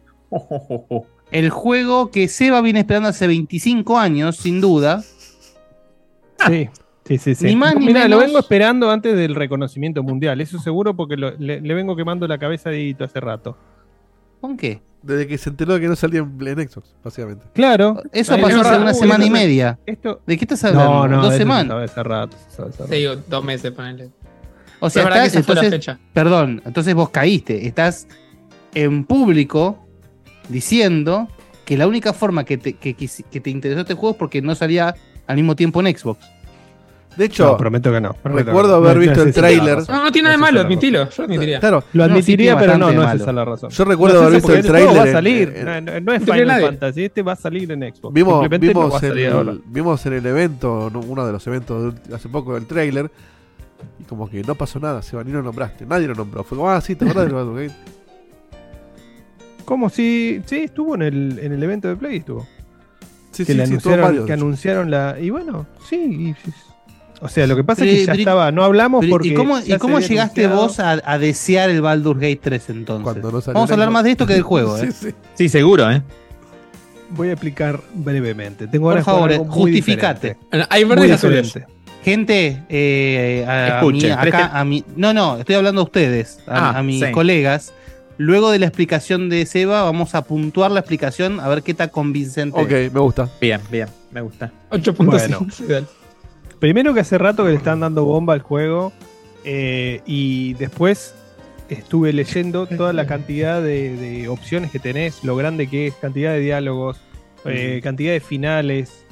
El juego que Seba viene esperando hace 25 años, sin duda. Sí. Sí. Ni más ni Mirá, lo menos. vengo esperando antes del reconocimiento mundial, eso seguro, porque le vengo quemando la cabeza a Dieguito hace rato. ¿Con qué? Desde que se enteró de que no salía en Xbox, básicamente. Claro. Eso pasó hace una semana y media. ¿De qué estás hablando? No, 2 semanas. sabe hace rato. Sí, digo, 2 meses, ponele. O sea, es verdad que esa fue la entonces, fecha. perdón, entonces vos caíste. Estás en público diciendo que la única forma que te interesó este juego es porque no salía al mismo tiempo en Xbox. De hecho, No, prometo que no. recuerdo haber visto el tráiler. No tiene nada de malo, admitilo. Yo admitiría. Claro, Lo admitiría, sí, pero no bastante es malo. esa la razón. yo recuerdo No haber es visto porque el este juego tráiler. va a salir. No es No tiene Final nadie. Fantasy, este va a salir en Xbox. Vimos, Simplemente no va a salir ahora. vimos en el evento, uno de los eventos de hace poco del tráiler, y como que no pasó nada, Seba, ni lo nombraste, nadie lo nombró. Fue como, sí, ¿te acordás del Baldur's Gate? ¿Cómo si? Sí, estuvo en el evento de Play, estuvo. Sí, que sí, le sí, anunciaron, estuvo varios, que de hecho. anunciaron la. Y bueno, sí. O sea, lo que pasa Pero- es que ya pero- estaba. No hablamos Pero, porque. ¿Y cómo ya se había llegaste anunciado. vos a desear el Baldur's Gate 3 entonces? Cuando no salió Vamos a en hablar Xbox. más de esto que del juego, ¿eh? Sí, sí. Sí, seguro, ¿eh? Voy a explicar brevemente. Tengo Por ganas de jugar favor, algo muy justificate. diferente. Bueno, hay Muy verdes y azules. diferente. Gente, Escuchen, presten- no, estoy hablando a ustedes, a mis sí. colegas. Luego de la explicación de Seba, vamos a puntuar la explicación a ver qué tan convincente Ok, es. me gusta. Bien, me gusta. 8.5. Bueno. Primero que hace rato que le están dando bomba al juego y después estuve leyendo toda la cantidad de opciones que tenés, lo grande que es, cantidad de diálogos, cantidad de finales,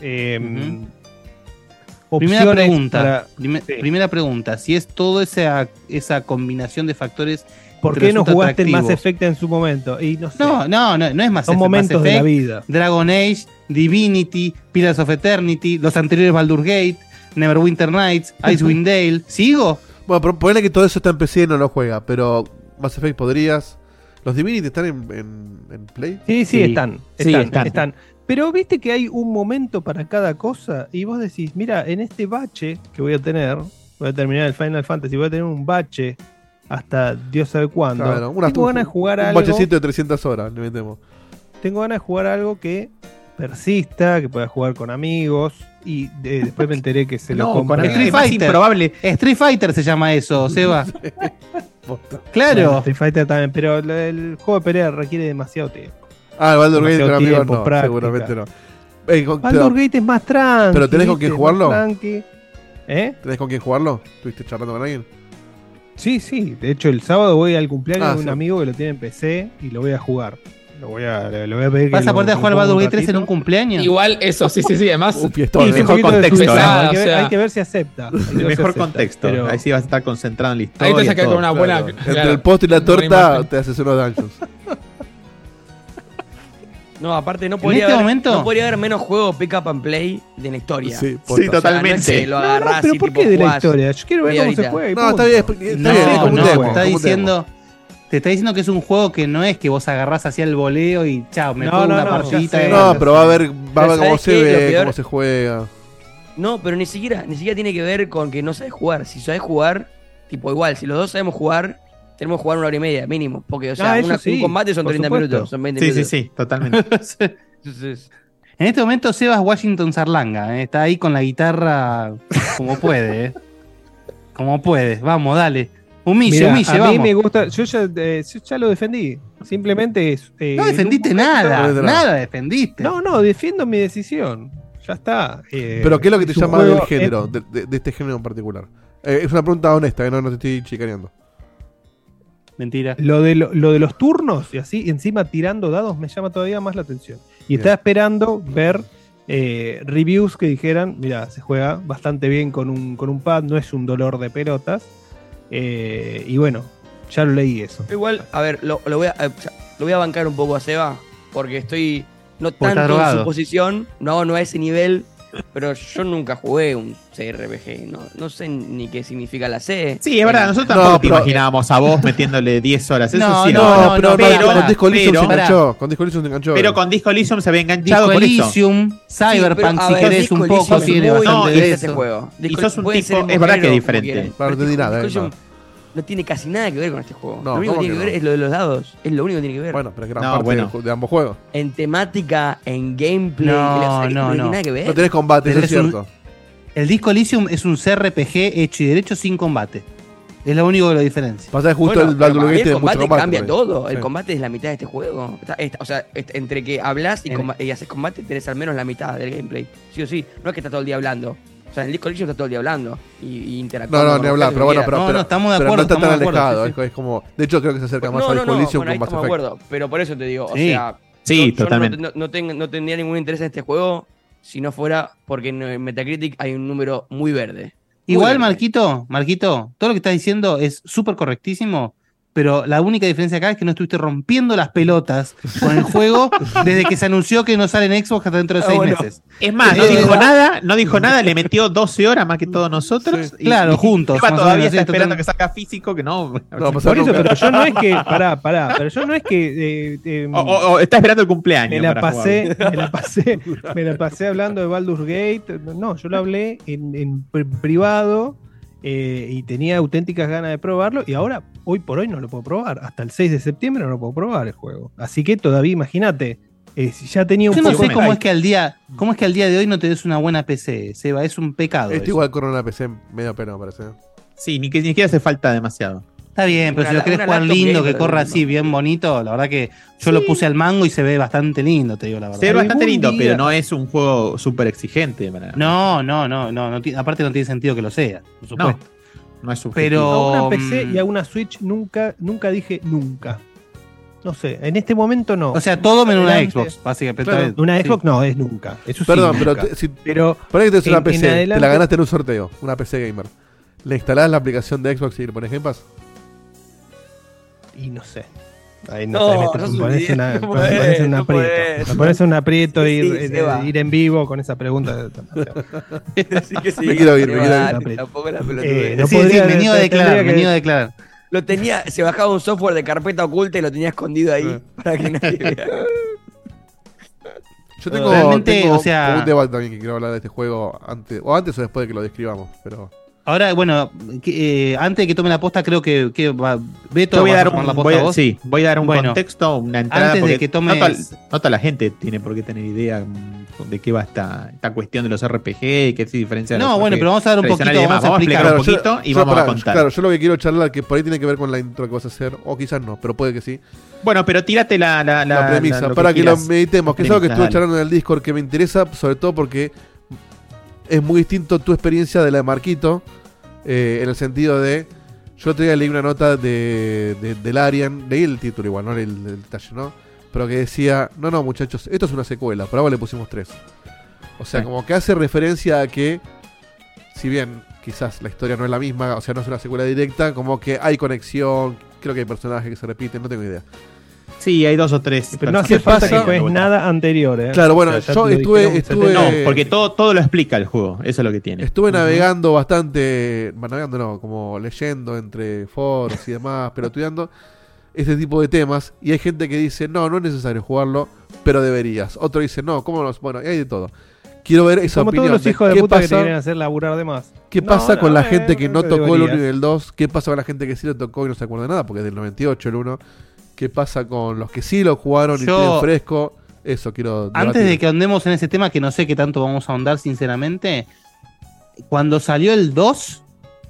Primera opciones pregunta, para- Sí. primera pregunta, si es toda esa combinación de factores. ¿Por que qué no resulta jugaste el Mass atractivos? Effect en su momento? Y no sé, No es más son momentos de la vida. Dragon Age, Divinity, Pillars of Eternity, los anteriores Baldur's Gate, Neverwinter Nights, Icewind Dale. ¿Sigo? Bueno, pero ponele que todo eso está en PC y no lo juega, pero Mass Effect podrías. ¿Los Divinity están en Play? Sí, Sí. están. Sí, Están. están. Pero viste que hay un momento para cada cosa y vos decís, mira, en este bache que voy a tener, voy a terminar el Final Fantasy, voy a tener un bache hasta Dios sabe cuándo. Claro, Tengo ganas de jugar un algo. bachecito de 300 horas, le metemos. Tengo ganas de jugar algo que persista, que pueda jugar con amigos y después me enteré que se lo No, compra. con Street es más Fighter. improbable. Street Fighter se llama eso, Seba. Bueno, Claro. Street Fighter también, pero el juego de pelea requiere demasiado tiempo. Ah, el Baldur's Gate Demasiado con amigos tiempo, no, práctica. seguramente no. Baldur's Gate es más tranqui. pero ¿tenés con ¿viste? quién jugarlo? Más tranqui. ¿Eh? ¿Tenés con quién jugarlo? ¿Estuviste charlando con alguien? Sí. De hecho, el sábado voy al cumpleaños de un sí. amigo que lo tiene en PC y lo voy a jugar. Le voy a pedir que ¿Vas a lo- ponerte a lo jugar ponga Baldur's un Gate 3 en un ratito. cumpleaños? Igual eso, sí. Además, Un fiestón. Sí, El es un mejor poquito de contexto, pesada, ¿eh? hay, que O ver, sea- hay que ver si acepta. Hay que ver El si mejor acepta, contexto. pero- Ahí sí vas a estar concentrado en la historia. ahí te y saca todo. con una buena. Claro. Entre el post y la torta imagen. te haces unos dungeons. No, aparte no En podría, este haber, momento- no podría haber menos juegos pick up and play de la historia. Sí, Sí, posta. O sea, no es totalmente. que lo No, agarrás pero y ¿por tipo qué de la jugás historia? Yo quiero ver media cómo se horita. juega. y No, está punto. bien, está bien, No, como un no, demo, está como un diciendo. Te está diciendo que es un juego que no es que vos agarrás hacia el voleo y chao, me No, pongo no, una no, partidita. ya sé. y- demo. No, pero va a ver cómo ¿sabes se qué? Lo ve, peor- cómo se juega. No, pero ni siquiera tiene que ver con que no sabes jugar. Si sabes jugar, tipo igual, si los dos sabemos jugar, tenemos que jugar 1 hora y media mínimo. Porque, o sea, eso sí, un combate son por 30 supuesto. minutos, son 20 Sí, minutos. sí, totalmente. Entonces, En este momento Sebas Washington Sarlanga, está ahí con la guitarra como puede, como puede. Vamos, dale. Humille, Mirá, humille, a vamos. mí me gusta, yo ya lo defendí. Simplemente es. No defendiste nada, No, no. nada defendiste. No, defiendo mi decisión. Ya está. Pero ¿qué es lo que te es un llama juego- del género, de este género en particular? Es una pregunta honesta, no te estoy chicaneando. Mentira. Lo de los turnos y así, encima tirando dados, me llama todavía más la atención. Y Bien. estaba esperando ver reviews que dijeran: mira, se juega bastante bien con un pad, no es un dolor de pelotas. Y bueno, ya lo leí eso. igual, a ver, lo voy a bancar un poco a Seba, porque estoy no Porque está tanto en drogado. su posición, no a ese nivel, pero yo nunca jugué un CRPG, no sé ni qué significa la C. Sí, es verdad, nosotros No, tampoco te pero- imaginábamos a vos metiéndole 10 horas. Eso No, sí, no, pero pero- con Disco Elysium se pero- enganchó. Con Disco Elysium se enganchó. Pero con Disco Elysium se había enganchado Disco por eso. Elysium, Cyberpunk, pero, a si ver, querés Disco un Elysium poco, es tiene muy bastante diferente de ese eso. juego. Y sos un puede tipo- ser el es verdad que es género diferente. como quieran, Claro, no entendí nada, Disco no. Elysium no tiene casi nada que ver con este juego. No, lo único ¿cómo que tiene que que ver no? es lo de los dados. Es lo único que tiene que ver. Bueno, pero es gran No, parte bueno. de ambos juegos. En temática, en gameplay, No, no no, tiene no. nada que ver. No tenés combate, eso Pero es es un- cierto. El Disco Elysium es un CRPG hecho y derecho sin combate. Es lo único que lo diferencia. Pasa que justo el Baldur's Gate tiene mucho combate. Cambia todo. El Sí. combate es la mitad de este juego. O sea, entre que hablas y haces combate, tenés al menos la mitad del gameplay. Sí o sí. No es que estás todo el día hablando. O sea, en el Disco Elysium estás todo el día hablando y interactuando. No, ni hablar, pero bueno, pero estamos de pero acuerdo. no está tan estamos de acuerdo, alejado. sí, sí. Es como, de hecho, creo que se acerca más al Disco Elysium ahí con Mass estamos de Effect. acuerdo. Pero por eso te digo, o Sí. sea, Sí, yo totalmente. no tendría ningún interés en este juego si no fuera porque en Metacritic hay un número muy verde. Igual, Muy verde. Marquito, todo lo que estás diciendo es súper correctísimo, pero la única diferencia acá es que no estuviste rompiendo las pelotas con el juego desde que se anunció que no sale en Xbox hasta dentro de 6 meses. Es más, no dijo nada, le metió 12 horas más que todos nosotros. Sí. Claro, juntos, Eva más o todavía menos, está sí, esperando totalmente. que salga físico, que no. Por eso, pero yo no es que. Pero yo no es que. O está esperando el cumpleaños. Me la para pasé, jugarlo. me la pasé hablando de Baldur's Gate. No, yo lo hablé en privado y tenía auténticas ganas de probarlo. Y ahora, hoy por hoy, no lo puedo probar. Hasta el 6 de septiembre no lo puedo probar el juego. Así que todavía, imagínate, si ya tenía un Yo no poco sé de cómo hype. es que al día de hoy no te des una buena PC, Seba, es un pecado. Este eso. igual corre una PC medio pena, me parece. Sí, ni siquiera hace falta demasiado. Está bien, pero si lo querés una jugar laptop lindo, gamer, que corra ¿no? así, bien bonito, la verdad que yo lo puse al mango y se ve bastante lindo, te digo la verdad. Se ve bastante Algún lindo, día- pero no es un juego súper exigente. No, aparte no tiene sentido que lo sea, por supuesto. No es subjetivo. Pero A una PC y a una Switch nunca dije nunca. No sé, en este momento no. o sea, todo menos una Adelante. Xbox, básicamente. Claro, Una Sí. Xbox no, es nunca. Eso sí, Perdón, pero nunca. pero por ahí que tenés una en PC, te adelante- la ganaste en un sorteo, una PC gamer. ¿Le instalás la aplicación de Xbox y le pones Game Pass? Y no sé. Ahí no, No, sé, no me sos pones un una- idiota, me pones en un no aprieto. podés. Me pones en un aprieto Sí, ir en vivo con esa pregunta. Así que sí, Me quiero ir, me quiero ir. dale, tampoco la pelotudez. No Sí, podría- venido a declarar, tendría que- venido a declarar. Lo tenía, se bajaba un software de carpeta oculta y lo tenía escondido ahí para que nadie vea. Yo tengo, Realmente, tengo o sea- un debate también que quiero hablar de este juego antes o después de que lo describamos, pero Ahora, bueno, antes de que tome la posta, creo que Beto Yo voy a ¿vas dar tomar la un, posta vos? voy a dar un Bueno, contexto, una entrada. antes de porque que tomes- no toda la gente tiene por qué tener idea de qué va esta cuestión de los RPG y qué se diferencia de los No, bueno, RPG pero vamos a dar un poquito, tradicionales y demás. vamos a explicar. un poquito y vamos a contar. Claro, yo lo que quiero charlar que por ahí tiene que ver con la intro que vas a hacer, o quizás no, pero puede que sí. Bueno, pero tírate la premisa, lo para que lo quieras. meditemos, que es algo que Premisa, estuve charlando en el Discord, que me interesa, sobre todo porque es muy distinto tu experiencia de la de Marquito, en el sentido de, yo el otro día leí una nota del Arian, leí el título igual, no leí el detalle, ¿no? Pero que decía, no, muchachos, esto es una secuela, por ahora le pusimos 3. O sea, Sí. como que hace referencia a que, si bien quizás la historia no es la misma, o sea, no es una secuela directa, como que hay conexión, creo que hay personajes que se repiten, no tengo idea. Sí, hay 2 o 3. Pero no hace falta que juegues nada anterior. Claro, bueno, O sea, ya yo te lo dijeron estuve- No, porque todo lo explica el juego. Eso es lo que tiene. Estuve navegando bastante, navegando no, como leyendo entre foros y demás, pero estudiando este tipo de temas. Y hay gente que dice, no es necesario jugarlo, pero deberías. Otro dice, no, ¿cómo no? Bueno, hay de todo. Quiero ver esa Como opinión. todos los hijos de qué puta que te pasa, quieren hacer laburar de más. ¿Qué pasa con la gente que no tocó el 1 y deberías. el 2? ¿Qué pasa con la gente que sí lo tocó y no se acuerda de nada? Porque es del 98 el 1. ¿Qué pasa con los que sí lo jugaron y Yo- tienen fresco? Eso quiero Antes debatir. de que ahondemos en ese tema, que no sé qué tanto vamos a ahondar, sinceramente, cuando salió el 2,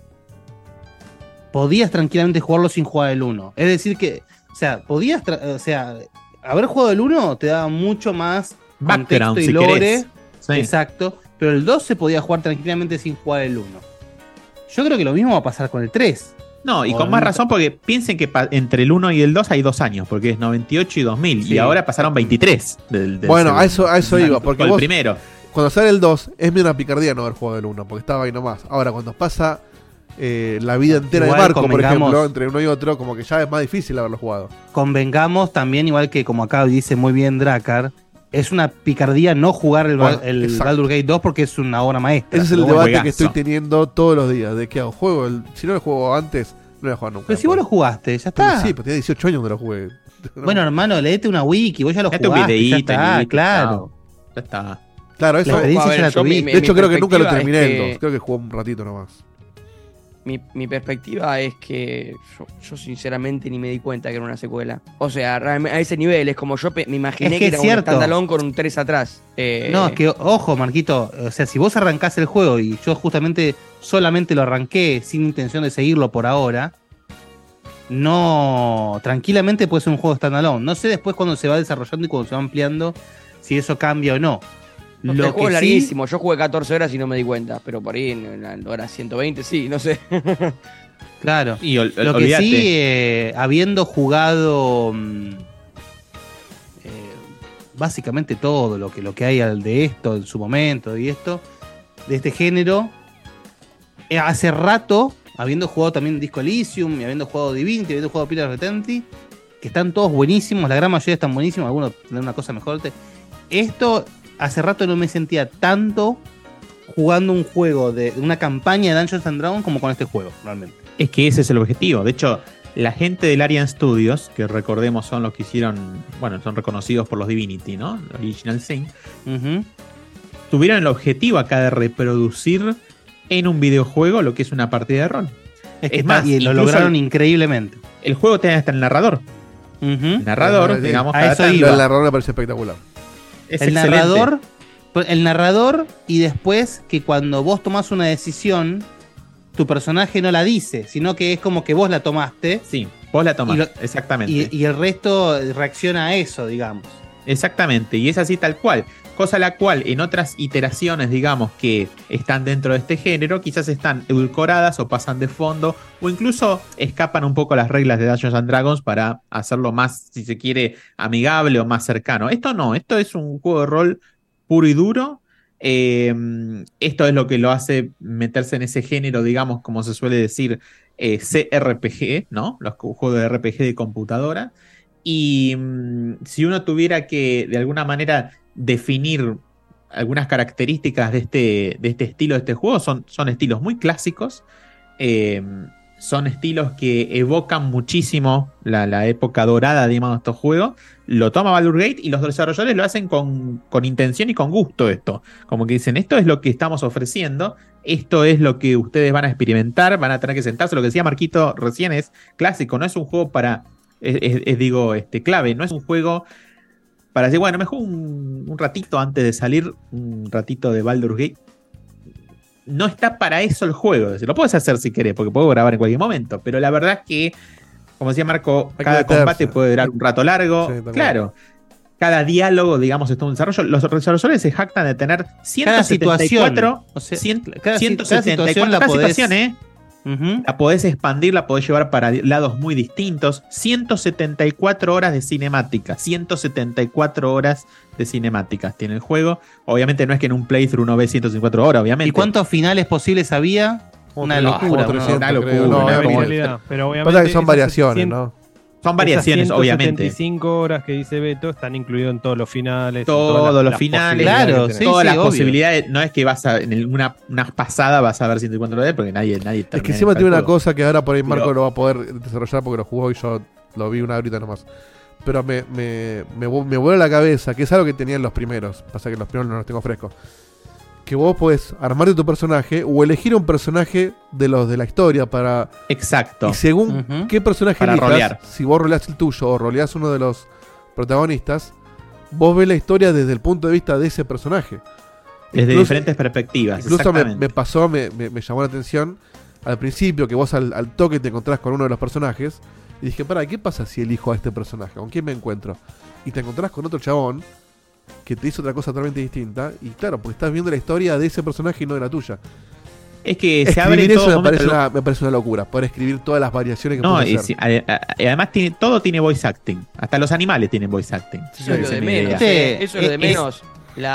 podías tranquilamente jugarlo sin jugar el 1. Es decir que, o sea, haber jugado el 1 te daba mucho más Background, contexto y si lore. querés. Sí. Exacto. Pero el 2 se podía jugar tranquilamente sin jugar el 1. Yo creo que lo mismo va a pasar con el 3. No, y O con más nunca. razón porque piensen que entre el 1 y el 2 hay 2 años, porque es 98 y 2000, Sí. y ahora pasaron 23 del Bueno, segundo. a eso iba, porque Con el vos- primero. Cuando sale el 2, es medio una picardía no haber jugado el 1, porque estaba ahí nomás. Ahora, cuando pasa la vida entera Igual de Marco, por convengamos- ejemplo, entre uno y otro, como que ya es más difícil haberlo jugado. Convengamos también, igual que como acá dice muy bien Drakkar, es una picardía no jugar el Bueno, exacto. Baldur's Gate 2 porque es una obra maestra. Ese es el Pero debate bueno, que estoy teniendo todos los días. De qué hago, juego. Si no lo juego antes, no lo voy a jugar nunca. Pero si vos lo jugaste, ya Pero está. sí, pues tenía 18 años cuando lo jugué. Bueno, hermano, leete una wiki, vos ya lo Léete un jugaste, ya videíto, está, listo, claro. chao. Ya está. Claro, eso. La experiencia A ver, ya la yo tuviste. De hecho, mi creo que nunca lo perspectiva terminé es el que- 2. Creo que jugué un ratito nomás. mi perspectiva es que yo sinceramente ni me di cuenta que era una secuela. O sea, a ese nivel es como yo me imaginé que era un standalone con un 3 atrás. No, es que, ojo, Marquito, o sea, si vos arrancás el juego y yo justamente solamente lo arranqué sin intención de seguirlo por ahora, no, tranquilamente puede ser un juego standalone. No sé después cuando se va desarrollando y cuando se va ampliando si eso cambia o no. El juego es larguísimo, yo jugué 14 horas y no me di cuenta, pero por ahí en la hora 120 sí, no sé. Claro, y lo que sí, habiendo jugado básicamente todo lo que hay de esto en su momento y esto, de este género, hace rato, habiendo jugado también Disco Elysium y habiendo jugado Divinity, habiendo jugado Pillars of Eternity, que están todos buenísimos, la gran mayoría están buenísimos, algunos tendrán una cosa mejor. Esto, hace rato no me sentía tanto jugando un juego de una campaña de Dungeons and Dragons como con este juego, realmente. Es que ese es el objetivo. De hecho, la gente del Larian Studios, que recordemos son los que hicieron, bueno, son reconocidos por los Divinity, ¿no? Original Sin, tuvieron el objetivo acá de reproducir en un videojuego lo que es una partida de rol. Es más, y lo lograron increíblemente. El juego tiene hasta el narrador. El narrador, digamos, a eso iba. El narrador me parece espectacular. El narrador, y después que cuando vos tomás una decisión, tu personaje no la dice, sino que es como que vos la tomaste. Sí, vos la tomaste, exactamente. Y el resto reacciona a eso, digamos. Exactamente, y es así tal cual. Cosa la cual en otras iteraciones, digamos, que están dentro de este género, quizás están edulcoradas o pasan de fondo, o incluso escapan un poco las reglas de Dungeons and Dragons para hacerlo más, si se quiere, amigable o más cercano. Esto no, esto es un juego de rol puro y duro. Esto es lo que lo hace meterse en ese género, digamos, como se suele decir, CRPG, ¿no? Los juegos de RPG de computadora. Y si uno tuviera que, de alguna manera, definir algunas características de este estilo, de este juego, son estilos muy clásicos, son estilos que evocan muchísimo la época dorada, digamos, de estos juegos. Lo toma Baldur's Gate y los desarrolladores lo hacen con intención y con gusto esto. Como que dicen, esto es lo que estamos ofreciendo, esto es lo que ustedes van a experimentar, van a tener que sentarse. Lo que decía Marquito recién es clásico, no es un juego para, clave, no es un juego para decir, bueno, me juego un ratito antes de salir, un ratito de Baldur's Gate. No está para eso el juego. Lo puedes hacer si querés, porque puedo grabar en cualquier momento. Pero la verdad es que, como decía Marco, cada combate puede durar un rato largo. Sí, claro. Cada diálogo, digamos, está en un desarrollo. Los desarrolladores se jactan de tener 174. Cada situación la podés... La podés expandir, la podés llevar para lados muy distintos. 174 horas de cinemática. 174 horas de cinemáticas tiene el juego. Obviamente no es que en un playthrough uno ve 154 horas, obviamente. ¿Y cuántos finales posibles había? Una locura. Una locura. Pero obviamente son variaciones, ¿no? Son variaciones, obviamente. 175 horas que dice Beto están incluidos en todos los finales. Todos los finales, claro, todas las posibilidades. No es que vas a, en una pasada vas a ver 154 horas, porque nadie es que encima tiene una cosa que ahora por ahí Marco lo va a poder desarrollar porque lo jugó y yo lo vi una horita nomás. Pero me vuela la cabeza, que es algo que tenía en los primeros. Pasa que los primeros no los tengo frescos. Que vos podés armarte tu personaje o elegir un personaje de los de la historia para... Exacto. Y según qué personaje para elijas, rolear. Si vos roleás el tuyo o roleás uno de los protagonistas, vos ves la historia desde el punto de vista de ese personaje. Desde diferentes perspectivas. Incluso me pasó, me llamó la atención al principio que vos al toque te encontrás con uno de los personajes y dije, ¿qué pasa si elijo a este personaje? ¿Con quién me encuentro? Y te encontrás con otro chabón que te hizo otra cosa totalmente distinta. Y claro, porque estás viendo la historia de ese personaje y no de la tuya. Es que se abre todo. Me parece una locura. Poder escribir todas las variaciones que puede hacer. Además, todo tiene voice acting. Hasta los animales tienen voice acting. Eso es lo de menos. Eso es lo de menos.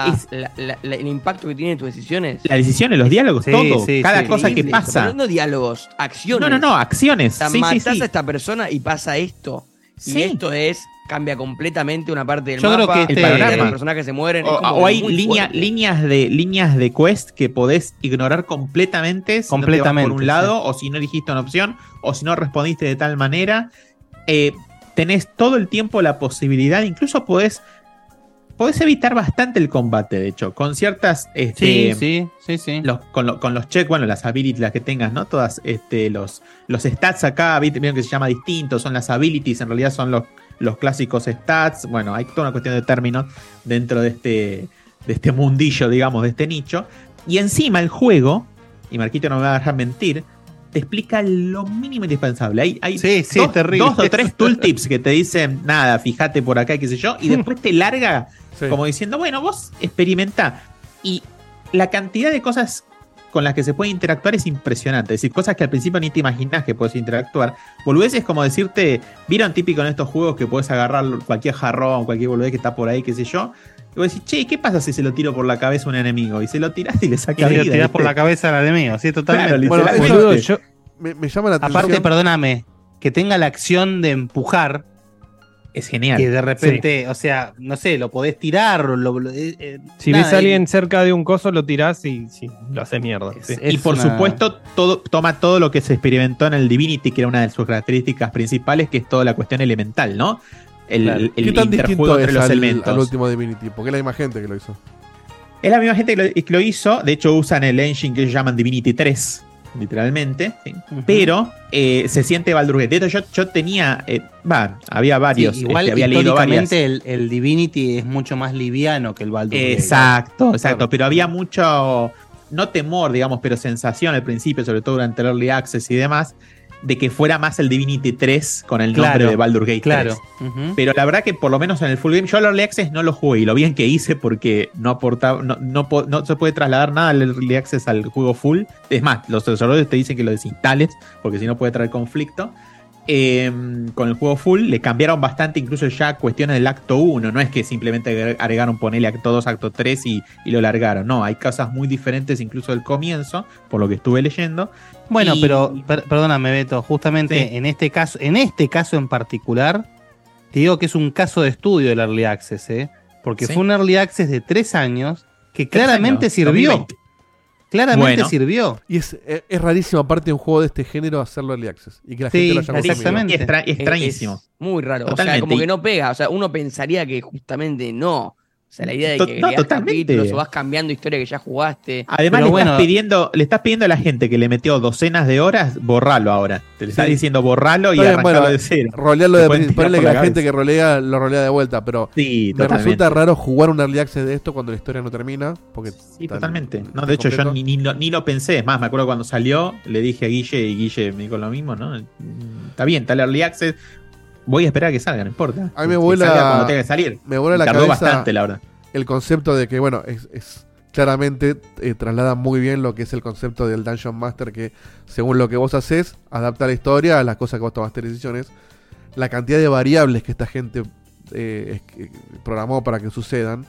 El impacto que tienen tus decisiones. Las decisiones, los diálogos, todo. Cada cosa que pasa. Pero no diálogos, acciones. No, acciones. O sea, matás a esta persona y pasa esto. Y esto cambia completamente una parte del mapa. Yo creo que el panorama, los personajes se mueren. O hay líneas de quest que podés ignorar completamente si no te vas por un lado, o si no elegiste una opción, o si no respondiste de tal manera. Tenés todo el tiempo la posibilidad, incluso podés podés evitar bastante el combate, de hecho, con ciertas... Sí. Con los check, bueno, las abilities, las que tengas, ¿no? Todas los stats acá, vieron que se llama distinto, son las abilities, en realidad son los clásicos stats. Bueno, hay toda una cuestión de términos dentro de este mundillo, digamos, de este nicho. Y encima el juego, y Marquito no me va a dejar mentir, te explica lo mínimo indispensable. Hay dos o tres tooltips que te dicen, nada, fíjate por acá, qué sé yo, y después te larga como diciendo, bueno, vos experimentá. Y la cantidad de cosas con las que se puede interactuar es impresionante. Es decir, cosas que al principio ni te imaginás que puedes interactuar. Boludeces como decirte, ¿vieron típico en estos juegos que puedes agarrar cualquier jarrón, cualquier boludez que está por ahí, qué sé yo? Y vos decís, che, ¿qué pasa si se lo tiro por la cabeza a un enemigo? Y se lo tirás y le sacas vida. Y lo tirás por la cabeza al enemigo, sí, totalmente. Claro, bueno, me llama la atención. Aparte, perdóname, que tenga la acción de empujar. Es genial. Que de repente, o sea, no sé, lo podés tirar. Si ves a alguien cerca de un coso, lo tirás y lo hace mierda. Y por supuesto, toma todo lo que se experimentó en el Divinity, que era una de sus características principales, que es toda la cuestión elemental, ¿no? El ¿Qué tan distinto entre es los elementos. al último Divinity? Porque es la misma gente que lo hizo. Es la misma gente que lo hizo. De hecho, usan el engine que ellos llaman Divinity 3, literalmente. ¿Sí? Pero se siente Baldur's Gate. De hecho, yo tenía... había varios. Sí, igual, había leído varias. El Divinity es mucho más liviano que el Baldur's Gate. Exacto. Claro. Pero había mucho... No temor, digamos, pero sensación al principio, sobre todo durante el Early Access y demás, de que fuera más el Divinity 3 con el nombre de Baldur's Gate 3. Pero la verdad que por lo menos en el Full Game, yo al Early Access no lo jugué, y lo bien que hice porque no aportaba, no se puede trasladar nada del Early Access al juego Full. Es más, los desarrolladores te dicen que lo desinstales, porque si no puede traer conflicto. Con el juego Full le cambiaron bastante, incluso ya cuestiones del acto 1. No es que simplemente agregaron ponerle acto 2, acto 3 y lo largaron. No, hay cosas muy diferentes incluso del comienzo, por lo que estuve leyendo. Bueno, pero perdóname, Beto, justamente en este caso en particular, te digo que es un caso de estudio del Early Access, porque fue un Early Access de 3 años que claramente sirvió. 2020. Claramente sirvió. Y es rarísimo, aparte de un juego de este género, hacerlo Early Access. Y que la gente lo haya consumido. Exactamente. Extrañísimo. Es muy raro. Totalmente. O sea, como que no pega. O sea, uno pensaría que justamente no. O sea, la idea de que agregás capítulos o vas cambiando historia que ya jugaste. Además, le estás pidiendo a la gente que le metió docenas de horas, borralo ahora. Te le estás diciendo borralo y arrancarlo de cero. Rolearlo ponerle que la gente que rolea lo rolea de vuelta. Pero me resulta raro jugar un Early Access de esto cuando la historia no termina. Porque totalmente. No, de hecho, yo ni lo pensé. Es más, me acuerdo cuando salió, le dije a Guille y Guille me dijo lo mismo, ¿no? Está bien, está el Early Access. Voy a esperar a que salga, no importa. A mí me vuela cuando tenga que salir. Me vuela la tardó cabeza bastante, la verdad. El concepto de que, bueno, es claramente traslada muy bien lo que es el concepto del Dungeon Master, que según lo que vos haces, adapta la historia a las cosas que vos tomaste decisiones. La cantidad de variables que esta gente programó para que sucedan.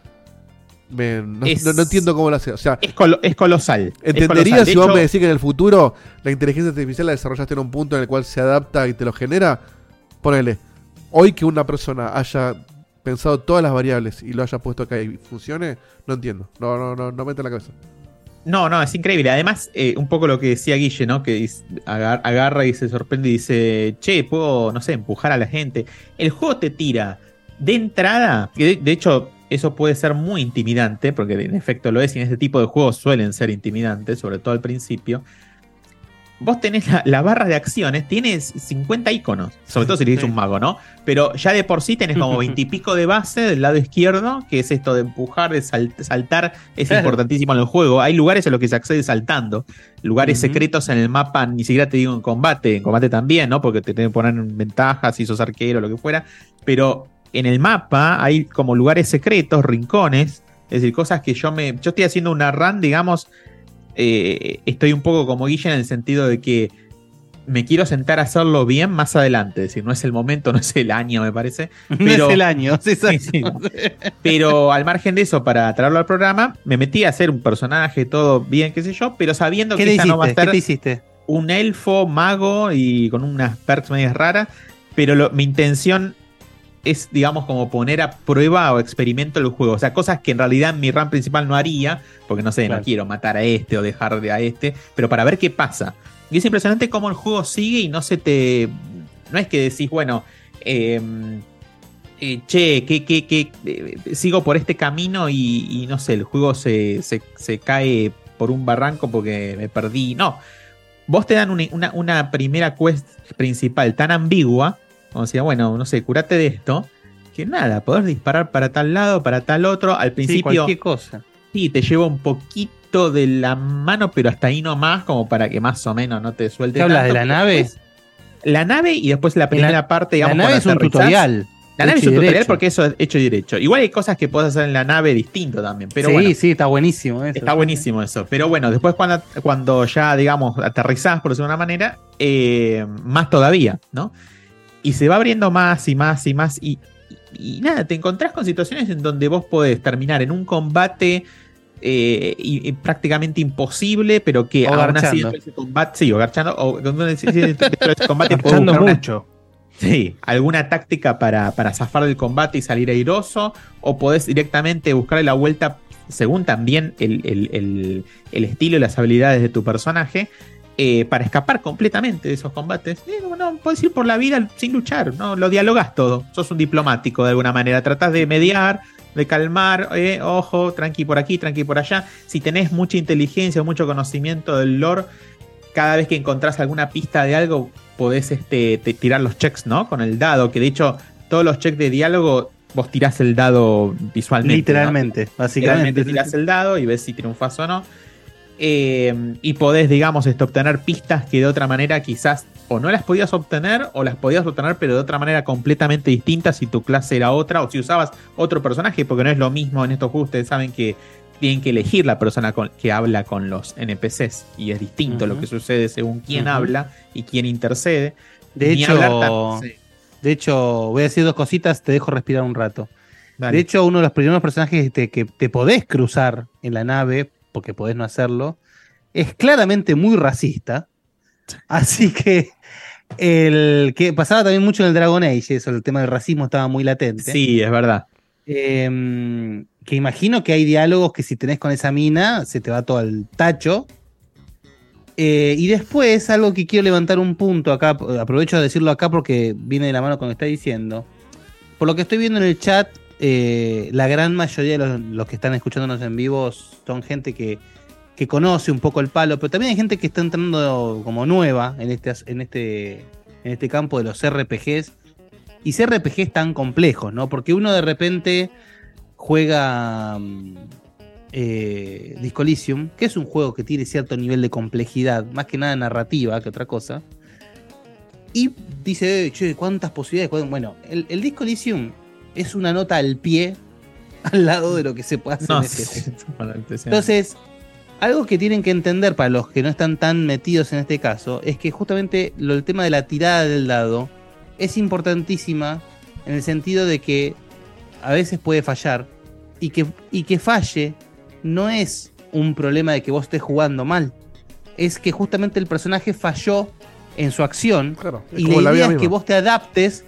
No entiendo cómo lo hace. O sea, es colosal. Entendería si vos me decís que en el futuro la inteligencia artificial la desarrollaste en un punto en el cual se adapta y te lo genera. Ponele, hoy que una persona haya pensado todas las variables y lo haya puesto acá y funcione, no entiendo. No me entra en la cabeza. No, es increíble. Además, un poco lo que decía Guille, ¿no? Que agarra y se sorprende y dice, che, puedo, no sé, empujar a la gente. El juego te tira de entrada, que de hecho eso puede ser muy intimidante, porque en efecto lo es, y en este tipo de juegos suelen ser intimidantes, sobre todo al principio. Vos tenés la barra de acciones, tienes 50 iconos, sobre todo si eres un mago, ¿no? Pero ya de por sí tenés como 20 y pico de base del lado izquierdo, que es esto de empujar, de saltar, es importantísimo en el juego. Hay lugares en los que se accede saltando, lugares secretos en el mapa, ni siquiera te digo en combate también, ¿no? Porque te tienen que poner en ventajas si sos arquero o lo que fuera, pero en el mapa hay como lugares secretos, rincones, es decir, cosas que yo estoy haciendo una run, digamos. Estoy un poco como Guille en el sentido de que me quiero sentar a hacerlo bien más adelante. Es decir, no es el momento, no es el año, me parece. Pero, no es el año, sí. Pero al margen de eso, para traerlo al programa, me metí a hacer un personaje, todo bien, qué sé yo, pero sabiendo que esta no va a estar. ¿Qué te hiciste? Un elfo, mago y con unas perks medias raras. Pero mi intención es, digamos, como poner a prueba o experimento el juego. O sea, cosas que en realidad en mi run principal no haría, porque no sé, no quiero matar a este o dejar de a este, pero para ver qué pasa. Y es impresionante cómo el juego sigue y no es que decís, bueno, sigo por este camino y no sé, el juego se cae por un barranco porque me perdí. No, vos te dan una primera quest principal tan ambigua, como decía, bueno, no sé, curate de esto, que nada, podés disparar para tal lado, para tal otro. Al principio, sí, cualquier cosa. Sí, te lleva un poquito de la mano, pero hasta ahí nomás, como para que más o menos no te suelte. ¿Qué hablas de la nave? La nave y después la primera parte, digamos. La nave es un tutorial. La nave es un tutorial porque eso es hecho y derecho. Igual hay cosas que podés hacer en la nave distinto también. Pero bueno, sí, está buenísimo eso. Está buenísimo eso. Pero bueno, después cuando ya, digamos, aterrizás, por decirlo de una manera, más todavía, ¿no? Y se va abriendo más y más y más. Y nada, te encontrás con situaciones en donde vos podés terminar en un combate prácticamente imposible, pero que aún así ese combate, sí, o garchando, o ese combate puede buscar mucho. Sí, alguna táctica para zafar del combate y salir airoso, o podés directamente buscarle la vuelta según también el estilo y las habilidades de tu personaje, para escapar completamente de esos combates. No, podés ir por la vida sin luchar, no lo dialogás todo, sos un diplomático de alguna manera, tratás de mediar, de calmar, ojo, tranqui por aquí, tranqui por allá. Si tenés mucha inteligencia o mucho conocimiento del lore, cada vez que encontrás alguna pista de algo, podés tirar los checks, ¿no? Con el dado, que de hecho todos los checks de diálogo vos tirás el dado visualmente. Literalmente, ¿no? básicamente. Literalmente tirás el dado y ves si triunfas o no. Y podés, digamos, obtener pistas que de otra manera quizás o no las podías obtener, o las podías obtener pero de otra manera completamente distinta si tu clase era otra, o si usabas otro personaje, porque no es lo mismo en estos juegos. Ustedes saben que tienen que elegir la persona que habla con los NPCs, y es distinto lo que sucede según quién habla y quién intercede. De hecho, voy a decir dos cositas, te dejo respirar un rato. Dale. De hecho, uno de los primeros personajes que te podés cruzar en la nave, porque podés no hacerlo, es claramente muy racista. Así que el que pasaba también mucho en el Dragon Age, eso, el tema del racismo estaba muy latente. Sí, es verdad. Que imagino que hay diálogos que si tenés con esa mina se te va todo al tacho. Y después, algo que quiero levantar un punto acá, aprovecho de decirlo acá porque viene de la mano con lo que está diciendo. Por lo que estoy viendo en el chat, la gran mayoría de los que están escuchándonos en vivo son gente que conoce un poco el palo, pero también hay gente que está entrando como nueva en este campo de los RPGs. Y RPGs tan complejos, ¿no? Porque uno de repente juega Disco Elysium, que es un juego que tiene cierto nivel de complejidad, más que nada narrativa que otra cosa, y dice, che, ¿cuántas posibilidades? Bueno, el Disco Elysium es una nota al pie al lado de lo que se puede hacer en este juego. Entonces, algo que tienen que entender para los que no están tan metidos en este caso, es que justamente el tema de la tirada del dado es importantísima en el sentido de que a veces puede fallar, y que falle no es un problema de que vos estés jugando mal, es que justamente el personaje falló en su acción, claro, y la idea es que vos te adaptes,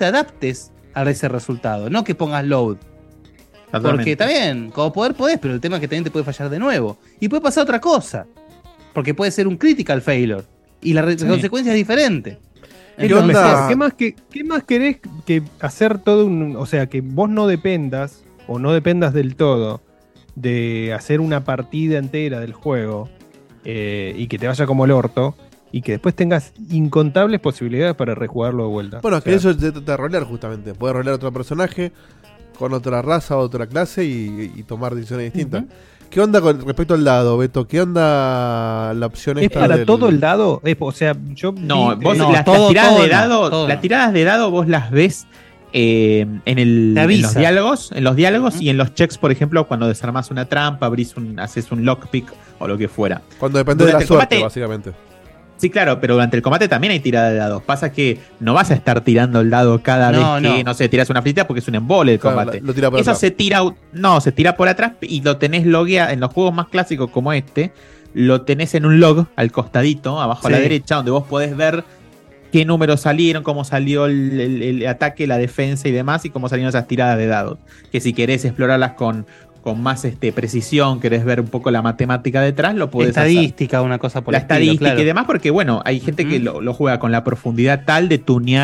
a ese resultado, no que pongas load. Totalmente. Porque está bien, como poder podés, pero el tema es que también te puede fallar de nuevo, y puede pasar otra cosa, porque puede ser un critical failure y la consecuencia es diferente. Entonces, ¿qué más querés que hacer todo o sea, que vos no dependas, o no dependas del todo, de hacer una partida entera del juego, y que te vaya como el orto, y que después tengas incontables posibilidades para rejugarlo de vuelta? Bueno, es que eso es de rolear justamente. Puedes rolear a otro personaje, con otra raza, otra clase, y tomar decisiones distintas. ¿Qué onda con respecto al dado, Beto? ¿Qué onda la opción esta? ¿Es para todo el dado? O sea, yo... No, vos las tiradas de dado, las tiradas de dado vos las ves en los diálogos, y en los checks, por ejemplo, cuando desarmás una trampa, haces un lockpick o lo que fuera. Cuando depende de la suerte, básicamente. Sí, claro, pero durante el combate también hay tirada de dados. Pasa que no vas a estar tirando el dado cada vez que, no sé, tiras una flechita, porque es un embole el combate. Lo tira por Eso atrás. se tira por atrás y lo tenés logueado en los juegos más clásicos como este. Lo tenés en un log al costadito, abajo a la derecha, donde vos podés ver qué números salieron, cómo salió el ataque, la defensa y demás, y cómo salieron esas tiradas de dados. Que si querés explorarlas con más precisión, querés ver un poco la matemática detrás, lo podés estadística, hacer. Una cosa por la el estilo, estadística claro. Y demás, porque bueno, hay gente que lo juega con la profundidad tal de tunear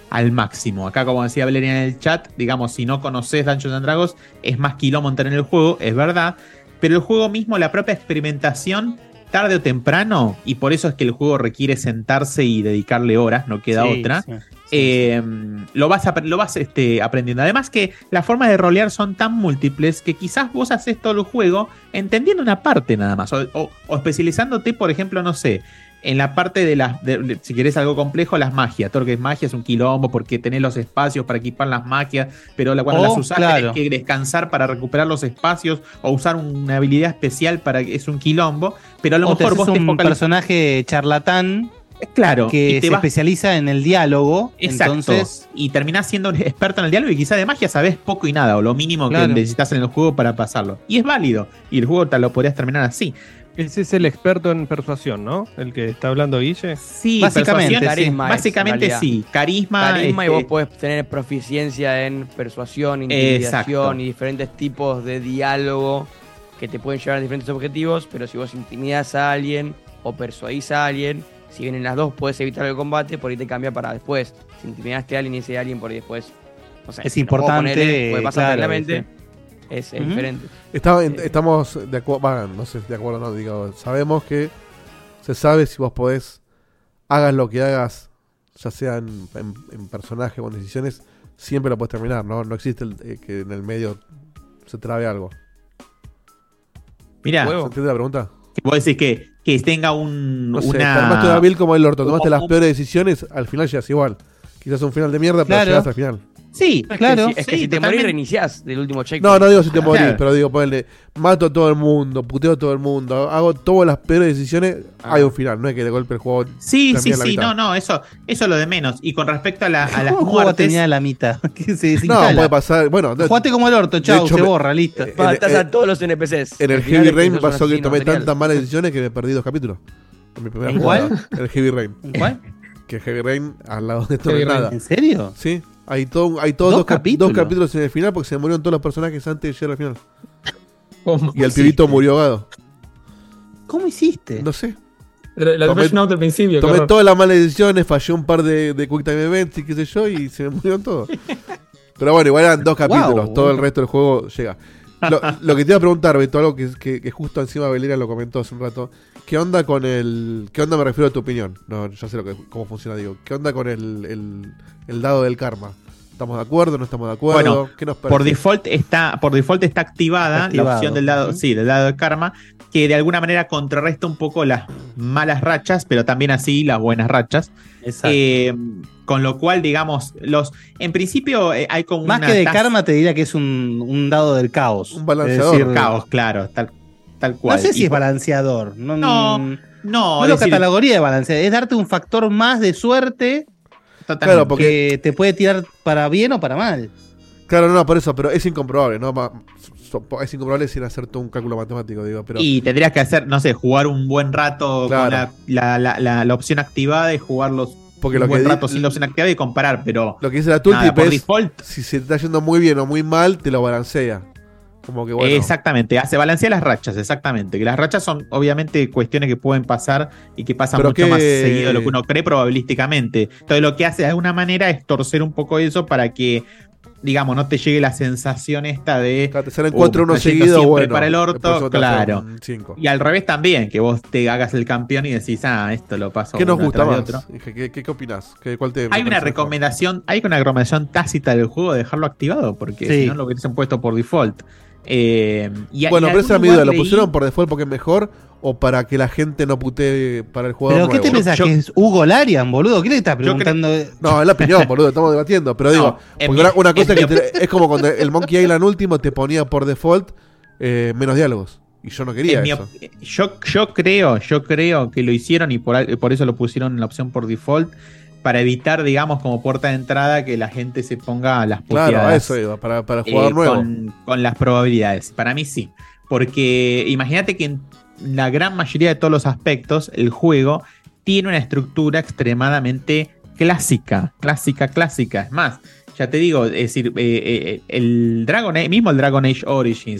al máximo. Acá, como decía Valeria en el chat, digamos, si no conoces Dungeons and Dragons, es más quilombo entrar en el juego, es verdad, pero el juego mismo, la propia experimentación, tarde o temprano, y por eso es que el juego requiere sentarse y dedicarle horas, no queda otra. Lo vas aprendiendo. Además que las formas de rolear son tan múltiples que quizás vos haces todo el juego entendiendo una parte nada más, o especializándote, por ejemplo, no sé, en la parte de si querés algo complejo, las magias. Todo lo que es magia es un quilombo porque tenés los espacios para equipar las magias, pero cuando las usás tenés que descansar para recuperar los espacios o usar una habilidad especial para que es un quilombo, pero a lo mejor vos te un personaje charlatán. Claro, que se especializa en el diálogo. Exacto. Entonces, y terminás siendo un experto en el diálogo y quizás de magia sabés poco y nada, o lo mínimo que necesitas en el juego para pasarlo. Y es válido, y el juego te lo podrías terminar así. Ese es el experto en persuasión, ¿no? El que está hablando Guille. Sí, básicamente, carisma. Básicamente sí, carisma. Y vos podés tener proficiencia en persuasión, intimidación y diferentes tipos de diálogo que te pueden llevar a diferentes objetivos, pero si vos intimidás a alguien o persuadís a alguien, si vienen las dos, puedes evitar el combate, por ahí te cambia para después. Si intimidaste a alguien y ese alguien, por ahí después. No sé, es importante. Puede pasar tranquilamente. Es diferente. Estamos de acuerdo, no sé, de acuerdo, no, digo, sabemos que se sabe si vos podés, hagas lo que hagas, ya sea en personaje o en decisiones, siempre lo podés terminar, ¿no? No existe que en el medio se trabe algo. Mirá, ¿se entiende la pregunta? Vos decís que tenga no sé, te armaste una build como el orto, tomaste las peores decisiones, al final llegas igual. Quizás un final de mierda, pero llegas al final. Sí, claro. Es que si te morís, reiniciás del último checkpoint. No digo si te morís, pero digo, ponle, mato a todo el mundo, puteo a todo el mundo, hago todas las peores decisiones, hay un final, no es que de golpe el juego. Sí, eso es lo de menos. Y con respecto a las muertes. Tenía la mitad. No, puede pasar. Bueno, jugaste como el orto, chau, se borra, listo. Matas a todos los NPCs. En el Heavy Rain me pasó que tomé tantas malas decisiones que me perdí 2 capítulos. ¿En cuál? En el Heavy Rain. ¿En cuál? Que Heavy Rain al lado de esto no es nada. ¿En serio? Sí. Hay dos capítulos en el final porque se murieron todos los personajes antes de llegar al final. Y el pibito murió ahogado. ¿Cómo hiciste? No sé. La Depeche Mode del principio. Tomé todas las malas decisiones, fallé un par de Quick Time Events y qué sé yo, y se me murieron todos. Pero bueno, igual eran 2 capítulos. Todo el resto del juego llega. Lo que te iba a preguntar, Beto, algo que justo encima Belera lo comentó hace un rato. ¿Qué onda con el... ¿Qué onda me refiero a tu opinión? No, ya sé cómo funciona, digo. ¿Qué onda con el dado del karma? ¿Estamos de acuerdo? ¿No estamos de acuerdo? Bueno, ¿qué nos parece? Por default está activada la opción del dado, del dado del karma, que de alguna manera contrarresta un poco las malas rachas, pero también así las buenas rachas. Exacto. Con lo cual, digamos, en principio hay como más que de karma te diría que es un dado del caos. Un balanceador. Es decir, caos, claro, tal cual. No sé si es balanceador. No lo categoría de balanceador. Es darte un factor más de suerte. Totalmente. Claro, porque te puede tirar para bien o para mal. Claro, no, por eso, pero es incomprobable, ¿no? Es incomprobable sin hacer todo un cálculo matemático, digo. Pero... Y tendrías que hacer, no sé, jugar un buen rato con la opción activada y jugarlos porque un buen rato sin la opción activada y comparar, pero... Lo que dice la tooltip por es, default, si se te está yendo muy bien o muy mal, te lo balancea. Como que bueno. Exactamente, se balancea las rachas, exactamente. Que las rachas son obviamente cuestiones que pueden pasar y que pasan mucho más seguido de lo que uno cree probabilísticamente. Entonces lo que hace de alguna manera es torcer un poco eso para que, digamos, no te llegue la sensación esta de... Te salen 4-1 seguidos, bueno. Para el orto, claro. 5. Y al revés también, que vos te hagas el campeón y decís, esto lo paso. ¿Qué nos gusta más? ¿Qué opinás? ¿Cuál te hay una recomendación tácita del juego de dejarlo activado, porque si no lo hubiesen puesto por default. Bueno, pero esa es mi duda, ¿lo pusieron por default porque es mejor o para que la gente no putee para el jugador? ¿Pero qué te pensás? ¿Que es Hugo Larian, boludo? ¿Qué le estás preguntando? No, es la opinión, boludo, estamos debatiendo. Pero digo, porque una cosa es como cuando el Monkey Island último te ponía por default menos diálogos. Y yo no quería eso. Yo creo que lo hicieron y por eso lo pusieron en la opción por default, para evitar, digamos, como puerta de entrada que la gente se ponga a las puteadas. Claro, eso iba, para el jugador nuevo. Con las probabilidades. Para mí sí. Porque imagínate que en la gran mayoría de todos los aspectos, el juego tiene una estructura extremadamente clásica. Es más, ya te digo, es decir, el Dragon Age Origins,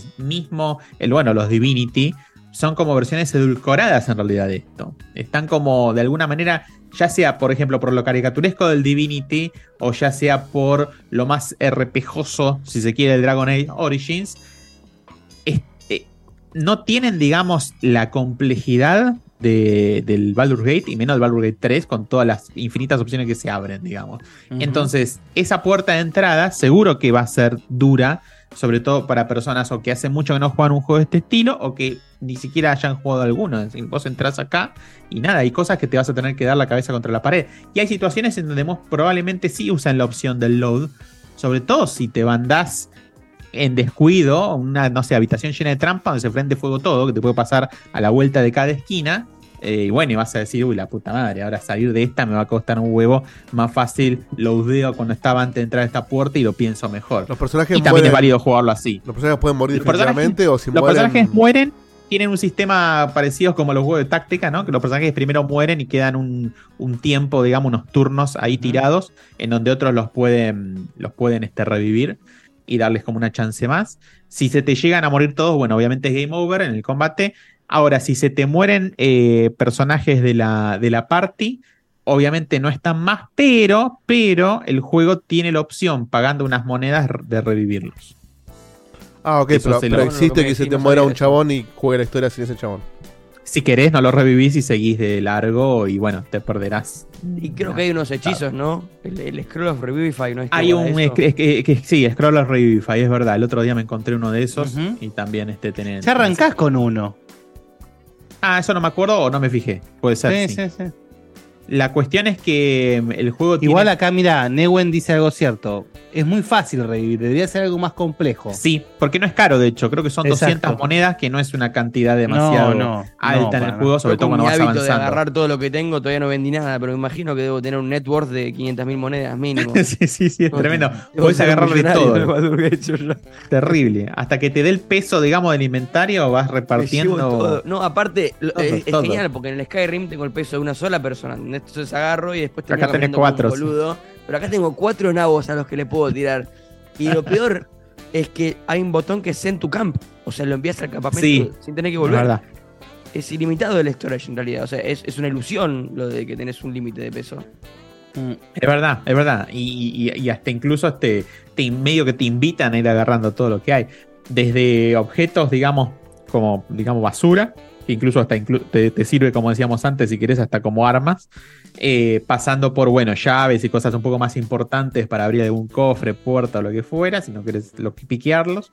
los Divinity, son como versiones edulcoradas en realidad de esto. Están como, de alguna manera, ya sea, por ejemplo, por lo caricaturesco del Divinity, o ya sea por lo más RPGoso, si se quiere, el Dragon Age Origins, no tienen, digamos, la complejidad del Baldur's Gate, y menos del Baldur's Gate 3, con todas las infinitas opciones que se abren, digamos. Entonces, esa puerta de entrada seguro que va a ser dura, sobre todo para personas o que hace mucho que no juegan un juego de este estilo, o que ni siquiera hayan jugado alguno. Es decir, vos entras acá y nada, hay cosas que te vas a tener que dar la cabeza contra la pared. Y hay situaciones en donde vos probablemente sí usan la opción del load, sobre todo si te mandás en descuido, una, no sé, habitación llena de trampa donde se prende fuego todo, que te puede pasar a la vuelta de cada esquina. Y bueno, y vas a decir, uy, la puta madre, ahora salir de esta me va a costar un huevo. Más fácil loadeo cuando estaba antes de entrar a esta puerta y lo pienso mejor. Los personajes y también es válido jugarlo así. Los personajes pueden morir definitivamente, o si los mueren... personajes mueren, tienen un sistema parecido como los juegos de táctica, ¿no? Que los personajes primero mueren y quedan un tiempo, digamos, unos turnos ahí tirados, en donde otros los pueden revivir y darles como una chance más. Si se te llegan a morir todos, bueno, obviamente es game over en el combate. Ahora, si se te mueren personajes de la party, obviamente no están más, pero el juego tiene la opción, pagando unas monedas, de revivirlos. Ah, ok, pero existe que se te muera un chabón y juegue la historia sin ese chabón. Si querés, no lo revivís y seguís de largo y bueno, te perderás. Y creo que hay unos hechizos, ¿no? El Scroll of Revivify, ¿no? Hay sí, Scroll of Revivify, es verdad. El otro día me encontré uno de esos y también tenés. Ya arrancás con uno. Ah, eso no me acuerdo o no me fijé. Puede ser. Sí. La cuestión es que el juego igual acá, mira, Newen dice algo cierto. Es muy fácil revivir, debería ser algo más complejo. Sí, porque no es caro, de hecho. Creo que son 200 monedas, que no es una cantidad demasiado alta en el juego, sobre todo cuando vas avanzando. De agarrar todo lo que tengo, todavía no vendí nada, pero me imagino que debo tener un net worth de 500.000 monedas mínimo. sí, es tremendo. Podés agarrarle todo. Terrible. Hasta que te dé el peso, digamos, del inventario, vas repartiendo. No, aparte, es genial, porque en el Skyrim tengo el peso de una sola persona. Entonces agarro y después acá tenés 4. Boludo. Pero acá tengo 4 nabos a los que le puedo tirar. Y lo peor es que hay un botón que es Send to Camp. O sea, lo envías al campamento sin tener que volver. Verdad. Es ilimitado el storage en realidad. O sea, es una ilusión lo de que tenés un límite de peso. Es verdad. Y hasta incluso medio que te invitan a ir agarrando todo lo que hay. Desde objetos, digamos, como basura, que incluso hasta te sirve, como decíamos antes, si querés, hasta como armas, pasando por, llaves y cosas un poco más importantes para abrir algún cofre, puerta o lo que fuera, si no querés piquearlos.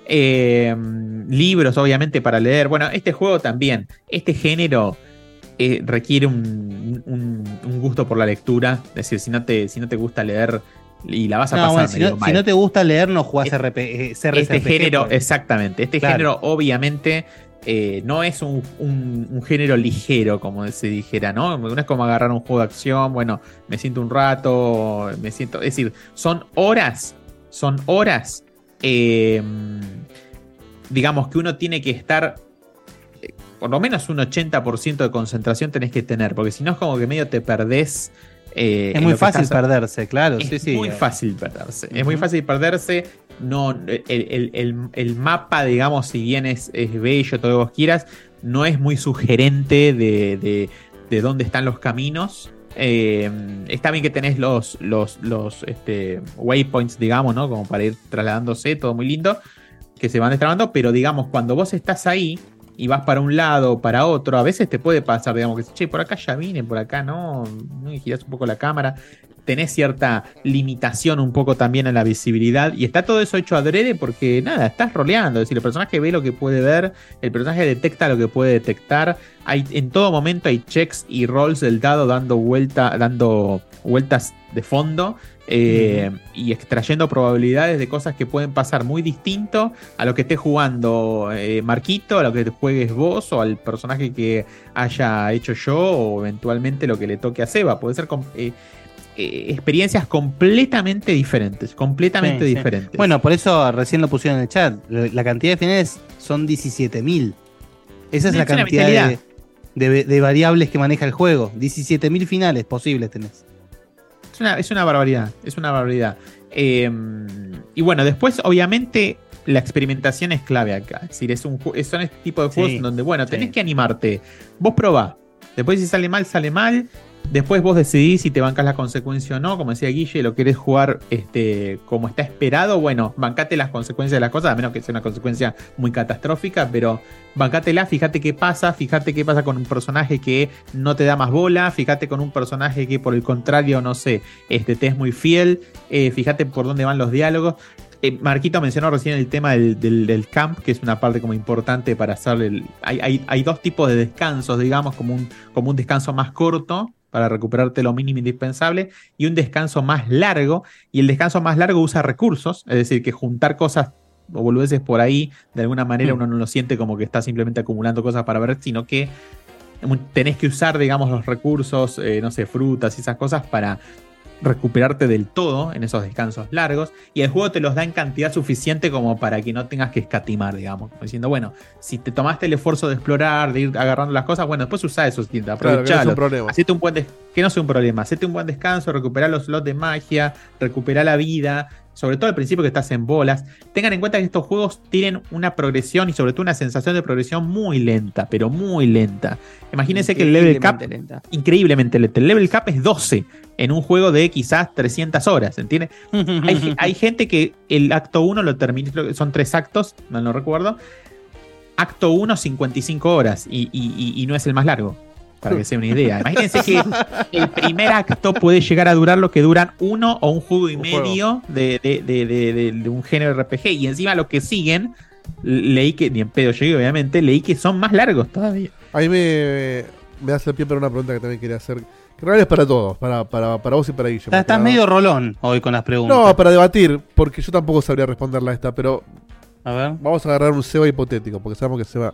Libros, obviamente, para leer. Bueno, este juego también, este género requiere un gusto por la lectura. Es decir, si no te gusta leer y la vas a pasar medio mal. Si no te gusta leer, no jugás CRPG. Este género, exactamente. Este género, obviamente, no es un género ligero, como se dijera, ¿no? No es como agarrar un juego de acción, me siento un rato, es decir, son horas, digamos que uno tiene que estar, por lo menos un 80% de concentración tenés que tener, porque si no es como que medio te perdés. Es muy fácil perderse, claro. Es muy fácil perderse. Es muy fácil perderse. No, el mapa, digamos, si bien es bello, todo lo que vos quieras, no es muy sugerente de dónde están los caminos. Está bien que tenés los waypoints, digamos, ¿no? Como para ir trasladándose, todo muy lindo, que se van destrabando, pero digamos, cuando vos estás ahí y vas para un lado o para otro, a veces te puede pasar, digamos, que che, por acá ya vine, por acá no, y girás un poco la cámara. Tenés cierta limitación un poco también en la visibilidad, y está todo eso hecho adrede porque nada, estás roleando, es decir, el personaje ve lo que puede ver, el personaje detecta lo que puede detectar, en todo momento hay checks y rolls del dado dando vueltas de fondo, y extrayendo probabilidades de cosas que pueden pasar muy distinto a lo que esté jugando Marquito, a lo que juegues vos o al personaje que haya hecho yo, o eventualmente lo que le toque a Seba. Puede ser experiencias completamente diferentes. Diferentes. Bueno, por eso recién lo pusieron en el chat. La cantidad de finales son 17.000. Esa es la cantidad de variables que maneja el juego. 17.000 finales posibles tenés. Es una barbaridad. Y bueno, después, obviamente, la experimentación es clave acá. Es decir, son este tipo de juegos en donde, tenés que animarte. Vos probá. Después, si sale mal, sale mal. Después vos decidís si te bancás la consecuencia o no. Como decía Guille, lo querés jugar como está esperado. Bueno, bancate las consecuencias de las cosas, a menos que sea una consecuencia muy catastrófica, pero bancátela, fíjate qué pasa con un personaje que no te da más bola, fíjate con un personaje que por el contrario, no sé, te es muy fiel, fíjate por dónde van los diálogos. Marquito mencionó recién el tema del camp, que es una parte como importante para hacer hay dos tipos de descansos, digamos, como un descanso más corto para recuperarte lo mínimo indispensable y un descanso más largo, y el descanso más largo usa recursos, es decir, que juntar cosas o boludeces por ahí, de alguna manera uno no lo siente como que está simplemente acumulando cosas para ver, sino que tenés que usar, digamos, los recursos, no sé, frutas y esas cosas para recuperarte del todo en esos descansos largos, y el juego te los da en cantidad suficiente como para que no tengas que escatimar, digamos, diciendo, bueno, si te tomaste el esfuerzo de explorar, de ir agarrando las cosas, bueno, después usá esos tiendas, aprovechalo, hacete que no sea un problema, hacete un buen descanso, recuperá los slots de magia, recuperá la vida, sobre todo al principio que estás en bolas. Tengan en cuenta que estos juegos tienen una progresión y sobre todo una sensación de progresión muy lenta, pero muy lenta. Imagínense que el level cap, increíblemente lenta, el level cap es 12 en un juego de quizás 300 horas, ¿entiendes? hay gente que el acto 1 lo termina, son 3 actos, mal no recuerdo, acto 1 55 horas y no es el más largo, para que sea una idea. Imagínense que el primer acto puede llegar a durar lo que duran 1 o un juego y medio de un género RPG, y encima lo que siguen, leí que, ni en pedo llegué obviamente, leí que son más largos todavía. Ahí me hace el pie para una pregunta que también quería hacer, que realmente es para todos, para vos y para Guillermo. Estás medio rolón hoy con las preguntas. No, para debatir, porque yo tampoco sabría responderla a esta, pero a ver, vamos a agarrar un Seba hipotético, porque sabemos que Seba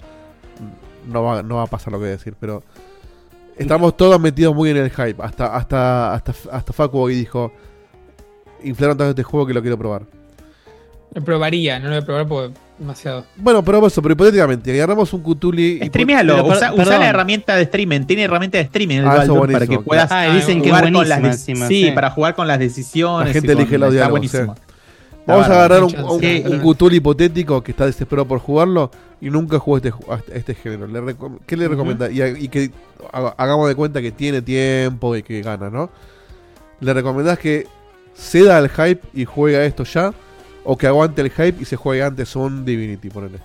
no va a pasar lo que voy a decir, pero estamos todos metidos muy en el hype. Hasta Facu hoy dijo, inflaron tanto este juego que lo quiero probar. Lo probaría, no lo voy a probar porque demasiado. Bueno, pero hipotéticamente, agarramos un Cthulhu. Streamealo, usa la herramienta de streaming. Tiene herramienta de streaming el Baldur para que puedas dicen que jugar con las sí, para jugar con las decisiones. La gente elige los diálogos. Buenísimo. Vamos a agarrar un Cthulhu hipotético que está desesperado por jugarlo y nunca jugó este género. ¿Qué le recomienda? Y que hagamos de cuenta que tiene tiempo y que gana, ¿no? ¿Le recomendás que ceda al hype y juegue a esto ya? ¿O que aguante el hype y se juegue antes un Divinity, ponele?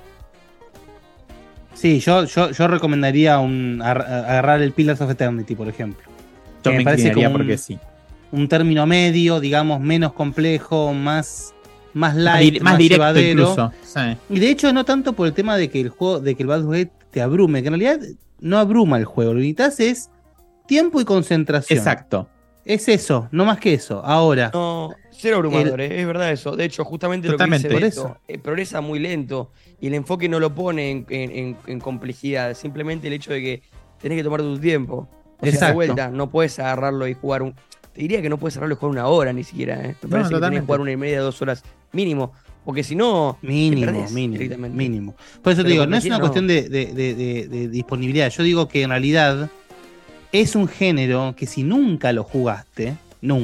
Sí, yo recomendaría agarrar el Pillars of Eternity, por ejemplo. Yo me parece como porque sí. Un término medio, digamos, menos complejo, más light, más directo llevadero. Incluso. Sí. Y de hecho no tanto por el tema de que el Baldur's Gate te abrume, que en realidad no abruma el juego. Lo que necesitas es tiempo y concentración. Exacto. Es eso, no más que eso. Ahora. No, cero abrumador, es verdad eso. De hecho, justamente totalmente. Lo que dice Beto, progresa muy lento y el enfoque no lo pone en complejidad. Simplemente el hecho de que tenés que tomar tu tiempo. O sea, de vuelta, no puedes agarrarlo y jugar te diría que no puedes agarrarlo y jugar 1 hora ni siquiera. Me parece que tenés que jugar 1 y media, 2 horas mínimo. Porque si no, mínimo. Por eso te digo, no es una cuestión de disponibilidad. Yo digo que en realidad es un género que si nunca lo jugaste,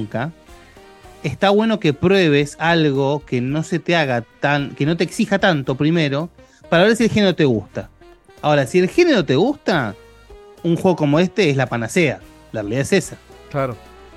está bueno que pruebes algo que no se te haga que no te exija tanto primero, para ver si el género te gusta. Ahora, si el género te gusta, un juego como este es la panacea. La realidad es esa. Claro.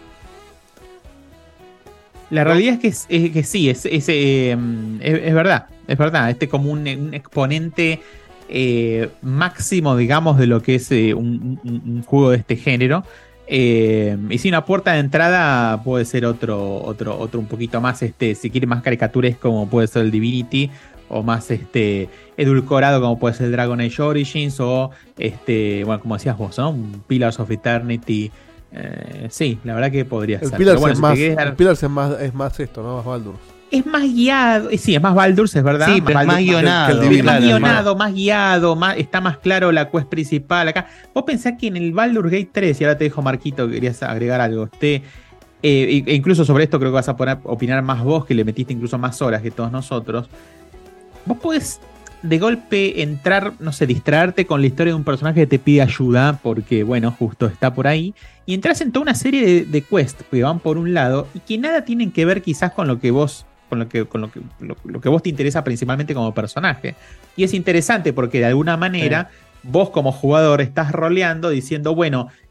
La realidad es que sí, es verdad. Es verdad. Como un exponente máximo, digamos, de lo que es un juego de este género. Y si una puerta de entrada puede ser otro un poquito más, si quiere más caricaturesco, como puede ser el Divinity, o más edulcorado, como puede ser el Dragon Age Origins, o bueno, como decías vos, ¿no? Un Pillars of Eternity. Sí, la verdad que podría ser. El Pillars es más esto, ¿no? Más Baldur. Es más guiado, sí, es más Baldur's, es verdad. Sí, pero es más guionado. Más guiado, está más claro la quest principal acá. Vos pensás que en el Baldur's Gate 3, y ahora te dejo Marquito, que querías agregar algo, incluso sobre esto creo que vas a poder opinar más vos, que le metiste incluso más horas que todos nosotros. Vos podés de golpe entrar, no sé, distraerte con la historia de un personaje que te pide ayuda, porque, bueno, justo está por ahí, y entras en toda una serie de quests que van por un lado, y que nada tienen que ver quizás con lo que vos lo que vos te interesa principalmente como personaje. Y es interesante porque de alguna manera vos como jugador estás roleando diciendo, bueno,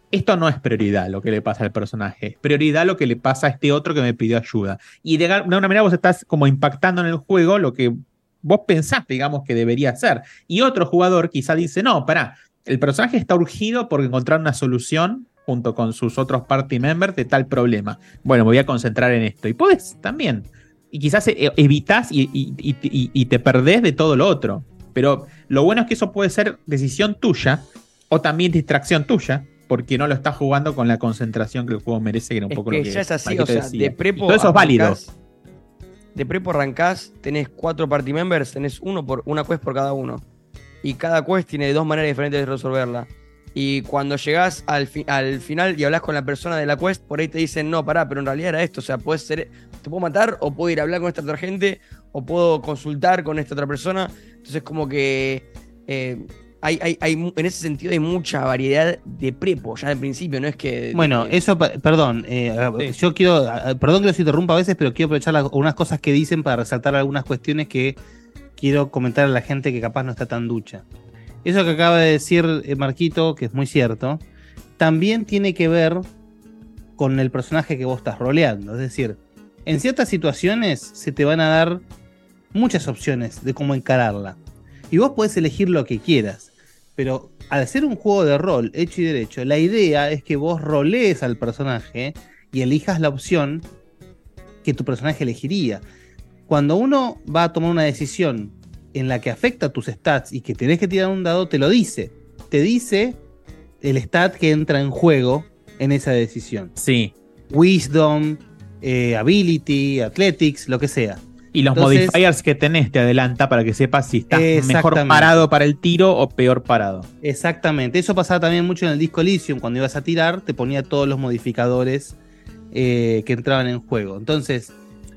esto no es prioridad lo que le pasa al personaje, es prioridad lo que le pasa a este otro que me pidió ayuda. Y de alguna manera vos estás como impactando en el juego lo que vos pensaste, digamos, que debería ser. Y otro jugador quizá dice, no, pará, el personaje está urgido por encontrar una solución junto con sus otros party members de tal problema. Bueno, me voy a concentrar en esto. Y podés también. Y quizás evitas y te perdés de todo lo otro. Pero lo bueno es que eso puede ser decisión tuya o también distracción tuya, porque no lo estás jugando con la concentración que el juego merece, que era un poco lo que ya es así, Paquito o sea, decía. de prepo todo eso es válido. De prepo arrancás, tenés 4 party members, tenés una quest por cada uno. Y cada quest tiene 2 maneras diferentes de resolverla. Y cuando llegás al final y hablas con la persona de la quest, por ahí te dicen, no, pará, pero en realidad era esto. O sea, te puedo matar, o puedo ir a hablar con esta otra gente, o puedo consultar con esta otra persona. Entonces, como que en ese sentido hay mucha variedad de prepo, ya al principio, no es que... Bueno, eso, perdón, yo quiero, perdón que los interrumpa a veces, pero quiero aprovechar algunas cosas que dicen para resaltar algunas cuestiones que quiero comentar a la gente que capaz no está tan ducha. Eso que acaba de decir Marquito, que es muy cierto, también tiene que ver con el personaje que vos estás roleando. Es decir, en ciertas situaciones se te van a dar muchas opciones de cómo encararla. Y vos podés elegir lo que quieras. Pero al ser un juego de rol hecho y derecho, la idea es que vos rolees al personaje y elijas la opción que tu personaje elegiría. Cuando uno va a tomar una decisión en la que afecta tus stats y que tenés que tirar un dado, te lo dice. Te dice el stat que entra en juego en esa decisión. Sí. Wisdom, Ability, Athletics, lo que sea. Y los modifiers que tenés te adelanta para que sepas si estás mejor parado para el tiro o peor parado. Exactamente. Eso pasaba también mucho en el Disco Elysium. Cuando ibas a tirar, te ponía todos los modificadores que entraban en juego. Entonces,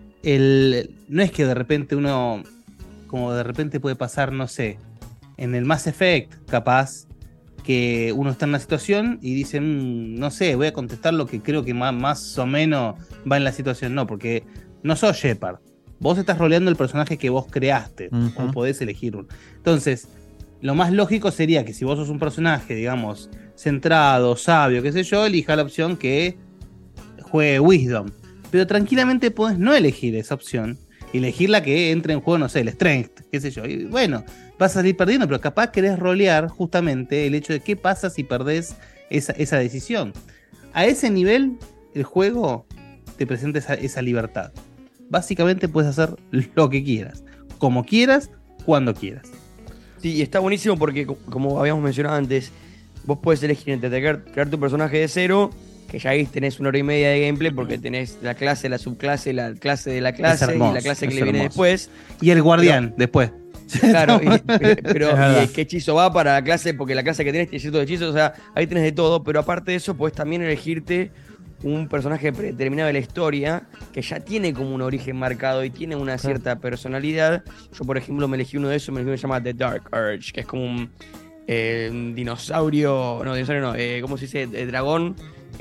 no es que de repente uno... como de repente puede pasar, no sé, en el Mass Effect, capaz, que uno está en una situación y dice, no sé, voy a contestar lo que creo que más o menos va en la situación. No, porque no sos Shepard. Vos estás roleando el personaje que vos creaste, o podés elegir uno. Entonces, lo más lógico sería que si vos sos un personaje, digamos, centrado, sabio, qué sé yo, elija la opción que juegue Wisdom. Pero tranquilamente podés no elegir esa opción, elegir la que entre en juego, no sé, el Strength, qué sé yo. Y bueno, vas a salir perdiendo, pero capaz querés rolear justamente el hecho de qué pasa si perdés esa decisión. A ese nivel, el juego te presenta esa libertad. Básicamente puedes hacer lo que quieras, como quieras, cuando quieras. Sí, y está buenísimo porque, como habíamos mencionado antes, vos podés elegir entre crear tu personaje de cero, que ya ahí tenés 1 hora y media de gameplay porque tenés la clase, la subclase, la clase de la clase hermoso, y la clase que le viene después. Y el guardián después. Claro, pero qué hechizo va para la clase, porque la clase que tenés tiene ciertos hechizos, o sea, ahí tenés de todo, pero aparte de eso podés también elegirte un personaje predeterminado de la historia que ya tiene como un origen marcado y tiene una cierta personalidad. Yo, por ejemplo, me elegí uno de esos, se llama The Dark Urge, que es como un dinosaurio, ¿cómo se dice? Dragón,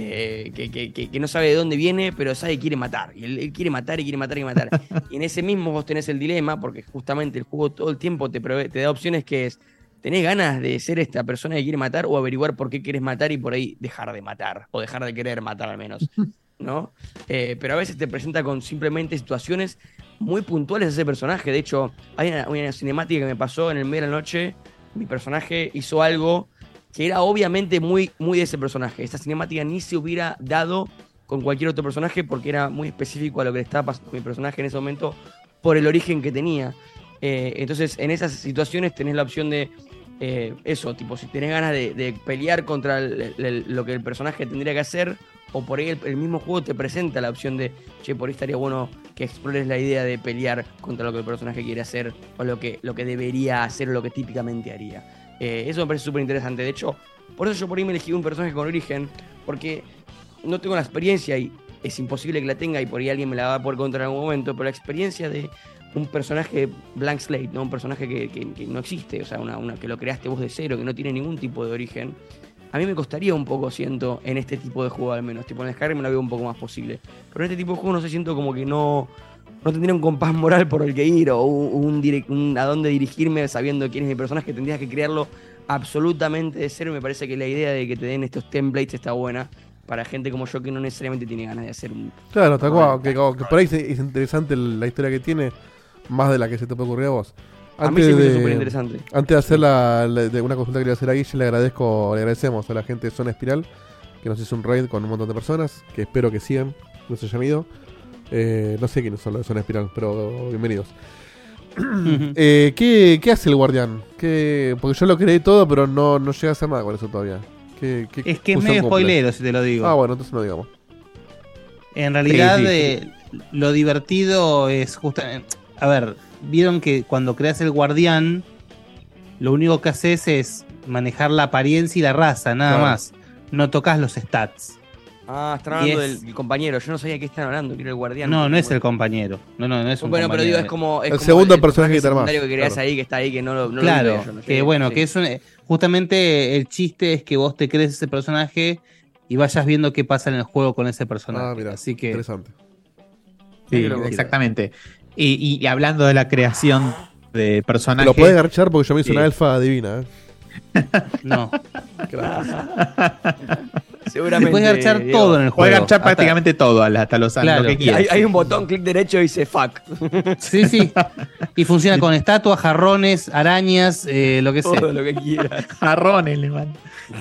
que no sabe de dónde viene, pero sabe que quiere matar. Y él quiere matar y quiere matar y matar. Y en ese mismo vos tenés el dilema, porque justamente el juego todo el tiempo te da opciones que es, ¿tenés ganas de ser esta persona que quiere matar o averiguar por qué quieres matar y por ahí dejar de matar? O dejar de querer matar al menos, ¿no? Pero a veces te presenta con simplemente situaciones muy puntuales de ese personaje. De hecho, hay una cinemática que me pasó en el medio de la noche. Mi personaje hizo algo que era obviamente muy, muy de ese personaje. Esta cinemática ni se hubiera dado con cualquier otro personaje porque era muy específico a lo que le estaba pasando a mi personaje en ese momento por el origen que tenía. Entonces, en esas situaciones tenés la opción de eso, tipo, si tenés ganas de pelear contra lo que el personaje tendría que hacer, o por ahí el mismo juego te presenta la opción de, che, por ahí estaría bueno que explores la idea de pelear contra lo que el personaje quiere hacer, o lo que debería hacer, o lo que típicamente haría. Eso me parece súper interesante. De hecho, por eso yo por ahí me elegí un personaje con origen, porque no tengo la experiencia y es imposible que la tenga, y por ahí alguien me la va a poder contar en algún momento, pero la experiencia de un personaje blank slate, ¿no? Un personaje que no existe, o sea, que lo creaste vos de cero, que no tiene ningún tipo de origen. A mí me costaría un poco, siento, en este tipo de juego al menos. Tipo, en el Skyrim me la veo un poco más posible. Pero en este tipo de juego no sé, siento como que no tendría un compás moral por el que ir, o un a dónde dirigirme sabiendo quién es mi personaje. Tendrías que crearlo absolutamente de cero. Me parece que la idea de que te den estos templates está buena para gente como yo que no necesariamente tiene ganas de hacer un... Claro, tal cual, que por ahí es interesante la historia que tiene, más de la que se te puede ocurrir a vos. A mí sí me hizo súper interesante. Antes de hacer de una consulta que quería hacer a Guille, le agradecemos a la gente de Zona Espiral, que nos hizo un raid con un montón de personas, que espero que sigan, no se hayan ido. No sé quiénes son los de Zona Espiral, pero bienvenidos. ¿Qué hace el guardián? Porque yo lo creé todo, pero no llegué a hacer nada con eso todavía. Es que es medio spoilero, si te lo digo. Ah, bueno, entonces no digamos. En realidad, lo divertido es justamente... A ver, vieron que cuando creas el guardián, lo único que haces es manejar la apariencia y la raza, nada más. No tocas los stats. Ah, están hablando del compañero. Yo no sabía que están hablando, que era el guardián. No es el compañero. No es un compañero. Bueno, pero digo, es como... el segundo personaje que te armás. Que creas ahí, que está ahí, que no lo claro, yo, no que bueno, que es justamente el chiste es que vos te crees ese personaje y vayas viendo qué pasa en el juego con ese personaje. Ah, mira, así que... interesante. Sí, exactamente. Y hablando de la creación de personajes... Lo puedes garchar porque yo me hice una alfa divina, No. Gracias. Seguramente. Puedes garchar todo en el juego. Puedes garchar prácticamente todo, hasta los claro, lo que quieras. Hay un botón, clic derecho y dice fuck. Sí. Y funciona con estatuas, jarrones, arañas, lo que sea. Todo lo que quieras. Jarrones, le man.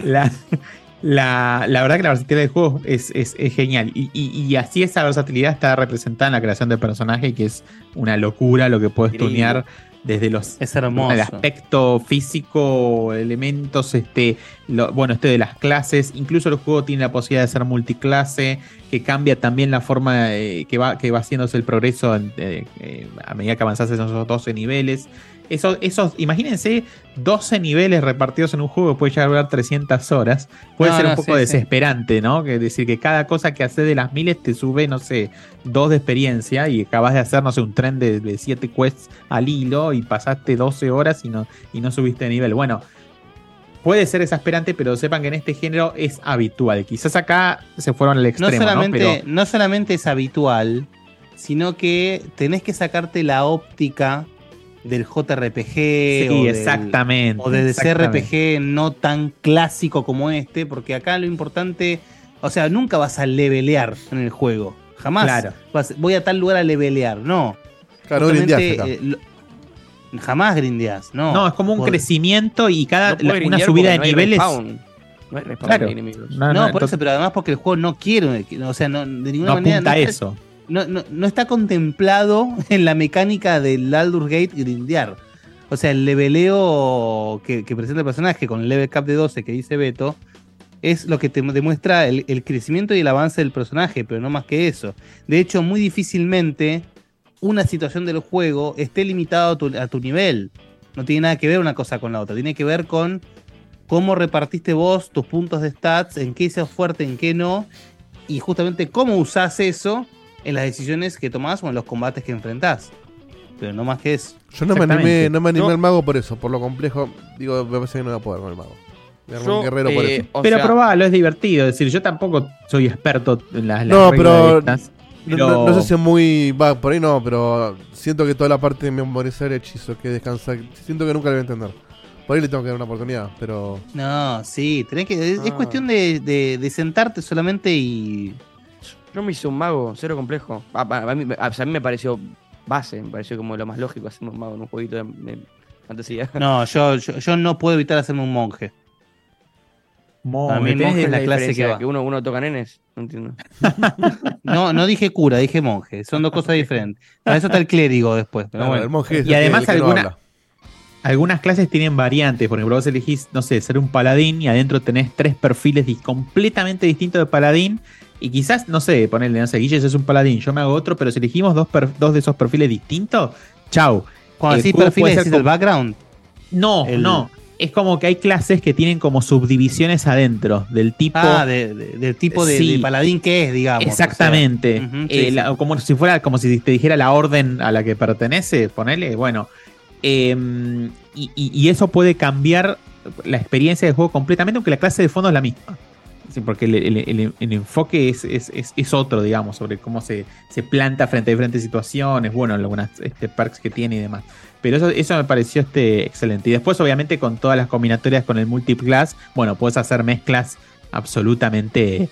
La verdad que la versatilidad del juego es genial. Y así esa versatilidad está representada en la creación de personaje, que es una locura lo que puedes tunear desde es hermoso. El aspecto físico, elementos, de las clases. Incluso el juego tiene la posibilidad de ser multiclase, que cambia también la forma que va haciéndose el progreso a medida que avanzás en esos 12 niveles. Imagínense 12 niveles repartidos en un juego que puede llegar a durar 300 horas. Puede ser un poco desesperante, ¿no? Que decir que cada cosa que haces de las miles te sube, 2 de experiencia y acabas de hacer, un tren de 7 quests al hilo y pasaste 12 horas y no subiste de nivel. Bueno, puede ser exasperante, pero sepan que en este género es habitual. Quizás acá se fueron al extremo, no solamente es habitual, sino que tenés que sacarte la óptica del JRPG exactamente, o del CRPG no tan clásico como este, porque acá lo importante, nunca vas a levelear en el juego, jamás. Claro. Voy a tal lugar a levelear, no. Claro, jamás grindeás, no. No, es como un crecimiento y una subida de niveles. No hay respawn claro. de enemigos. No, por eso, pero además porque el juego no quiere, de ninguna manera apunta a eso. No está contemplado en la mecánica del Baldur's Gate grindear. O sea, el leveleo que presenta el personaje con el level cap de 12 que dice Beto es lo que te demuestra el crecimiento y el avance del personaje, pero no más que eso. De hecho, muy difícilmente una situación del juego esté limitada a tu nivel. No tiene nada que ver una cosa con la otra. Tiene que ver con cómo repartiste vos tus puntos de stats, en qué sos fuerte, en qué no, y justamente cómo usás eso en las decisiones que tomás o en los combates que enfrentás. Pero no más que eso. Yo no me animé al mago por eso, por lo complejo. Digo, me parece que no voy a poder con el mago. Me armé un guerrero por eso. Pero probalo, es divertido. Es decir, yo tampoco soy experto en las no, pero estas, no sé si es muy... por ahí no, pero siento que toda la parte de memorizar hechizos, que descansar, siento que nunca lo voy a entender. Por ahí le tengo que dar una oportunidad, pero... No, sí, tenés que... Es cuestión de sentarte solamente y... Yo me hice un mago, cero complejo. A mí me pareció base, me pareció como lo más lógico hacerme un mago en un jueguito de fantasía. No, yo no puedo evitar hacerme un monje. A mí el monje es la clase que uno toca nenes, no entiendo. No dije cura, dije monje, son dos cosas diferentes. Para eso está el clérigo después. Pero bueno. El monje es y además algunas clases tienen variantes. Por ejemplo, vos elegís, ser un paladín y adentro tenés 3 perfiles completamente distintos de paladín. Y quizás, ponerle, Guille es un paladín, yo me hago otro, pero si elegimos dos de esos perfiles distintos, chau. Cuando decís perfiles, ¿decís el background? No. Es como que hay clases que tienen como subdivisiones adentro, del tipo... del tipo de paladín que es, digamos. Exactamente. Como si te dijera la orden a la que pertenece, ponele, bueno. Y eso puede cambiar la experiencia del juego completamente, aunque la clase de fondo es la misma. Sí, porque el enfoque es otro, digamos, sobre cómo se planta frente a diferentes situaciones, bueno, algunas perks que tiene y demás. Pero eso me pareció excelente. Y después, obviamente, con todas las combinatorias con el multiclass, bueno, puedes hacer mezclas absolutamente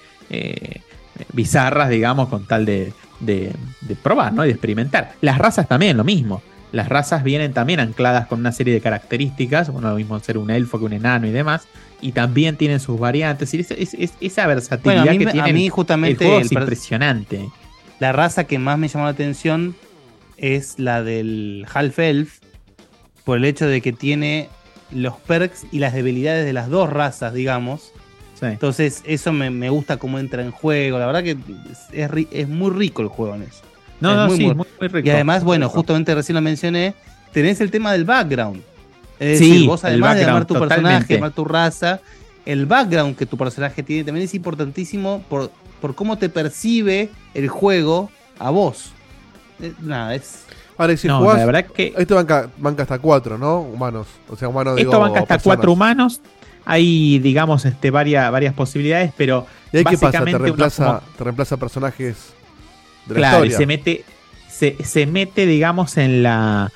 bizarras, digamos, con tal de probar, ¿no? Y de experimentar. Las razas también, lo mismo. Las razas vienen también ancladas con una serie de características, bueno, lo mismo ser un elfo que un enano y demás, y también tienen sus variantes. Y esa versatilidad que tiene a mí justamente el juego es impresionante. La raza que más me llamó la atención es la del Half Elf, por el hecho de que tiene los perks y las debilidades de las dos razas, digamos. Sí. Entonces eso me gusta cómo entra en juego. La verdad que es muy rico el juego en eso. Muy rico. Y además, bueno, justamente recién lo mencioné, tenés el tema del background. Es decir, vos además de armar tu personaje, armar tu raza, el background que tu personaje tiene también es importantísimo por cómo te percibe el juego a vos. Nada, es... Ahora, si jugás, la verdad que... Esto banca hasta 4, ¿no? Humanos. O sea, humanos, digo, esto banca hasta personas. 4 humanos. Hay, digamos, varias posibilidades, pero ¿y ahí qué pasa? ¿Te reemplaza personajes de la historia? Y se mete, digamos, en la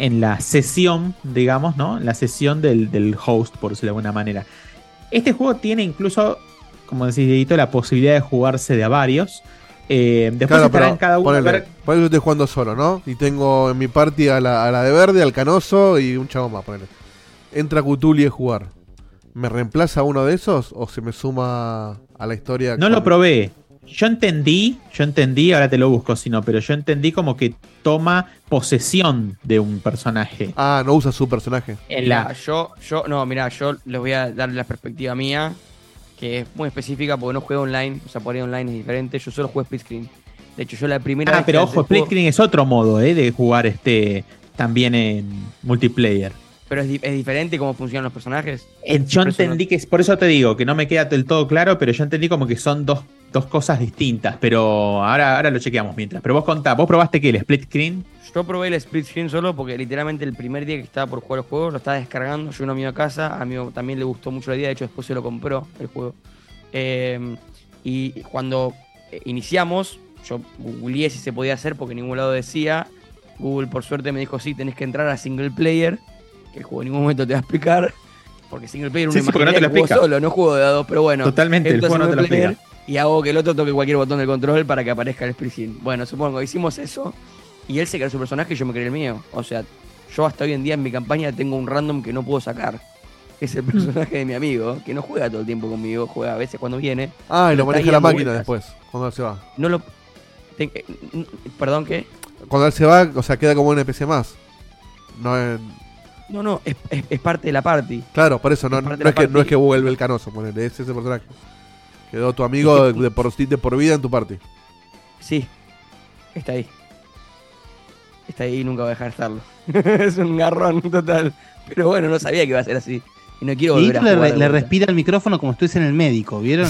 sesión, digamos, ¿no? En la sesión del host, por decirlo de alguna manera. Este juego tiene incluso, como decís, Dieguito, la posibilidad de jugarse de a varios. Después estará en cada uno. Por eso estoy jugando solo, ¿no? Y tengo en mi party a la de verde, al canoso y un chavo más, ponele. Entra Cthulhu a jugar. ¿Me reemplaza uno de esos o se me suma a la historia? No lo probé. Yo entendí, ahora te lo busco, pero yo entendí como que toma posesión de un personaje. Ah, no usa su personaje. Yo les voy a dar la perspectiva mía, que es muy específica porque no juego online, o sea, por ahí online es diferente, yo solo juego split screen. De hecho, yo la primera vez pero ojo, split screen es otro modo de jugar también en multiplayer. Pero es diferente cómo funcionan los personajes. Yo entendí que, por eso te digo, que no me queda del todo claro, pero yo entendí como que son dos cosas distintas, pero ahora lo chequeamos mientras. Pero vos contá, ¿vos probaste qué? ¿El split screen? Yo probé el split screen solo porque literalmente el primer día que estaba por jugar el juego lo estaba descargando, yo uno mío a casa, a mí también le gustó mucho la idea, de hecho después se lo compró el juego. Y cuando iniciamos, yo googleé si se podía hacer porque en ningún lado decía. Google por suerte me dijo, sí, tenés que entrar a single player, que el juego en ningún momento te va a explicar, porque single player uno imagina que juego solo, no juego de a dos, pero bueno. Totalmente, el juego no te lo explica. Y hago que el otro toque cualquier botón del control para que aparezca el split screen. Bueno, supongo, hicimos eso y él se creó su personaje y yo me creé el mío. O sea, yo hasta hoy en día en mi campaña tengo un random que no puedo sacar. Que es el personaje de mi amigo, que no juega todo el tiempo conmigo, juega a veces cuando viene. Ah, y lo maneja la máquina después, cuando él se va. No lo... ¿Perdón, qué? Cuando él se va, o sea, queda como un NPC más. No, es parte de la party. Claro, por eso, no es que vuelve el canoso, ponele, es ese personaje. Quedó tu amigo de por vida en tu party. Sí, está ahí. Está ahí y nunca va a dejar de estarlo. Es un garrón total. Pero bueno, no sabía que iba a ser así. Y no quiero volver a jugar. Le respira el micrófono como si estuviese en el médico, ¿vieron?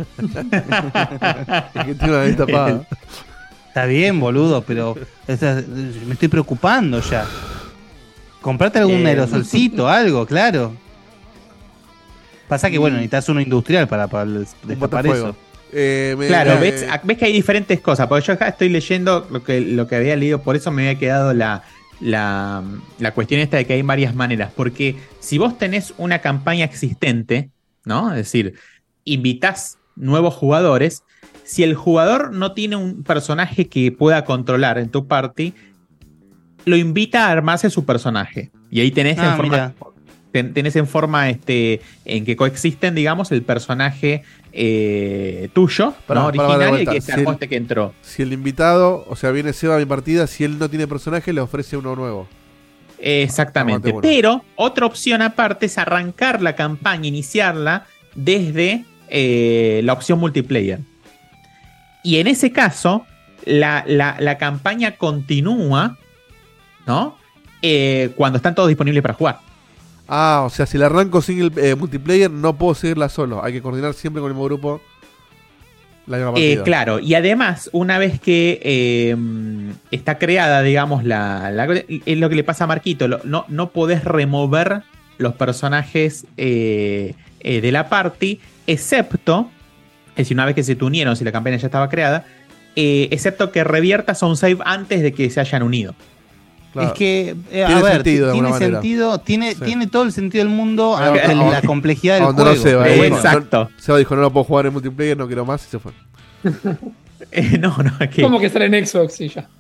Es que tiene una vista apaga. Está bien, boludo, pero me estoy preocupando ya. Comprate algún aerosolcito, algo, claro. Pasa que, bueno, necesitas uno industrial para destapar eso. Claro, ves que hay diferentes cosas. Porque yo acá estoy leyendo lo que había leído, por eso me había quedado la cuestión esta de que hay varias maneras. Porque si vos tenés una campaña existente, ¿no? Es decir, invitás nuevos jugadores. Si el jugador no tiene un personaje que pueda controlar en tu party, lo invita a armarse su personaje. Y ahí tenés en forma en que coexisten, digamos, el personaje tuyo, ¿no? Original, y el que se armó que entró. Si el invitado, o sea, viene Seba a mi partida, si él no tiene personaje, le ofrece uno nuevo. Exactamente. Bueno. Pero otra opción aparte es arrancar la campaña, iniciarla desde la opción multiplayer. Y en ese caso, la campaña continúa, ¿no? Cuando están todos disponibles para jugar. Ah, o sea, si la arranco single multiplayer, no puedo seguirla solo. Hay que coordinar siempre con el mismo grupo la misma partida. Claro, y además, una vez que está creada, digamos, es lo que le pasa a Marquito. No podés remover los personajes de la party, excepto Es decir, una vez que se te unieron, si la campaña ya estaba creada, excepto que reviertas a un save antes de que se hayan unido. Claro. Es que, a ver, tiene sentido, tiene todo el sentido del mundo, la complejidad del juego. Seba, exacto. Seba dijo, no lo puedo jugar en multiplayer, no quiero más, y se fue. no, es que... ¿Cómo que sale en Xbox y ya?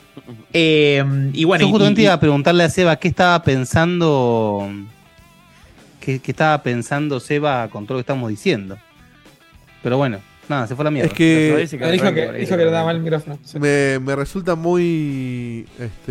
Y bueno, yo justamente iba a preguntarle a Seba qué estaba pensando. ¿Qué estaba pensando Seba con todo lo que estamos diciendo? Pero bueno, nada, se fue la mierda. Es que dijo que le daba mal el micrófono. Sí. Me resulta muy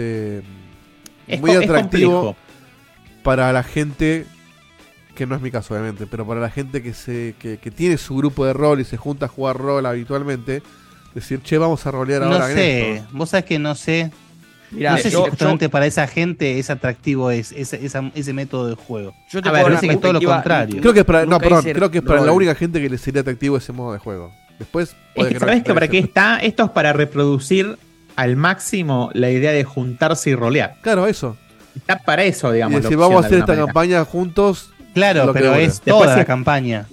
muy atractivo para la gente, que no es mi caso obviamente, pero para la gente que tiene su grupo de rol y se junta a jugar rol habitualmente, decir, che, vamos a rolear ahora. No sé, vos sabés que no sé. Mirá, no sé si justamente para esa gente es atractivo ese método de juego. Yo te puedo decir que es todo lo contrario. Creo que es para, creo que es para la única gente que le sería atractivo ese modo de juego. Después, ¿sabés que para qué está? Esto es para reproducir al máximo la idea de juntarse y rolear. Claro, eso. Está para eso, digamos. Y decir, vamos a hacer esta campaña juntos. Claro, pero es toda la campaña.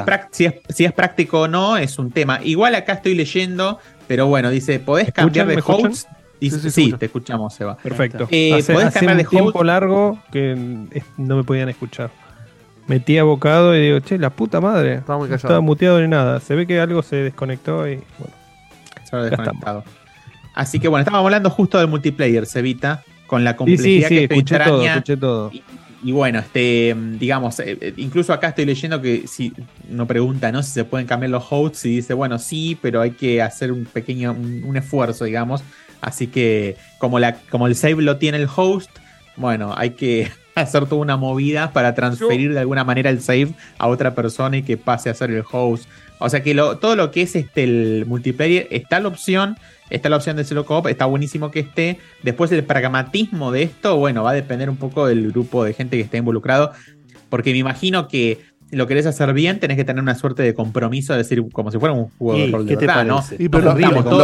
Si es práctico o no, es un tema. Igual acá estoy leyendo, pero bueno, dice, ¿podés cambiar de host? Sí, te escuchamos, Seba. Perfecto. Hace un tiempo largo que no me podían escuchar. Metí a bocado y digo, che, la puta madre. Estaba muy callado. Estaba muteado ni nada. Se ve que algo se desconectó y bueno. Se lo desconectado. Así que bueno, estábamos hablando justo del multiplayer, Sevita, con la complejidad que escuché todo. Y bueno, digamos, incluso acá estoy leyendo que si uno pregunta, ¿no? Si se pueden cambiar los hosts y dice, bueno, sí, pero hay que hacer un pequeño esfuerzo, digamos. Así que como el save lo tiene el host, bueno, hay que hacer toda una movida para transferir de alguna manera el save a otra persona y que pase a ser el host. O sea que todo lo que es el multiplayer, está la opción de Solo Co-op, está buenísimo que esté. Después el pragmatismo de esto, bueno, va a depender un poco del grupo de gente que esté involucrado, porque me imagino que lo querés hacer bien, tenés que tener una suerte de compromiso, de decir, como si fuera un juego de rol de verdad, ¿no? Y pero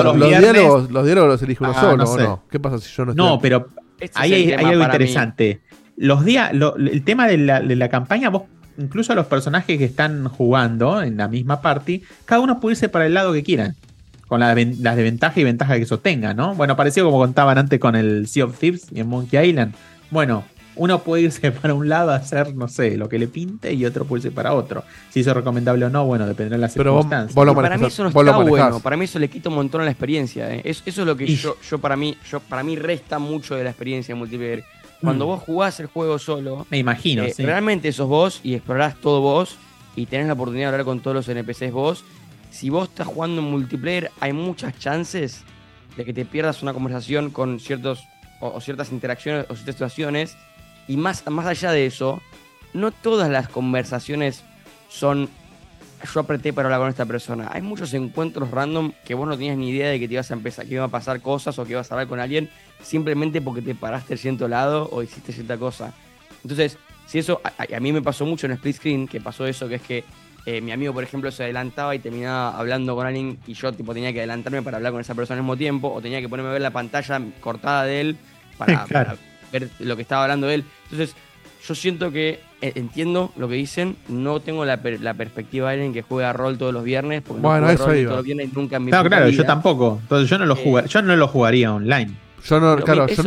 los diálogos los elige uno solo, no sé. ¿O no? ¿Qué pasa si yo no estoy? No, pero ahí hay algo interesante. El tema de la campaña, vos, incluso a los personajes que están jugando en la misma party, cada uno puede irse para el lado que quieran, con las desventajas y ventajas que eso tenga, ¿no? Bueno, parecido como contaban antes con el Sea of Thieves y en Monkey Island. Bueno, uno puede irse para un lado a hacer, no sé, lo que le pinte, y otro puede irse para otro. Si eso es recomendable o no, bueno, dependerá de las circunstancias. Para mí eso no está bueno, para mí eso le quita un montón a la experiencia. Eso es lo que yo para mí resta mucho de la experiencia en multiplayer. Cuando vos jugás el juego solo, me imagino, sí. Realmente sos vos y explorás todo vos y tenés la oportunidad de hablar con todos los NPCs vos. Si vos estás jugando en multiplayer, hay muchas chances de que te pierdas una conversación con ciertas interacciones o ciertas situaciones. Y más allá de eso, no todas las conversaciones son yo apreté para hablar con esta persona. Hay muchos encuentros random que vos no tenías ni idea de que te ibas a empezar, que iban a pasar cosas o que ibas a hablar con alguien simplemente porque te paraste en cierto lado o hiciste cierta cosa. Entonces, si eso, a mí me pasó mucho en Split Screen, que pasó eso, que es que mi amigo, por ejemplo, se adelantaba y terminaba hablando con alguien y yo tenía que adelantarme para hablar con esa persona al mismo tiempo, o tenía que ponerme a ver la pantalla cortada de él para ver lo que estaba hablando él. Entonces, yo siento que entiendo lo que dicen. No tengo la perspectiva de alguien que juega rol todos los viernes, porque bueno, eso rol todos los viernes nunca en mi claro, vida. Yo tampoco. Entonces yo no lo jugaría online. Yo no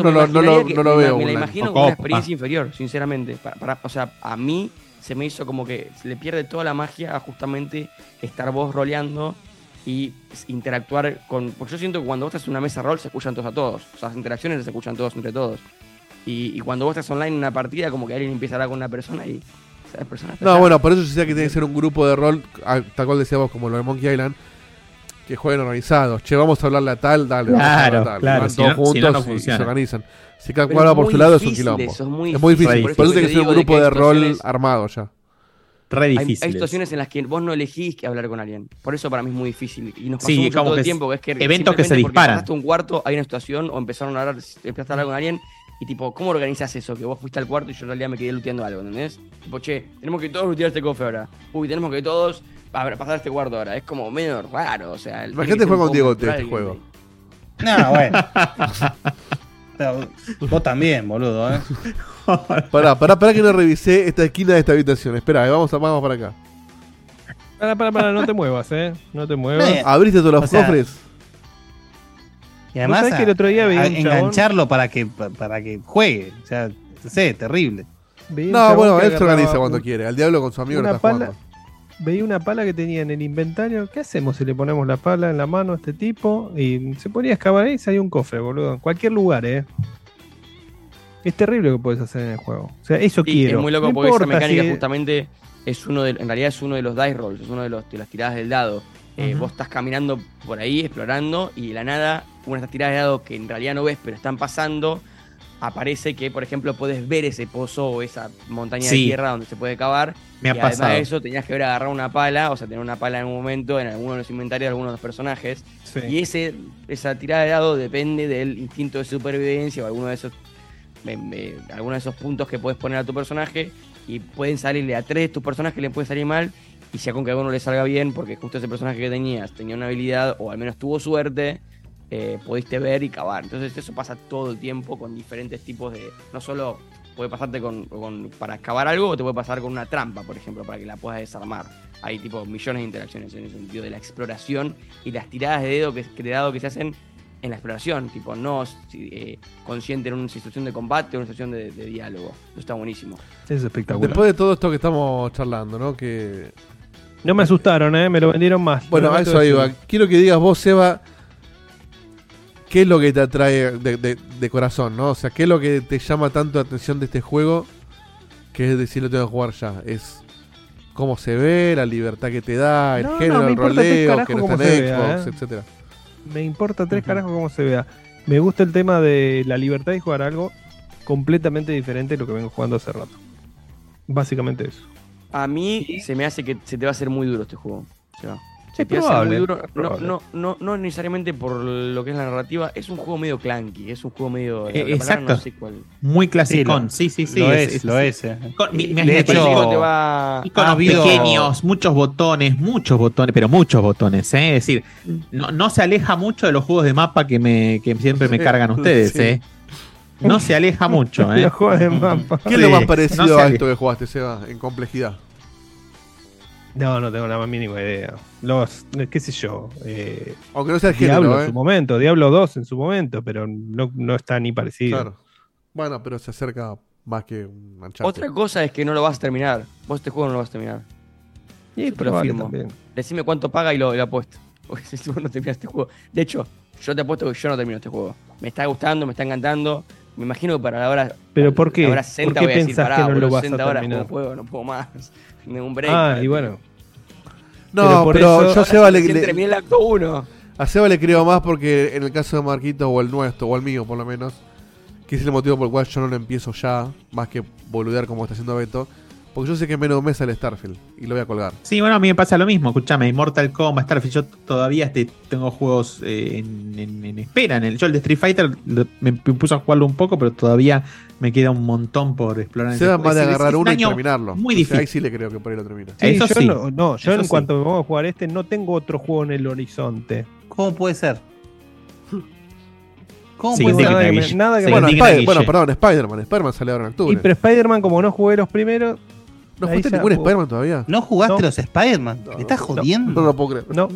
lo veo. Me la imagino como una experiencia inferior, sinceramente. O sea, a mí se me hizo como que le pierde toda la magia a justamente estar vos roleando y interactuar con... Porque yo siento que cuando vos estás en una mesa rol se escuchan todos a todos. O sea, las interacciones se escuchan todos entre todos. Y cuando vos estás online en una partida, como que alguien empieza a hablar con una persona y esa persona está bueno, por eso decía que tiene que ser un grupo de rol, tal cual decíamos, como lo de Monkey Island, que jueguen organizados. Che, vamos a hablarle a tal, dale, vamos a hablarle a tal. Claro, van todos juntos y se organizan. Si cada cual va por su lado es un quilombo. Es muy difícil. Por eso tiene que ser un grupo de rol armado ya. Re difícil. Hay situaciones en las que vos no elegís que hablar con alguien. Por eso para mí es muy difícil. Y nos pasó mucho todo el tiempo, que es que eventos que se disparan. Pasaste un cuarto, hay una situación, o empezaste a hablar con alguien, y tipo, ¿cómo organizas eso? Que vos fuiste al cuarto y yo en realidad me quedé looteando algo, ¿entendés? Tipo, che, tenemos que todos lootear este cofre ahora. Uy, tenemos que todos pasar este cuarto ahora. Es como medio raro, o sea... Imagínate jugar con Diego este juego. No, bueno. Pero vos también, boludo, ¿eh? Pará que no revisé esta esquina de esta habitación. Espera, vamos para acá. Para, no te muevas, no te muevas. ¿Abriste todos los cofres? Y además ¿Vos sabés que el otro día veía un engancharlo para que juegue. O sea, no sé, terrible. No, bueno, él se organiza cuando quiere. Al diablo con su amigo lo está jugando. Veía una pala que tenía en el inventario. ¿Qué hacemos si le ponemos la pala en la mano a este tipo? Y se ponía a excavar ahí y salía un cofre, boludo. En cualquier lugar, Es terrible lo que puedes hacer en el juego. O sea, eso quiero. Es muy loco No porque esa importa mecánica si- justamente en realidad es uno de los dice rolls, es uno de las tiradas del dado. Vos estás caminando por ahí, explorando, y de la nada, una de estas tiradas de dado que en realidad no ves, pero están pasando, aparece que, por ejemplo, podés ver ese pozo o esa montaña de tierra donde se puede cavar. Me ha y además pasado. de eso, tenías que agarrar una pala, o sea, tener una pala en un momento en alguno de los inventarios de algunos de los personajes. Sí. Y esa tirada de dado depende del instinto de supervivencia o alguno de esos puntos que puedes poner a tu personaje, y pueden salirle a 3 de tus personajes, le puede salir mal, y ya con que a alguno le salga bien, porque justo ese personaje que tenías tenía una habilidad o al menos tuvo suerte, pudiste ver y cavar. Entonces eso pasa todo el tiempo con diferentes tipos de... No solo puede pasarte para excavar algo, o te puede pasar con una trampa, por ejemplo, para que la puedas desarmar. Hay tipo millones de interacciones en el sentido de la exploración y las tiradas de dado que se hacen en la exploración, tipo no consciente en una situación de combate o una situación de diálogo. Eso está buenísimo. Es espectacular. Después de todo esto que estamos charlando, ¿no? Que... No me asustaron, me lo vendieron más. Bueno, a eso iba. Quiero que digas vos, Seba, qué es lo que te atrae de corazón, ¿no? O sea, qué es lo que te llama tanto la atención de este juego, que es decir, lo tengo que jugar ya. Es cómo se ve, la libertad que te da, el género, el roleo, que no está en Xbox, etcétera. Me importa 3 carajos cómo se vea. Me gusta el tema de la libertad de jugar algo completamente diferente de lo que vengo jugando hace rato. Básicamente eso. A mí se me hace que se te va a hacer muy duro este juego. Se va. Se Es te va a hacer probable, muy duro. probable. No necesariamente por lo que es la narrativa. Es un juego medio clunky. Es un juego medio. la Exacto. palabra no sé cuál. Muy clasicón. Sí. Lo es. Me hecho, te va. Iconos pequeños, muchos botones, pero muchos botones, Es decir, no se aleja mucho de los juegos de mapa que siempre me cargan ustedes, sí. No se aleja mucho, Los juegos de mapa. ¿Qué es lo más parecido no a se esto que jugaste, Seba, en complejidad? No tengo la más mínima idea. Qué sé yo. Aunque no sea el Diablo género, en su momento, Diablo 2 en su momento, pero no está ni parecido. Claro. Bueno, pero se acerca más que un Uncharted. Otra cosa es que no lo vas a terminar. Vos este juego no lo vas a terminar. Y Yo te lo probable firmo. también. Decime cuánto paga y lo apuesto. Porque si vos no terminas este juego. De hecho, yo te apuesto que yo no termino este jugo. Me está gustando, me está encantando. Me imagino que para la hora. ¿Pero por qué? La hora 60 ¿Por qué voy a decir, pensás pará, que no lo boludo, vas a 60 horas terminar? no puedo más. Tengo un break. Y bueno. No, pero yo a Seba terminé el acto 1. a Seba le creo más porque en el caso de Marquito o el nuestro, o el mío por lo menos, que es el motivo por el cual yo no lo empiezo ya, más que boludear como está haciendo Beto, porque yo sé que en menos de un mes sale Starfield y lo voy a colgar. Sí, bueno, a mí me pasa lo mismo. Escuchame, Mortal Kombat, Starfield, yo todavía tengo juegos en espera. Yo el de Street Fighter me puse a jugarlo un poco, pero todavía me queda un montón por explorar. Seba más de agarrar uno y año terminarlo. muy O sea, difícil. ahí sí le creo que por ahí lo termina. Sí, Eso yo sí. yo Eso en sí. cuanto me pongo a jugar no tengo otro juego en el horizonte. ¿Cómo puede ser? ¿Cómo Sí, puede ser? Nada que me- Guille. nada que Sí, me- indigna Guille. Perdón, Spider-Man sale ahora en octubre. Y pero Spider-Man, como no jugué los primeros, ¿No ahí jugaste ya ningún juego. Spider-Man todavía? ¿No jugaste No. los Spider-Man? ¿Me estás jodiendo? No lo puedo creer. no.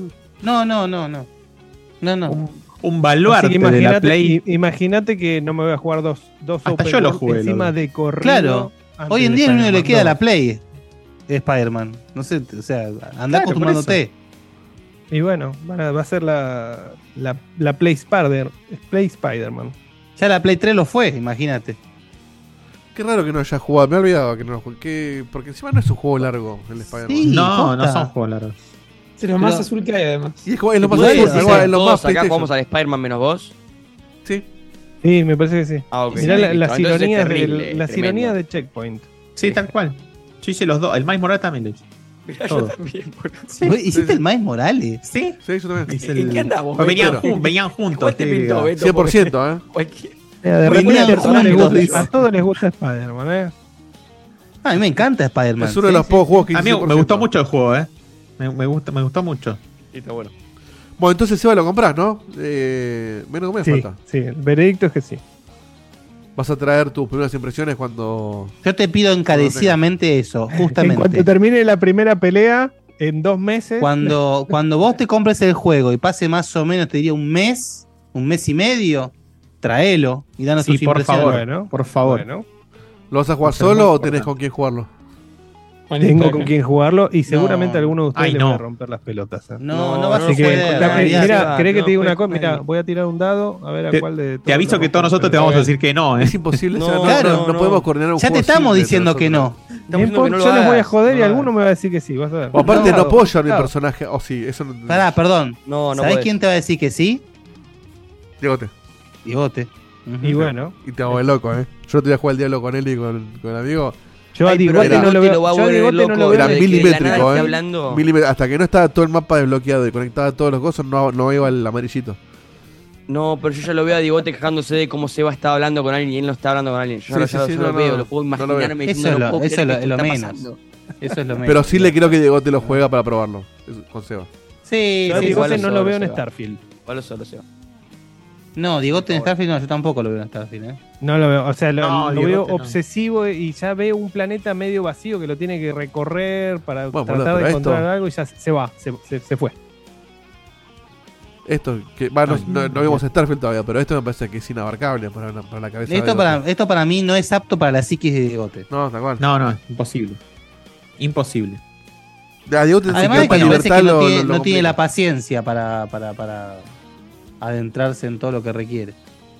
No. Un baluarte Así que de la Play. imagínate que no me voy a jugar dos Hasta open yo lo world jugué, encima loco. de corrido. Claro. antes Hoy en de día el único que le Spider-Man queda a la 2. Play es Spider-Man. No sé, o sea, anda Claro, acostumbrándote. Y bueno, va a ser la Play Spider-Man. Ya la Play 3 lo fue, imagínate. Qué raro que no haya jugado. Me he olvidado que no lo jugué. Porque encima no es un juego largo el Spider-Man. Sí. No, no posta. son juegos largos. Es lo más azul que hay, además. Y es lo más ¿Podés azul, decir igual, que es lo todos más acá PlayStation. jugamos al Spider-Man menos vos? Sí. Sí, me parece que sí. Ah, ok. Mirá Sí, las entonces es ironías, terrible, las tremendo. ironías de Checkpoint. Sí, tal cual. Yo hice los dos. El Miles Morales también lo hice. Mirá, Todo. yo también, boludo. Güey, ¿hiciste el Miles Morales? Sí. Sí, yo también. Hice ¿En qué andamos, Pues venían, Beto? venían juntos. ¿Cuál te pintó, Beto? 100%, ¿eh? Cualquier- De Muy repente bien, a todos les juntos, gusta- dice. a todos les gusta Spider-Man, A mí me encanta Spider-Man. Es uno de los pocos juegos que A mí hice me gustó 100%. mucho el juego, me gustó mucho. Sí, está bueno. Bueno, entonces Seba lo comprás, ¿no? Menos de un mes Sí, falta. sí, el veredicto es que sí. Vas a traer tus primeras impresiones cuando. Yo te pido encarecidamente eso, En cuanto justamente. termine la primera pelea, en 2 meses. Cuando vos te compres el juego y pase más o menos, te diría un mes y medio, traelo y danos tus por impresiones. favor, Bueno, por favor. bueno. ¿Lo vas a jugar solo o tenés con quién jugarlo? Tengo con quién jugarlo y seguramente No. alguno de ustedes Ay, le no. va a romper las pelotas. No vas a Así que, poder. mira, ¿querés que te diga una no, cosa? pues, Mira, con voy a tirar un dado a ver a cuál de Te aviso que todos nosotros te vamos a decir que no, Es imposible. No, o sea, claro, no podemos coordinar un Ya juego te estamos simple diciendo entre que nosotros. no. Estamos diciendo que no lo yo les voy a hagas, joder no y lo alguno hagas. me va a decir que sí, vas a ver. O aparte no puedo llevar mi claro. personaje. O sí, eso no. Pará, perdón. No, no ¿Sabés podés. quién te va a decir que sí? Diegote. Diegote. Y bueno, Y te hago el loco, ¿eh? Yo te voy a jugar el diablo con él y con el amigo. yo a Ay, pero Digote no lo Digote veo. va a Yo a volver Digote no loco, lo veo. Era de que de la milimétrico, nada esté ¿eh? hablando. Hasta que no estaba todo el mapa desbloqueado y conectaba todos los cosas, no iba el amarillito. No, pero yo ya lo veo a Digote quejándose de cómo Seba está hablando con alguien y él no está hablando con alguien. Yo Sí, ya sí, lo no, veo, no, lo puedo no lo imaginarme veo. diciendo, Eso no es puedo lo- eso creer es que lo esto está menos. pasando. Eso es lo menos. Pero sí le quiero que Diegote lo juega para probarlo. Con Seba. Sí, Yo a sí, Digote igual no solo lo veo en se va. Starfield. Igual solo Seba. No, Diegote en Starfield no, yo tampoco lo veo en Starfield, ¿eh? No lo veo, o sea, No, lo veo Digote no. obsesivo y ya veo un planeta medio vacío que lo tiene que recorrer para Bueno, tratar boludo, de pero encontrar esto- algo y ya se va, se fue. Esto, que no vimos Starfield todavía, pero esto me parece que es inabarcable para la cabeza de Diegote. Esto para mí no es apto para la psiquis de Diegote. No, tal cual. No, imposible. Imposible. A Diegote si Además de capaz que me parece libertad que no lo tiene complica. la paciencia para adentrarse en todo lo que requiere.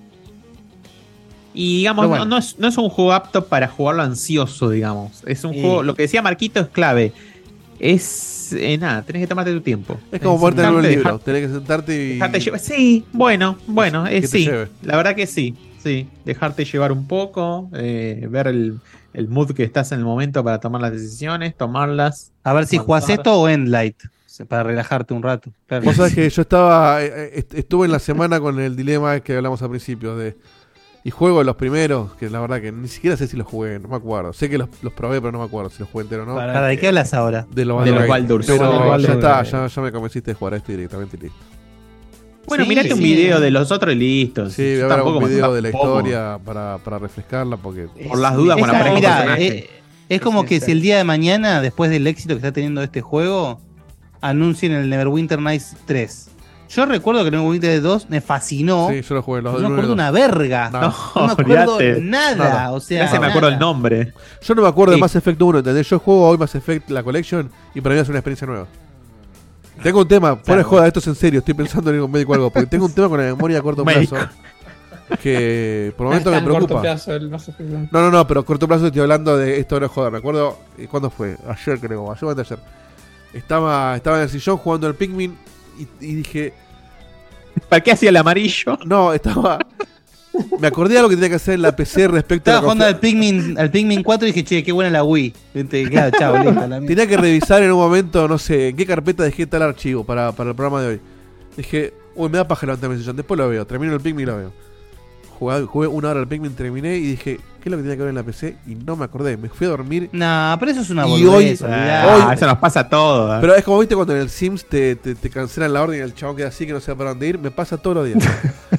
Y digamos, Pero bueno. no es un juego apto para jugarlo ansioso, digamos. Es un juego, lo que decía Marquito es clave. Es nada, tenés que tomarte tu tiempo. Es como ponerte en un Sentarte, libro. Tenés que sentarte y. Dejarte llevar. Sí, bueno, Que te sí. lleve. La verdad que sí. Sí, dejarte llevar un poco, ver el mood que estás en el momento para tomar las decisiones, tomarlas. A ver si jugás avanzar. esto o Endlight, para relajarte un rato. Claro. Vos sabés que yo estuve en la semana con el dilema que hablamos al principio y juego los primeros, que la verdad que ni siquiera sé si los jugué, no me acuerdo. Sé que los probé, pero no me acuerdo si los jugué entero o no. ¿Para de qué hablas ahora? De los De los Baldur's Gate. Baldur's. Pero De los ya Baldur's está, Gate. ya me convenciste de jugar a esto directamente y listo. Bueno, Sí, mirate un sí. video de los otros y listo. Sí, voy Yo a ver tampoco algún me- video de la tampoco. historia para refrescarla porque... Por las dudas, con Es como, aprender mirá, personaje. es como que si el día de mañana, después del éxito que está teniendo este juego, anuncien el Neverwinter Nights 3. Yo recuerdo que el Neverwinter 2 me fascinó. Sí, yo lo jugué los No me del acuerdo 1 y una 2. verga. No. No, me acuerdo olvidate. nada. Nada. O sea, Ya se me acuerdo el nada. nombre. Yo no me acuerdo de Sí. Mass Effect 1, ¿entendés? Yo juego hoy Mass Effect, la Collection, y para mí es una experiencia nueva. Tengo un tema, fuera de joda, esto es en serio, estoy pensando en ir con un médico o algo, porque tengo un tema con la memoria a corto Médico. plazo que por No momento es me tan corto preocupa. plazo el Mass Effect. No, pero corto plazo estoy hablando de esto no es joda. Me acuerdo, ¿cuándo fue? Ayer creo, ayer o anteayer. Estaba en el sillón jugando al Pikmin y dije, ¿Para qué hacía el amarillo? no, me acordé de algo que tenía que hacer en la PC respecto a Estaba la jugando al Pikmin 4 y dije, che, qué buena la Wii. Viste, claro, chao, listo. La mierda. Tenía que revisar en un momento, no sé, en qué carpeta dejé tal archivo para el programa de hoy. Dije, uy, me da paja levantarme el sillón, después lo veo, termino el Pikmin y lo veo. Jugué 1 hora al Pikmin, terminé y dije, ¿qué es lo que tenía que ver en la PC? Y no me acordé, me fui a dormir. Nah, pero eso es una Y boludez. hoy- olvidá. hoy- Eso nos pasa a todos. Pero es como viste cuando en el Sims te cancelan la orden y el chabón queda así que no sabe para dónde ir, me pasa todos los días.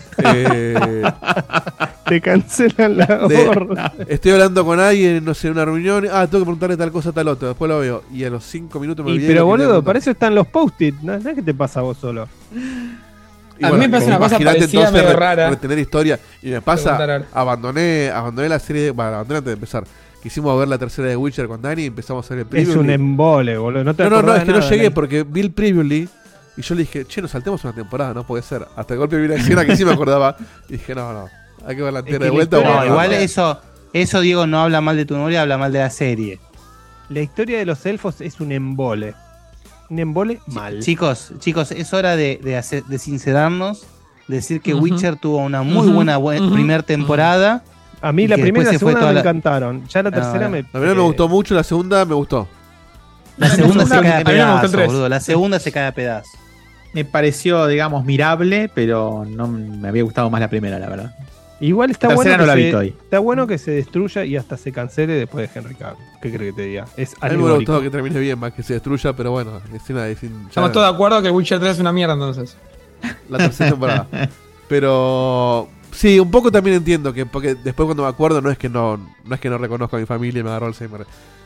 Te cancelan la De- orden. Estoy hablando con alguien, no sé, en una reunión, tengo que preguntarle tal cosa, tal otra, después lo veo. Y a los 5 minutos me Y, olvidé. pero lo que tenía que boludo, preguntar. para eso están los post-it. No es que te pasa a vos solo. Y A mí me pasa una cosa imagínate parecida, entonces medio rara. retener historia. Y me pasa, Preguntar abandoné la serie, abandoné antes de empezar. Quisimos ver la tercera de Witcher con Dani y empezamos a ver el Es preview. un embole, boludo. No te No, acordás es que de no nada, llegué ¿no? porque vi el previously y yo le dije, che, nos saltemos una temporada, no puede ser. Hasta el golpe vi una escena que sí me acordaba. Y dije, no, hay que ver la entera que de la vuelta. historia- No, o igual guardarla. eso Diego no habla mal de tu memoria, habla mal de la serie. La historia de los elfos es un embole. Un embole mal. Chicos, es hora de sincerarnos, decir que Ujú. Witcher tuvo una muy Ujú. buena Ujú. primera temporada. A mí Y la que primera y la después se fue segunda toda me la- encantaron. Ya la No, tercera no. me. La primera me gustó mucho, la segunda me gustó. La segunda se segunda- cae a a mí no me gustó el pedazos, tres. boludo. La segunda se cae a pedazos. Me pareció, digamos, mirable, pero no me había gustado más la primera, la verdad. Igual está La bueno, tercera que no la se, vi todavía. está bueno que se destruya y hasta se cancele después de Henry Cavill. ¿Qué crees que te diga? Es A mí me hubiera alegórico. gustado que termine bien, más que se destruya, pero bueno, escena de Estamos todos de acuerdo que Witcher 3 es una mierda entonces. la tercera temporada. Pero sí, un poco también entiendo que porque después cuando me acuerdo no es que no reconozco a mi familia y me agarró Alzheimer.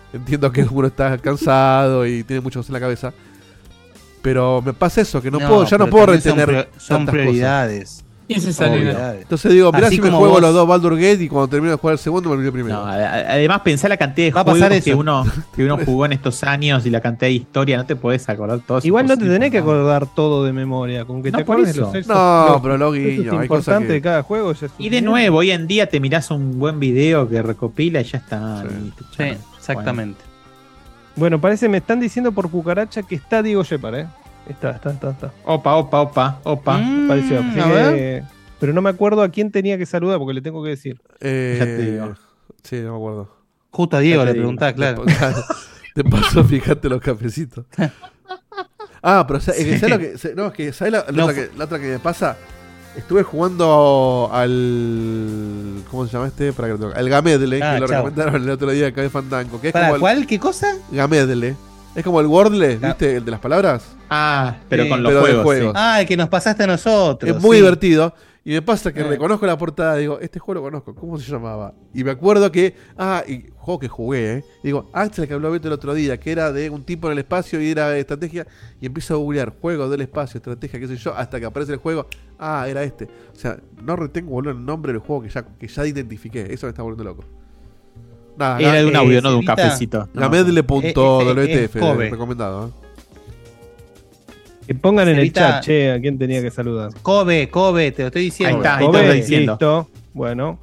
Entiendo que uno está cansado y tiene muchas cosas en la cabeza. Pero me pasa eso, que no puedo retener. Son prioridades. Entonces digo, mirá, si me juego los dos Baldur Gate y cuando termino de jugar el segundo me olvidé primero. No, además pensá la cantidad de juegos que uno jugó en estos años y la cantidad de historia, no te podés acordar todo. Igual no te tenés que acordar todo de memoria, con que te acuerdes los sexos. No, pero lo guiño, hay cosas de cada juego. Y de nuevo, hoy en día te mirás un buen video que recopila y ya está. Sí, exactamente. Bueno, parece me están diciendo por cucaracha que está Diego Shepard, Está. Opa. Pareció. A ver. Pero no me acuerdo a quién tenía que saludar porque le tengo que decir. Ya te digo. Sí, no me acuerdo. Justo a Diego le preguntás, claro. Te pasó, fíjate los cafecitos. Pero ¿sabes lo que? No, es que ¿sabes la otra que me pasa? Estuve jugando al. ¿Cómo se llama este? Al Gamedle, que lo recomendaron el otro día acá de Fandango. Que es como ¿Cuál? ¿Qué cosa? Gamedle. Es como el Wordle, ¿viste? El de las palabras. Pero con los juegos. Sí. El que nos pasaste a nosotros. Es muy divertido. Y me pasa que reconozco la portada, digo, este juego lo conozco, ¿cómo se llamaba? Y me acuerdo que, y juego que jugué, digo, es el que habló Beto el otro día, que era de un tipo en el espacio y era de estrategia, y empiezo a googlear juegos del espacio, estrategia, qué sé yo, hasta que aparece el juego, era este. O sea, no retengo, boludo, el nombre del juego que ya identifiqué, eso me está volviendo loco. Nada, era de un audio, no de un cafecito. Gamedle.wtf, recomendado, Que pongan en el chat, a quién tenía que saludar. Kobe, te lo estoy diciendo. Ahí está, Kobe, te lo estoy diciendo. Listo. Bueno.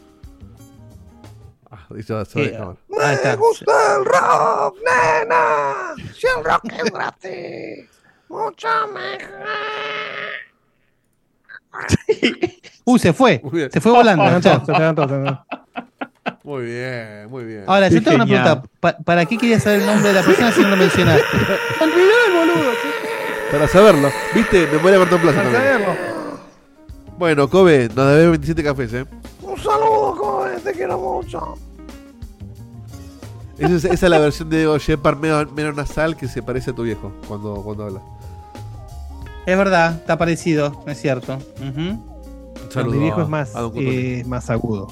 Ahí está. Me gusta el rock, nena. Si el rock es gratis, mucho mejor. Se fue. Se fue volando. Muy bien. Ahora, yo tengo una pregunta. ¿Para qué querías saber el nombre de la persona si no lo mencionaste? Olvidé el boludo. Para saberlo. ¿Viste? Memoria a corto plazo. Para saberlo. Bueno, Kobe, nos debes 27 cafés, Un saludo, Kobe. Te quiero mucho. Esa es la versión de Diego Shepard menos nasal que se parece a tu viejo cuando habla. Es verdad, está parecido, es cierto. Un saludo. Mi viejo es más agudo.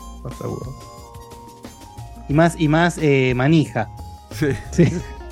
Y más manija. Sí.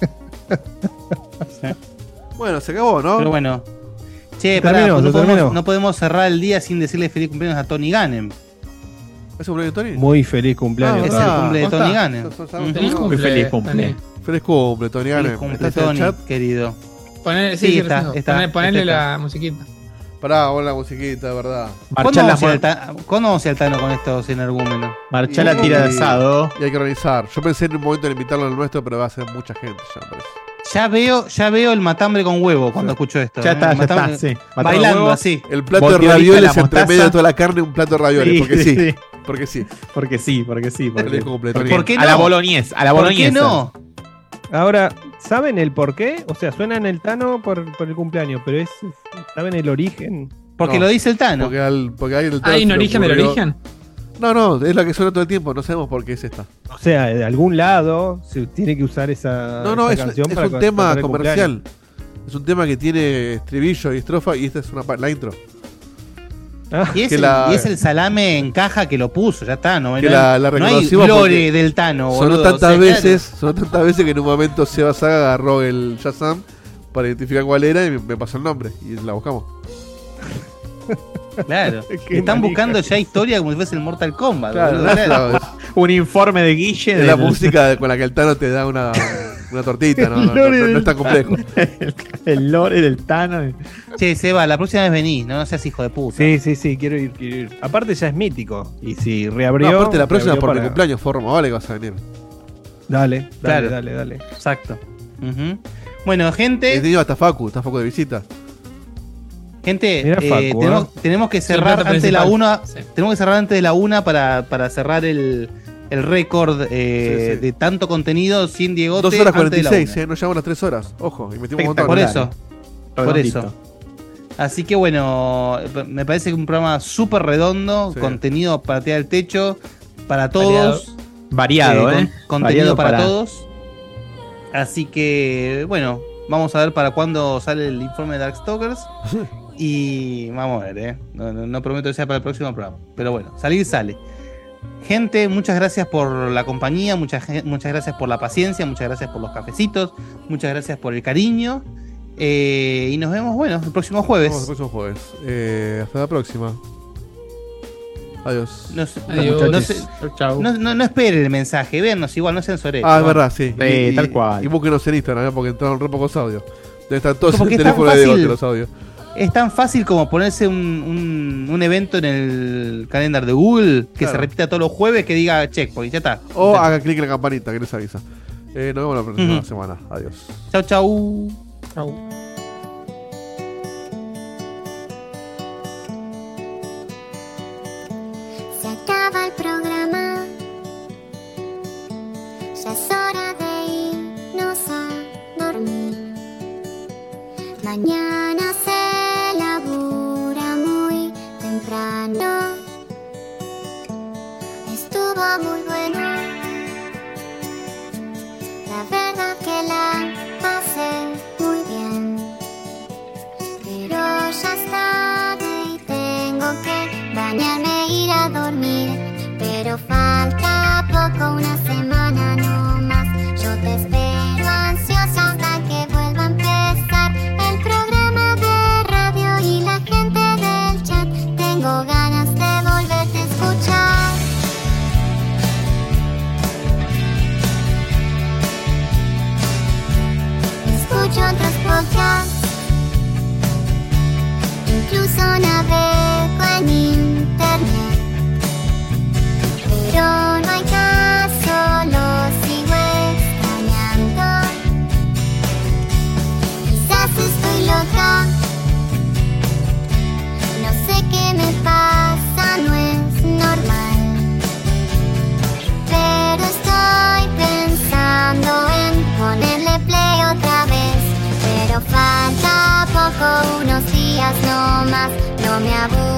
Bueno, se acabó, ¿no? Pero bueno. Che, no podemos cerrar el día sin decirle feliz cumpleaños a Tony Gannem. ¿Es el cumpleaños de Tony? Muy feliz cumpleaños. Es el cumple de Tony Gannem. Feliz cumple. Feliz cumple. Feliz cumple, Tony Gannem. Feliz cumple, Tony, querido. Ponele la musiquita. Pará, pon la musiquita, de verdad. ¿Cuándo vamos al Tano con estos energúmenos? Marchá la tira de asado. Y hay que organizar. Yo pensé en un momento en invitarlo al nuestro, pero va a ser mucha gente ya, me parece. Ya veo el matambre con huevo cuando escucho esto. Ya está, sí. Bailando así. El plato de ravioles entre medio de toda la carne, un plato de ravioles. Porque sí. Porque sí. ¿Por qué no? A la boloñesa. ¿Por qué no? Ahora, ¿saben el por qué? O sea, suena en el Tano por el cumpleaños, pero ¿saben el origen? Porque lo dice el Tano. Porque hay el Tano. ¿Hay un origen del origen? No, es la que suena todo el tiempo, no sabemos por qué es esta. O sea, de algún lado se tiene que usar esa canción es un tema comercial. Es un tema que tiene estribillo y estrofa y esta es la intro. Y es el salame en caja que lo puso, ya está, no hay gloria del Tano, boludo. Sonó tantas veces que en un momento Seba Saga agarró el Shazam para identificar cuál era y me pasó el nombre y la buscamos. Claro, están buscando ya historia como si fuese el Mortal Kombat. Claro. Un informe de Guille. Es la música con la que el Tano te da una tortita, no es tan complejo. El lore del Tano. Che, Seba, la próxima vez venís, no seas hijo de puta. Sí, quiero ir. Aparte ya es mítico. Y si reabrió. Aparte la próxima por mi cumpleaños fue Roma, vale que vas a venir. Dale. Exacto. Bueno, gente. He tenido hasta Facu de visita. Gente, tenemos que cerrar antes de la 1. Tenemos que cerrar antes de la 1 para cerrar el récord de tanto contenido sin Diegote. 2 horas 46, nos llevamos las 3 horas. Ojo, y metimos un montón. Por eso. Así que bueno, me parece que un programa súper redondo, contenido para tirar el techo, para todos. Variado, contenido para todos. Así que, bueno, vamos a ver para cuándo sale el informe de Darkstalkers. Y vamos a ver, no prometo que sea para el próximo programa. Pero bueno, sale. Gente, muchas gracias por la compañía, muchas gracias por la paciencia, muchas gracias por los cafecitos, muchas gracias por el cariño. Y nos vemos, el próximo jueves. Hasta la próxima. Adiós. No esperen el mensaje, véannos igual, no sean soreros. Es verdad, sí. Tal cual. Y búsquenos en Instagram, porque entraron re pocos audios. Debe estar todos en el Porque es teléfono tan de fácil. los audios. Es tan fácil como ponerse un evento en el calendar de Google que Claro. se repita todos los jueves, que diga checkpoint, ya está. O haga clic en la campanita que les avisa. Nos vemos la próxima Ujú. semana. Adiós. Chau, chau. Se acaba el programa, ya es hora de irnos a dormir. Mañana se labura muy temprano. Estuvo muy bueno, la verdad que la pasé muy bien. Pero ya es tarde y tengo que bañarme e ir a dormir. Pero falta poco, una semana no más. Yo te espero ansiosa hasta que vuelva a empezar el programa de radio y la gente del chat. Tengo ganas de volverte a escuchar. Escucho otros podcasts, incluso navego en internet. Pero no hay caso, lo sigo extrañando. Quizás estoy loca, no sé qué me pasa, no es normal. Pero estoy pensando en ponerle play otra vez. Pero falta poco, unos días no más, no me aburro.